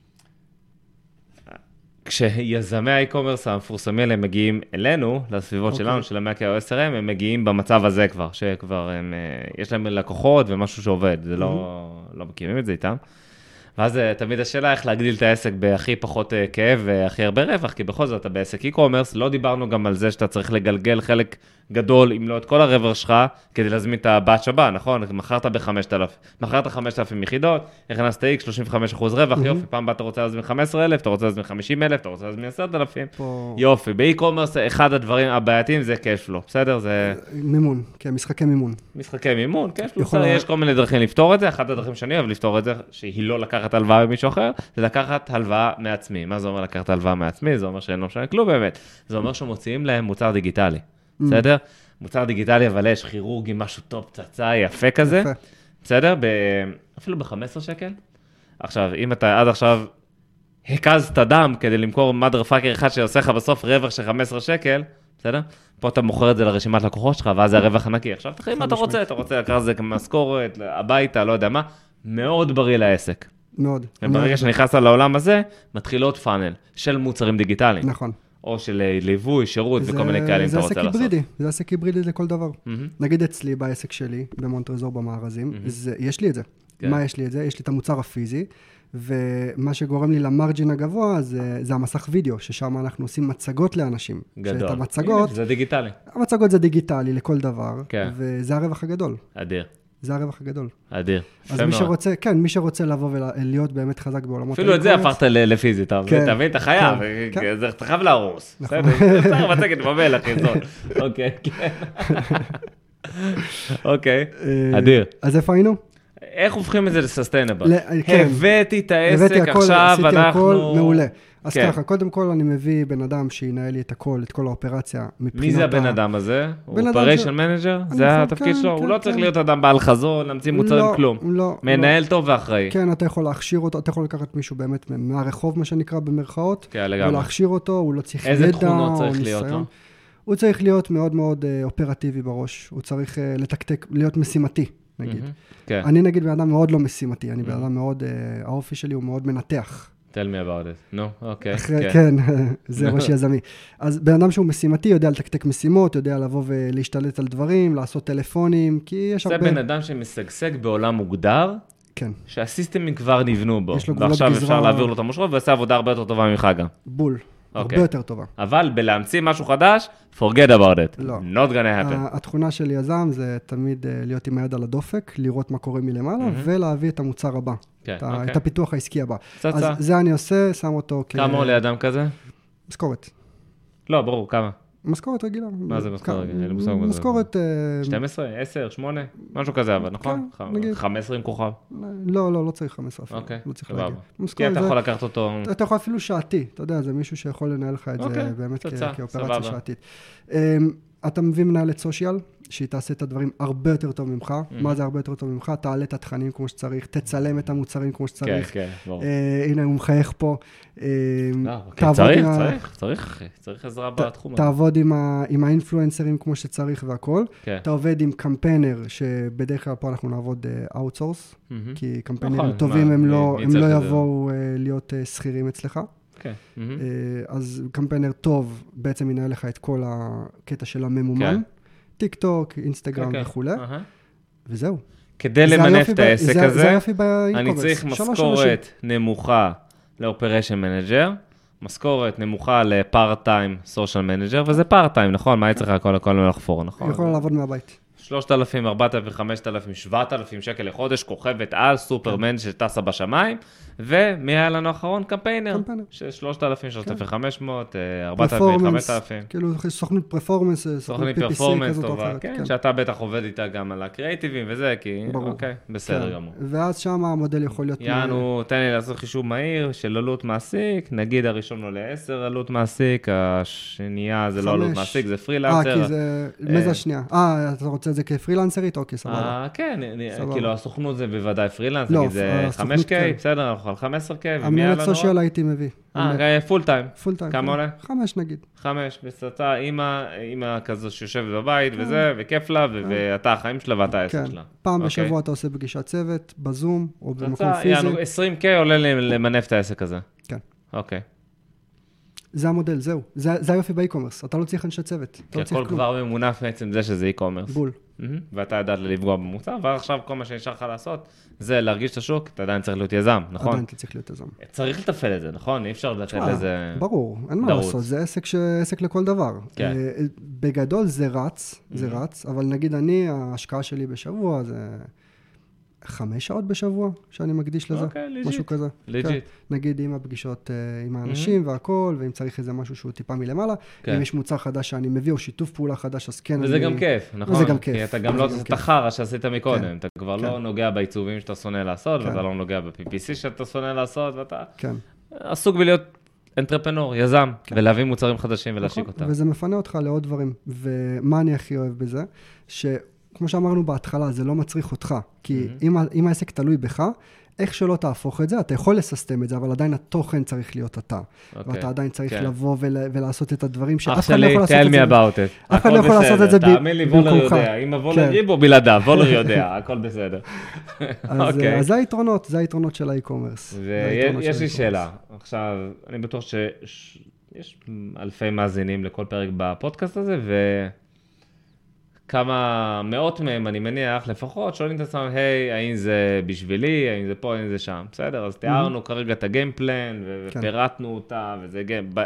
כשיזמי האי-קומרס המפורסמים האלה מגיעים אלינו, לסביבות שלנו, של המאקי או SRM, הם מגיעים במצב הזה כבר, שכבר יש להם לקוחות ומשהו שעובד, זה לא מקימים את זה איתם. ואז תמיד השאלה איך להגדיל את העסק בהכי פחות כאב והכי הרבה רווח, כי בכל זאת אתה בעסק אי-קומרס, לא דיברנו גם על זה שאתה צריך לגלגל חלק גדול, אם לא את כל הרווח שלך, כדי להזמין את הבאץ' הבא, נכון? מכרת מכרת 5,000 יחידות, הכנסת X, 35% רווח, יופי, פעם בא אתה רוצה להזמין 15,000, אתה רוצה להזמין 50,000, אתה רוצה להזמין 10,000, יופי. באי-קומרס, אחד הדברים הבעייתיים זה cashflow, בסדר? זה מימון, כן, משחקי מימון. משחקי מימון, cashflow, יש כל מיני דרכים לפתור את זה, אחד הדרכים שאני אוהב לפתור את זה, שהיא לא לקחת הלוואה ממישהו אחר, זה לקחת הלוואה מעצמי. מה זה אומר לקחת הלוואה מעצמי? זה אומר שאין לא משנה כלום באמת. זה אומר שמוציאים להם מוצר דיגיטלי. בסדר? מוצר דיגיטלי, אבל יש כירורגי, משהו טוב, פצצה, יפה כזה. בסדר? אפילו ב-15 שקל. עכשיו, אם אתה עד עכשיו הקזת דם כדי למכור מאדר פאקר אחד שעושה לך בסוף רווח של 15 שקל, בסדר? פה אתה מוכר את זה לרשימת לקוחות שלך, ואז זה הרווח הנקי. עכשיו, תחי מה אתה רוצה? אתה רוצה לקחת זה כמשכורת, הביתה, לא יודע מה. מאוד בריא לעסק. מאוד. וברגע שנכנסת לעולם הזה, מתחיל עוד פאנל של מוצרים דיגיטליים. נכון. או של ליווי, שירות וכל מיני כאלה, אם אתה רוצה לעשות. זה עסק היברידי לכל דבר. נגיד אצלי, בעסק שלי, במונטרזור במארזים, יש לי את זה. מה יש לי את זה? יש לי את המוצר הפיזי, ומה שגורם לי למרג'ין הגבוה, זה המסך וידאו, ששם אנחנו עושים מצגות לאנשים. גדול. זה דיגיטלי. המצגות זה דיגיטלי לכל דבר, וזה הרווח הגדול. אדיר. זה הרווח הגדול. אדיר. אז מי שרוצה לבוא ולהיות באמת חזק בעולמות. אפילו את זה הפכת לפיזי, אתה מבין? אתה חייב, אתה חייב להרוס. בסדר, צריך מצגת במלח, זאת. אוקיי, כן. אוקיי, אדיר. אז איפה היינו? איך הופכים את זה לססטיינבל? הבאתי את העסק עכשיו, עשיתי הכל, מעולה. אז ככה, קודם כל אני מביא בן אדם שינהל לי את הכל, את כל האופרציה. מי זה הבן אדם הזה? הוא אופריישן מנג'ר? זה התפקיד שלו? הוא לא צריך להיות אדם בעל חזון, להמציא מוצרים כלום. מנהל טוב ואחראי. כן, אתה יכול להכשיר אותו, אתה יכול לקחת מישהו באמת מהרחוב, מה שנקרא במרכאות, ולהכשיר להכשיר אותו, הוא לא צריך ידע או ניסיון. איזה תכונות צריך להיות לו? הוא צריך להיות מאוד מאוד אופרטיבי בראש, הוא צריך לתקתק, להיות משימתי, נגיד. אני נגיד בן אדם מאוד לא משימתי, אני בן אדם מאוד, האופי שלי הוא מאוד מנתח. tell me about it. נו, אוקיי. כן, זה ראש יזמי. אז בן אדם שהוא משימתי, יודע לתקתק משימות, יודע לבוא ולהשתלט על דברים, לעשות טלפונים, כי יש הרבה... זה בן אדם שמשגשג בעולם מוגדר, כן. שהסיסטמים כבר נבנו בו. ועכשיו אפשר להעביר לו את המושרות, ועושה עבודה הרבה יותר טובה ממך גם. בול. הרבה יותר טובה. אבל בלהמציא משהו חדש, forget about it. לא. Not gonna happen. התכונה של יזם זה תמיד להיות עם היד על הדופק, לראות מה קורה מלמעלה, ולהביא את המוצר הבא. את הפיתוח העסקי הבא. אז זה אני עושה, שם אותו כמה עולה אדם כזה? משכורת. לא, ברור, כמה? משכורת רגילה. מה זה משכורת רגילה? משכורת... 12, 10, 8, משהו כזה, אבל נכון? 15 עם כוכב. לא צריך 15 אפילו. אוקיי, סבבה. כי אתה יכול לקחת אותו... אתה יכול אפילו שעתי, אתה יודע, זה מישהו שיכול לנהל לך את זה באמת כאופרציה שעתית. אתה מביא מנהלת סושיאל, שהיא תעשה את הדברים הרבה יותר טוב ממך. מה זה הרבה יותר טוב ממך? תעלה את התכנים כמו שצריך, תצלם את המוצרים כמו שצריך. כן, ברור. הנה, הוא מחייך פה. צריך עזרה בתחום. תעבוד עם האינפלואנסרים כמו שצריך והכל. אתה עובד עם קמפיינר, שבדרך כלל פה אנחנו נעבוד אאוטסורס, כי קמפיינרים טובים הם לא יבואו להיות שכירים אצלך. אז קמפיינר טוב בעצם ינהל לך את כל הקטע של הממומן, טיק טוק, אינסטגרם וכו'. וזהו. כדי למנף את העסק הזה, אני צריך משכורת נמוכה לאופריישן מנג'ר, משכורת נמוכה לפארט טיים סושיאל מנג'ר, וזה פארט טיים, נכון? מה היא צריכה הכל לחפור, נכון? היא יכולה לעבוד מהבית. 3,000, 4,000, 5,000, 7,000 שקל לחודש, כוכבת על סופרמן שטסה בשמיים, ומי היה לנו האחרון? קמפיינר. של 3,000, 3,500, 4,000, 5,000. כאילו סוכנות פרפורמנס, סוכנות פרפורמנס טובה, כן, שאתה בטח עובד איתה גם על הקריאטיבים וזה, כי אוקיי, בסדר גמור. ואז שם המודל יכול להיות... יענו, תן לי לעשות חישוב מהיר של עלות מעסיק, נגיד הראשון עולה 10 עלות מעסיק, השנייה זה לא עלות מעסיק, זה פרילנסר. כי זה... מה זה השנייה? אתה רוצה את זה כפרילנסרית? אוקיי, סבבה. כן, כאילו הסוכנות זה בוודאי פרילנס, נגיד זה 5K, בסדר, אנחנו על 15K, ומי היה לנו? המנהלת סושיאל הייתי מביא. פול טיים. פול טיים. כמה עולה? 5 נגיד. 5, בסדר, אימא כזו שיושבת בבית וזה, וכיף לה, ואתה החיים שלה ואתה העסק שלה. פעם בשבוע אתה עושה פגישת צוות, בזום, או במקום פיזי. יענו, 20K עולה למנף את העסק הזה. כן. אוקיי. זה המודל, זהו. זה היופי באי-קומרס. אתה לא צריך אנשי צוות. כי הכל כבר ממונף בעצם זה שזה אי-קומרס. בול. ואתה ידעת לפגוע במוצר, ועכשיו כל מה שנשאר לך לעשות, זה להרגיש את השוק, אתה עדיין צריך להיות יזם, נכון? עדיין אתה צריך להיות יזם. צריך לתפעל את זה, נכון? אי אפשר לתת לזה... ברור, אין מה לעשות, זה עסק לכל דבר. כן. בגדול זה רץ, אבל נגיד ההשקעה שלי בשבוע זה 5 שעות בשבוע שאני מקדיש לזה, משהו כזה. לג'יט. נגיד עם הפגישות עם האנשים והכל, ואם צריך איזה משהו שהוא טיפה מלמעלה, אם יש מוצר חדש שאני מביא, או שיתוף פעולה חדש, אז כן. וזה גם כיף, נכון? וזה גם כיף. כי אתה גם לא עושה את החרא שעשית מקודם, אתה כבר לא נוגע בעיצובים שאתה שונא לעשות, ואתה לא נוגע ב-PPC שאתה שונא לעשות, ואתה עסוק בלהיות אנטרפנור, יזם, ולהביא מוצרים חדשים ולהשיק אותם. וזה מפנה אותך לעוד דברים. ומה אני הכי אוהב בזה? כמו שאמרנו בהתחלה, זה לא מצריך אותך, כי אם העסק תלוי בך, איך שלא תהפוך את זה, אתה יכול לססטם את זה, אבל עדיין התוכן צריך להיות אתה. ואתה עדיין צריך לבוא ולעשות את הדברים שאף אחד לא יכול לעשות את זה. tell me about it. אף אחד לא יכול לעשות את זה במקומך. תאמין לי, וולר יודע. אם הוולר ריבו בלעדיו, וולר יודע, הכל בסדר. אז זה היתרונות של האי-קומרס. ויש לי שאלה. עכשיו, אני בטוח שיש אלפי מאזינים לכל פרק בפודקאסט הזה, כמה מאות מהם, אני מניח, לפחות, שואלים את עצמם, היי, האם זה בשבילי, האם זה פה, האם זה שם. בסדר, אז תיארנו כרגע את הגיימפלן, ופירטנו אותה, וזה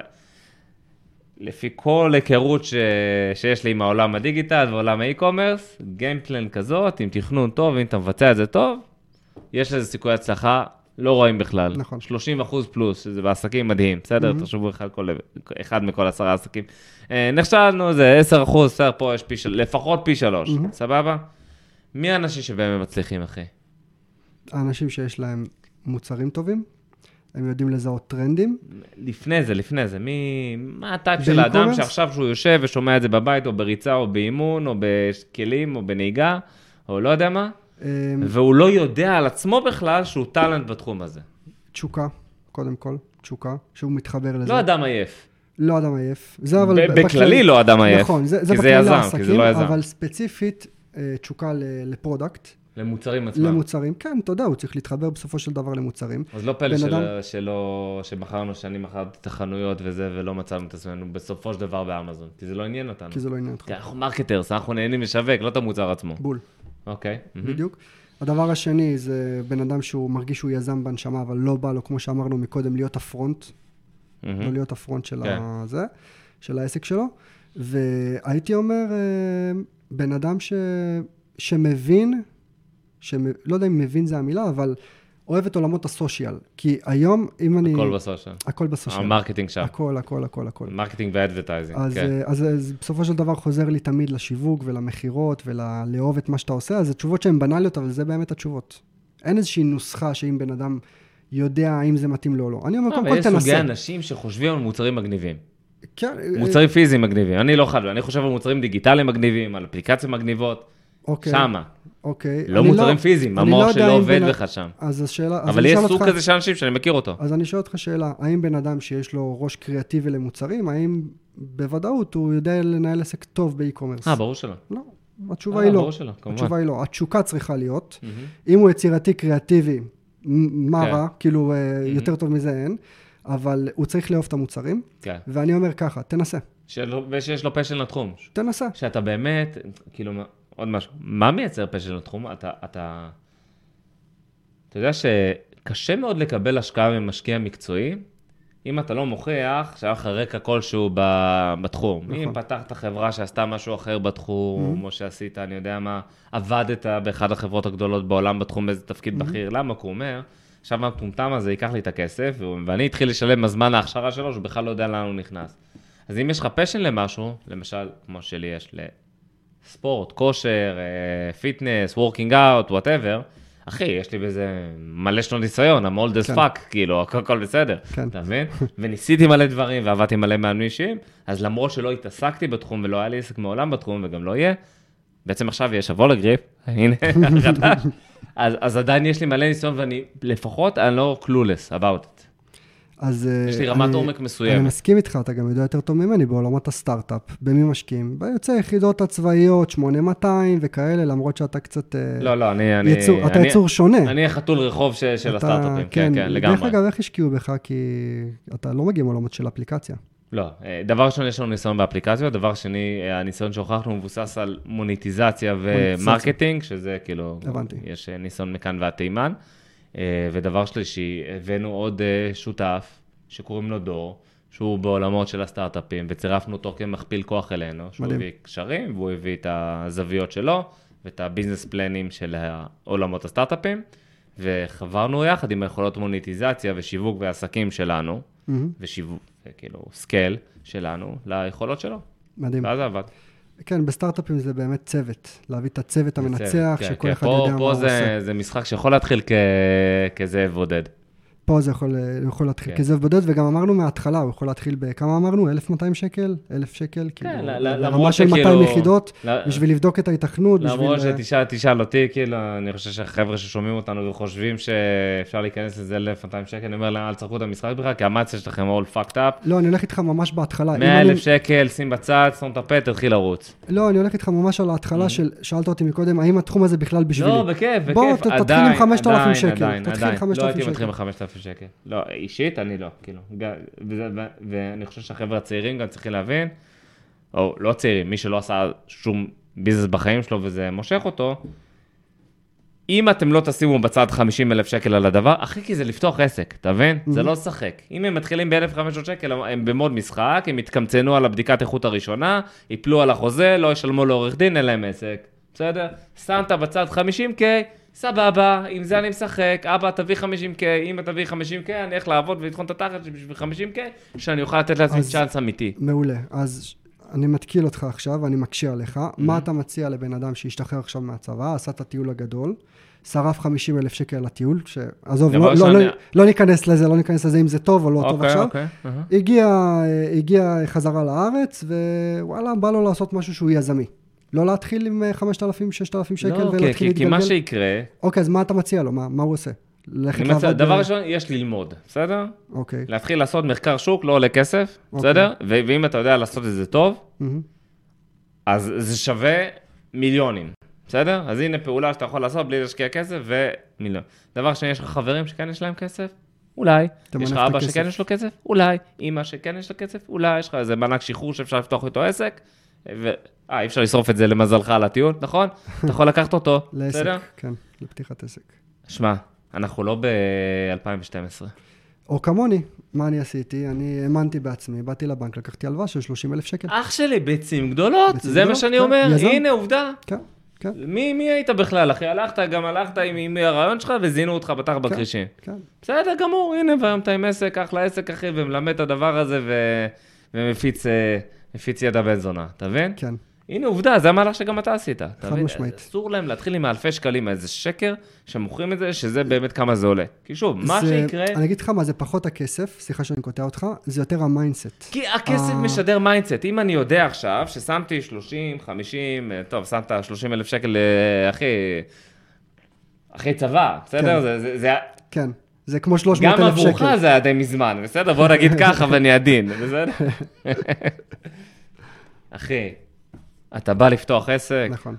לפי כל היכרות שיש לי עם העולם הדיגיטל ועולם האי-קומרס, גיימפלן כזאת, עם תכנון טוב, אם אתה מבצע את זה טוב, יש לזה סיכוי הצלחה, לא רואים בכלל. נכון. 30% פלוס, שזה בעסקים מדהים, בסדר? תחשבו אחד מכל 10 עסקים. נכשלנו, זה 10%, בסדר, פה יש לפחות פי 3, סבבה? מי האנשים שבהם הם מצליחים, אחי? האנשים שיש להם מוצרים טובים, הם יודעים לזהות טרנדים. לפני זה, מה הטייפ של האדם שעכשיו שהוא יושב ושומע את זה בבית, או בריצה, או באימון, או בכלים, או בנהיגה, או לא יודע מה? והוא לא יודע על עצמו בכלל שהוא טלנט בתחום הזה. תשוקה, קודם כל, תשוקה, שהוא מתחבר לזה. לא אדם עייף. לא אדם עייף. בכללי לא אדם עייף. נכון, זה בכללי לעסקים, אבל ספציפית תשוקה לפרודקט. למוצרים עצמם. למוצרים, כן, אתה יודע, הוא צריך להתחבר בסופו של דבר למוצרים. אז לא פלא שבחרנו שאני מכרתי את החנויות וזה, ולא מצאנו את עצמנו בסופו של דבר באמזון, כי זה לא עניין אותנו. כי זה לא עניין אותך. כי אנחנו מרקטרס, אנחנו נהנים לשווק, לא את המוצר עצמו. בול. אוקיי. בדיוק. הדבר השני זה בן אדם שהוא מרגיש שהוא יזם בנשמה, אבל לא בא לו, כמו שאמרנו מקודם, להיות הפרונט. לא להיות הפרונט של העסק שלו. והייתי אומר, בן אדם שמבין, לא יודע אם מבין זה המילה, אבל אוהב את עולמות הסושיאל. כי היום, אם אני... הכל בסושיאל. הכל בסושיאל. המרקטינג שם. הכל. מרקטינג ואדברטייזינג, כן. אז בסופו של דבר חוזר לי תמיד לשיווק ולמחירות ולאהוב את מה שאתה עושה, אז זה תשובות שהן בנאליות, אבל זה באמת התשובות. אין איזושהי נוסחה שאם בן אדם יודע האם זה מתאים לו או לא. אני אומר, קודם כל תנסה. ויש סוגי אנשים שחושבים על מוצרים מגניבים. כן. מוצרים פיזיים מגניבים. אני לא חד, אני חושב על מוצרים דיגיטליים מגניבים, על אפליקציות מגניבות. שמה. אוקיי. לא מוצרים פיזיים, המוח שלא עובד לך שם. אז השאלה... אבל יש סוג כזה של אנשים שאני מכיר אותו. אז אני שואל אותך שאלה, האם בן אדם שיש לו ראש קריאטיבי למוצרים, האם בוודאות הוא יודע לנהל עסק טוב באי-קומרס? ברור שלא. לא, התשובה היא לא. התשובה היא לא. התשוקה צריכה להיות. אם הוא יצירתי קריאטיבי, מה רע? כאילו, יותר טוב מזה אין. אבל הוא צריך לאהוב את המוצרים. ואני אומר ככה, תנסה. ושיש לו פשן לתחום. תנסה. שאתה באמת, כאילו... עוד משהו, מה מייצר פשן לתחום? אתה יודע שקשה מאוד לקבל השקעה ממשקיע מקצועי, אם אתה לא מוכיח שהיה לך רקע כלשהו בתחום, אם פתחת חברה שעשתה משהו אחר בתחום, או שעשית, אני יודע מה, עבדת באחד החברות הגדולות בעולם בתחום באיזה תפקיד בכיר, למה? הוא אומר, עכשיו המטומטם הזה ייקח לי את הכסף, ואני אתחיל לשלם בזמן ההכשרה שלו, שהוא בכלל לא יודע לאן הוא נכנס. אז אם יש לך פשן למשהו, למשל, כמו שלי יש לספורט, כושר, פיטנס, וורקינג אאוט, whatever, אחי, יש לי בזה מלא שנות ניסיון, I'm old as fuck, כאילו, הכל בסדר, אתה מבין? וניסיתי מלא דברים, ועבדתי מלא מאמנים אישיים, אז למרות שלא התעסקתי בתחום, ולא היה לי עסק מעולם בתחום, וגם לא יהיה, בעצם עכשיו יש אבוא לגריפ, הנה, אז עדיין יש לי מלא ניסיון, ואני, לפחות, אני לא clueless about it. יש לי רמת עומק מסוימת. אני מסכים איתך, אתה גם יודע יותר טוב ממני בעולמות הסטארט-אפ, במי משקיעים, ביוצא יחידות הצבאיות, 8200 וכאלה, למרות שאתה קצת... לא, אתה יצור שונה. אני החתול רחוב של הסטארט-אפים, כן, לגמרי. דרך אגב, איך השקיעו בך? כי אתה לא מגיע מעולמות של אפליקציה. לא, דבר ראשון, יש לנו ניסיון באפליקציות, דבר שני, הניסיון שהוכחנו מבוסס על מוניטיזציה ומרקטינג, שזה כאילו, יש ניסיון מכאן ועד תימן. ודבר שלישי, הבאנו עוד שותף שקוראים לו דור, שהוא בעולמות של הסטארט-אפים, וצירפנו אותו כמכפיל כוח אלינו, שהוא הביא קשרים, והוא הביא את הזוויות שלו, ואת הביזנס פלנים של עולמות הסטארט-אפים, וחברנו יחד עם היכולות מוניטיזציה ושיווק ועסקים שלנו, ושיווק, כאילו, סקייל שלנו, ליכולות שלו. מדהים. ואז עבד. כן, בסטארט-אפים זה באמת צוות, להביא את הצוות המנצח, שכל אחד יודע מה הוא עושה. פה זה משחק שיכול להתחיל כזאב בודד. פה זה יכול להתחיל כזאב בודד, וגם אמרנו מההתחלה, הוא יכול להתחיל בכמה אמרנו? 1,200 שקל? 1,000 שקל? כן, לרמה של 200 יחידות, בשביל לבדוק את ההתכנות. למרות שתשאל אותי, כאילו, אני חושב שהחבר'ה ששומעים אותנו וחושבים שאפשר להיכנס לזה 1,200 שקל, אני אומר להם, אל תצרכו את המשחק בכלל, כי המצע שלכם all fucked up. לא, אני הולך איתך ממש בהתחלה. 100,000 שקל, שים בצד, סתום את הפה, תתחיל לרוץ. לא, אני הולך איתך ממש על ההתחלה של, שאלת אותי מקודם, האם התחום הזה בכלל בשבילי? לא, בכיף, בוא, תתחיל עם 5,000 שקל. תתחיל עם 5,000 שקל. לא, אישית, אני לא, כאילו, ואני חושב שהחבר'ה הצעירים גם צריכים להבין, או לא צעירים, מי שלא עשה שום ביזנס בחיים שלו וזה מושך אותו, אם אתם לא תשימו בצד 50,000 שקל על הדבר, אחי, כי זה לפתוח עסק, אתה מבין? זה לא שחק. אם הם מתחילים ב-1,500 שקל, הם במוד משחק, הם יתקמצנו על הבדיקת איכות הראשונה, יפלו על החוזה, לא ישלמו לעורך דין, אין להם עסק, בסדר? שמת בצד 50K, סבבה, עם זה אני משחק, אבא תביא 50K, אמא תביא 50K, אני הולך לעבוד ולתחון את התחת בשביל 50K, שאני אוכל לתת לעצמי צ'אנס אמיתי. מעולה, אז אני מתקיל אותך עכשיו, אני מקשה עליך, מה אתה מציע לבן אדם שישתחרר עכשיו מהצבא, עשה את הטיול הגדול, שרף 50,000 שקל לטיול, שעזוב, לא ניכנס לזה אם זה טוב או לא טוב עכשיו, הגיע חזרה לארץ, ווואלה, בא לו לעשות משהו שהוא יזמי. לא להתחיל עם 5,000, 6,000 שקל ולהתחיל להתגלגל. כי מה שיקרה... אוקיי, אז מה אתה מציע לו? מה הוא עושה? דבר ראשון, יש ללמוד, בסדר? אוקיי. להתחיל לעשות מחקר שוק, לא עולה כסף, בסדר? ואם אתה יודע לעשות את זה טוב, אז זה שווה מיליונים, בסדר? אז הנה פעולה שאתה יכול לעשות בלי להשקיע כסף ומיליון. דבר שני, יש לך חברים שכן יש להם כסף? אולי. יש לך אבא שכן יש לו כסף? אולי. אמא שכן יש לו כסף? אולי. יש לך איזה מענק שחרור שאפשר לפתוח איתו עסק? אי אפשר לשרוף את זה למזלך על הטיול, נכון? אתה יכול לקחת אותו, בסדר? כן, לפתיחת עסק. שמע, אנחנו לא ב-2012. או כמוני, מה אני עשיתי? אני האמנתי בעצמי, באתי לבנק, לקחתי הלוואה של 30,000 שקל. אח שלי, ביצים גדולות, זה מה שאני אומר, הנה עובדה. כן, כן. מי היית בכלל, אחי? הלכת עם הרעיון שלך וזינו אותך בטח בקרישים. כן. בסדר גמור, הנה, והיום אתה עם עסק, אחלה עסק, אחי, ומלמד את הדבר הזה ומפיץ ידע בן זונה, אתה מבין? כן. הנה עובדה, זה המהלך שגם אתה עשית. חד משמעית. אסור להם להתחיל עם אלפי שקלים, איזה שקר שמוכרים את זה, שזה באמת כמה זה עולה. כי שוב, מה שיקרה... אני אגיד לך מה, זה פחות הכסף, סליחה שאני קוטע אותך, זה יותר המיינדסט. כי הכסף משדר מיינדסט. אם אני יודע עכשיו ששמתי 30, 50, טוב, שמת 30,000 שקל, אחי צבא, בסדר? כן. זה כמו 300,000 שקל. גם עבורך זה די מזמן, בסדר? בוא נגיד ככה ואני עדין, בסדר? אחי, אתה בא לפתוח עסק. נכון.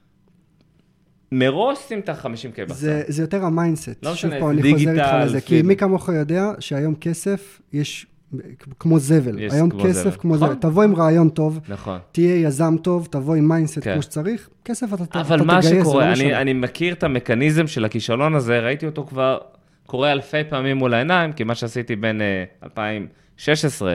מראש שים את ה-50K בצד. זה יותר המיינדסט. לא משנה, שוב פה אני חוזר איתך לזה, כי מי כמוך יודע שהיום כסף יש כמו זבל. היום כסף כמו זבל. תבוא עם רעיון טוב, תהיה יזם טוב, תבוא עם מיינדסט כמו שצריך, כסף אתה תגייס. אבל מה שקורה, אני מכיר את המכניזם של הכישלון הזה, ראיתי אותו כבר קורה אלפי פעמים מול העיניים, כי מה שעשיתי בין 2016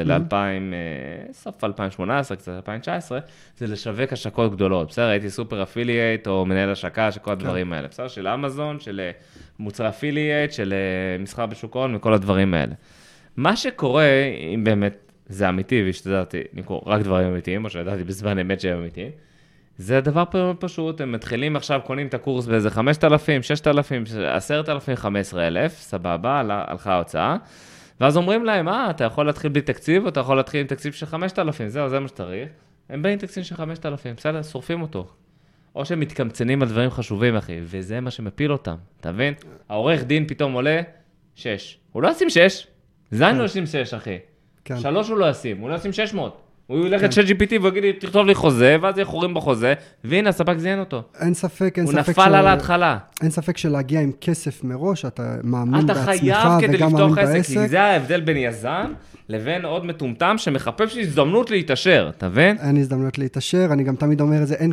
סוף 2018, קצת 2019, זה לשווק השקות גדולות. בסדר, הייתי סופר אפילייט או מנהל השקה, שכל הדברים האלה. בסדר, של אמזון, של מוצרי אפילייט, של מסחר בשוק ההון וכל הדברים האלה. מה שקורה, אם באמת זה אמיתי, והשתדלתי לקרוא רק דברים אמיתיים, או שידעתי בזמן אמת שהם אמיתיים, זה דבר פשוט, הם מתחילים עכשיו, קונים את הקורס באיזה 5,000, 6,000, 10,000, 15,000, סבבה, הלכה ההוצאה, ואז אומרים להם, אתה יכול להתחיל בלי תקציב, או אתה יכול להתחיל עם תקציב של 5,000, זה מה שצריך, הם באים תקציב של 5,000, בסדר, שורפים אותו. או שהם מתקמצנים על דברים חשובים, אחי, וזה מה שמפיל אותם, אתה מבין? העורך דין פתאום עולה 6, הוא לא ישים 6, זין לא ישים 6, אחי. 3 הוא לא ישים, הוא לא ישים 600. הוא ילך את ChatGPT ויגיד לי, תכתוב לי חוזה, ואז יהיה חורים בחוזה, והנה, הספק זיין אותו. אין ספק, הוא נפל על ההתחלה. אין ספק שלהגיע עם כסף מראש, אתה מאמין בעצמך וגם מאמין בעסק. אתה חייב כדי לפתוח עסק, כי זה ההבדל בין יזם לבין עוד מטומטם שמחפש הזדמנות להתעשר, אתה מבין? אין הזדמנות להתעשר, אני גם תמיד אומר את זה, אין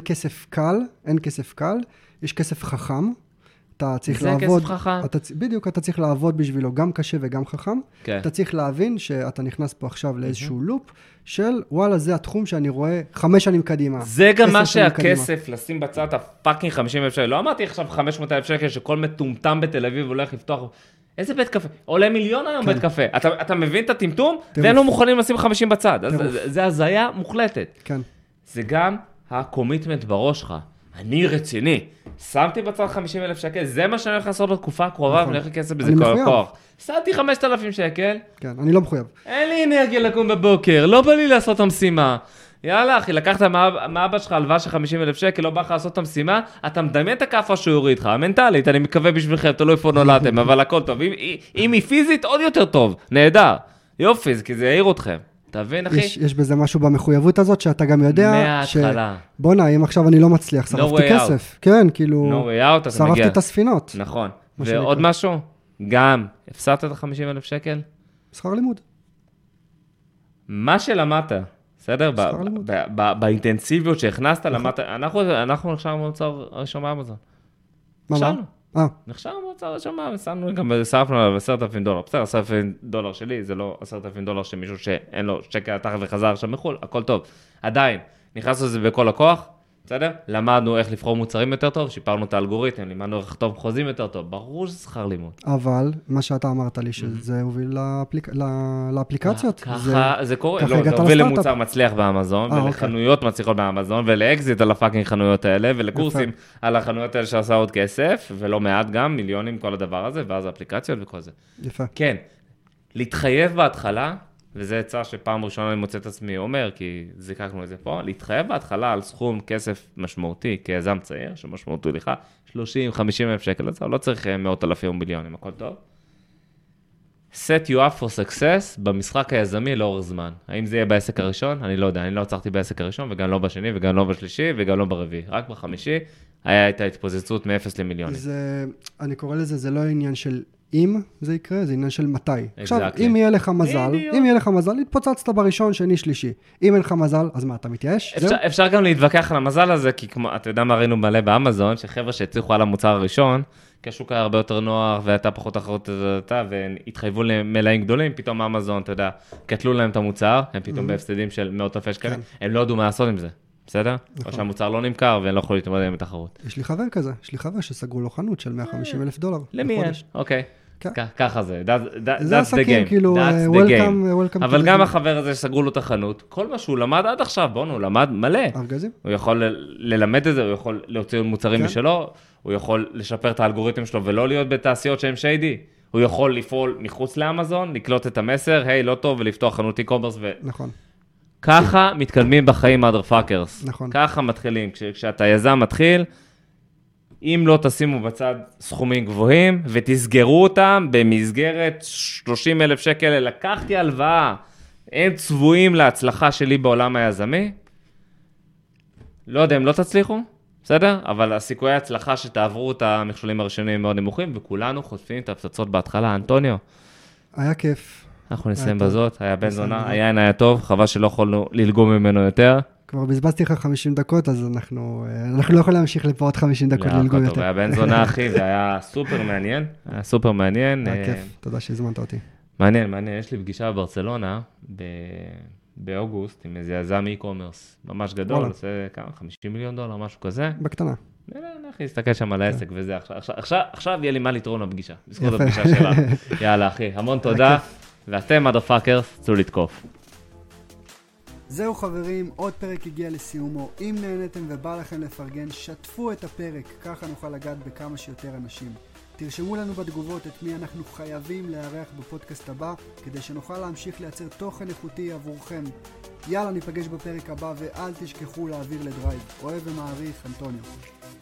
כסף קל, יש כסף חכם. אתה צריך לעבוד, בדיוק, אתה צריך לעבוד בשבילו גם קשה וגם חכם. אתה צריך להבין שאתה נכנס פה עכשיו לאיזשהו לופ של, וואלה, זה התחום שאני רואה 5 שנים קדימה. זה גם מה שהכסף, לשים בצד הפאקינג 50,000 שקל. לא אמרתי עכשיו 500,000 שקל שכל מטומטם בתל אביב הולך לפתוח. איזה בית קפה? עולה מיליון היום בית קפה. אתה מבין את הטמטום? והם לא מוכנים לשים 50 בצד. זה הזיה מוחלטת. זה גם הקומיטמנט בראש שלך. אני רציני. שמתי בצד 50,000 שקל, זה מה שאני הולך לעשות בתקופה הקרובה, ואני הולך לכסף בזה כל הכוח. שמתי 5,000 שקל. כן, אני לא מחויב. אין לי אנרגיה לקום בבוקר, לא בא לי לעשות את המשימה. יאללה, אחי, לקחת מאבא שלך הלוואה של 50,000 שקל, לא בא לך לעשות את המשימה, אתה מדמיין את הכאפה שהוא יוריד לך, המנטלית, אני מקווה בשבילכם, תלוי איפה נולדתם, אבל הכל טוב. אם היא פיזית, עוד יותר טוב, נהדר. יופי, כי זה יעיר אתכם. תבין, אחי? יש בזה משהו במחויבות הזאת, שאתה גם יודע מההתחלה. בוא'נה, אם עכשיו אני לא מצליח, שרפתי כסף. כן, כאילו, שרפתי את הספינות. נכון. ועוד משהו, גם, הפסדת את 50,000 שקל? שכר לימוד. מה שלמדת, בסדר? באינטנסיביות שהכנסת, למדת, אנחנו נחשב המוצר הראשון באמזון. מה? נחשב המוצר הראשון באמזון, גם שרפנו עליו $10,000. בסדר, $10,000 שלי, זה לא $10,000 שמישהו שאין לו שקל תחת וחזר שם מחול, הכל טוב. עדיין, נכנסנו לזה בכל הכוח, בסדר? למדנו איך לבחור מוצרים יותר טוב, שיפרנו את האלגוריתם, לימדנו איך לכתוב חוזים יותר טוב, ברור שזה שכר לימוד. אבל, מה שאתה אמרת לי, שזה הוביל לאפליקציות. ככה זה קורה, לא, זה הוביל למוצר מצליח באמזון, ולחנויות מצליחות באמזון, ולאקזיט על הפאקינג חנויות האלה, ולקורסים על החנויות האלה שעשה עוד כסף, ולא מעט גם, מיליונים, כל הדבר הזה, ואז האפליקציות וכל זה. יפה. כן, להתחייב בהתחלה, וזה עצה שפעם ראשונה אני מוצא את עצמי אומר, כי זיקקנו את זה פה, להתחייב בהתחלה על סכום כסף משמעותי, כיזם צעיר, שמשמעותי לך, 30,000-50,000 שקל, לא צריך 100,000 או מיליונים, הכל טוב. set you up for success במשחק היזמי לאורך זמן. האם זה יהיה בעסק הראשון? אני לא יודע, אני לא עצרתי בעסק הראשון, וגם לא בשני, וגם לא בשלישי, וגם לא ברביעי. רק בחמישי, היה את ההתפוצצות מ-0 למיליונים. אני קורא לזה, זה לא עניין של אם זה יקרה, זה עניין של מתי. עכשיו, אם יהיה לך מזל, התפוצצת בראשון, שני, שלישי. אם אין לך מזל, אז מה, אתה מתייאש? אפשר גם להתווכח על המזל הזה, כי אתה יודע מה ראינו מלא באמזון, שחבר'ה שהצליחו על המוצר הראשון, כי השוק היה הרבה יותר נוח, והייתה פחות אחרות והתחייבו למלאים גדולים, פתאום אמזון, אתה יודע, קטלו להם את המוצר, הם פתאום בהפסדים של $100,000, הם לא ידעו מה לעשות עם זה. בסדר? או שהמוצר לא נמכר, ואני לא יכול להתמודד עם התחרות. יש לי חבר כזה, שסגרו לו חנות של $150,000. למי יש? אוקיי. ככה זה, זה עסקים, כאילו, welcome. אבל גם החבר הזה שסגרו לו את החנות, כל מה שהוא למד עד עכשיו, הוא למד מלא. ארגזים. הוא יכול ללמד את זה, הוא יכול להוציא מוצרים משלו, הוא יכול לשפר את האלגוריתם שלו, ולא להיות בתעשיות שהם שיידי. הוא יכול לפעול מחוץ לאמזון, לקלוט את המסר, היי, לא טוב, ולפתוח חנות e-commerce נכון. ככה מתקדמים בחיים motherfuckers. נכון. ככה מתחילים. כשאתה יזם מתחיל, אם לא תשימו בצד סכומים גבוהים, ותסגרו אותם במסגרת 30,000 שקל, לקחתי הלוואה, הם צבועים להצלחה שלי בעולם היזמי, לא יודע אם לא תצליחו, בסדר? אבל הסיכויי ההצלחה שתעברו את המכשולים הראשונים מאוד נמוכים, וכולנו חוטפים את הפצצות בהתחלה. אנטוניו. היה כיף. אנחנו נסיים בזאת, היה בן זונה, היין היה טוב, חבל שלא יכולנו ללגום ממנו יותר. כבר בזבזתי לך 50 דקות, אז אנחנו לא יכולים להמשיך לפה עוד 50 דקות ללגו יותר. היה בן זונה, אחי, זה היה סופר מעניין. היה סופר מעניין. היה כיף, תודה שהזמנת אותי. מעניין. יש לי פגישה בברצלונה, באוגוסט, עם איזה יזם e-commerce ממש גדול, עושה כמה, $50 מיליון, משהו כזה. בקטנה. אחי, נסתכל שם על העסק וזה. עכשיו יהיה לי מה לתרום לפגישה, בזכות הפגישה שלה. יאללה, אחי, המון תודה. ואתם, motherfuckers, צאו לתקוף. זהו חברים, עוד פרק הגיע לסיומו. אם נהנתם ובא לכם לפרגן, שתפו את הפרק, ככה נוכל לגעת בכמה שיותר אנשים. תרשמו לנו בתגובות את מי אנחנו חייבים לארח בפודקאסט הבא, כדי שנוכל להמשיך לייצר תוכן איכותי עבורכם. יאללה, ניפגש בפרק הבא, ואל תשכחו להעביר לדרייב. אוהב ומעריך, אנטוניו.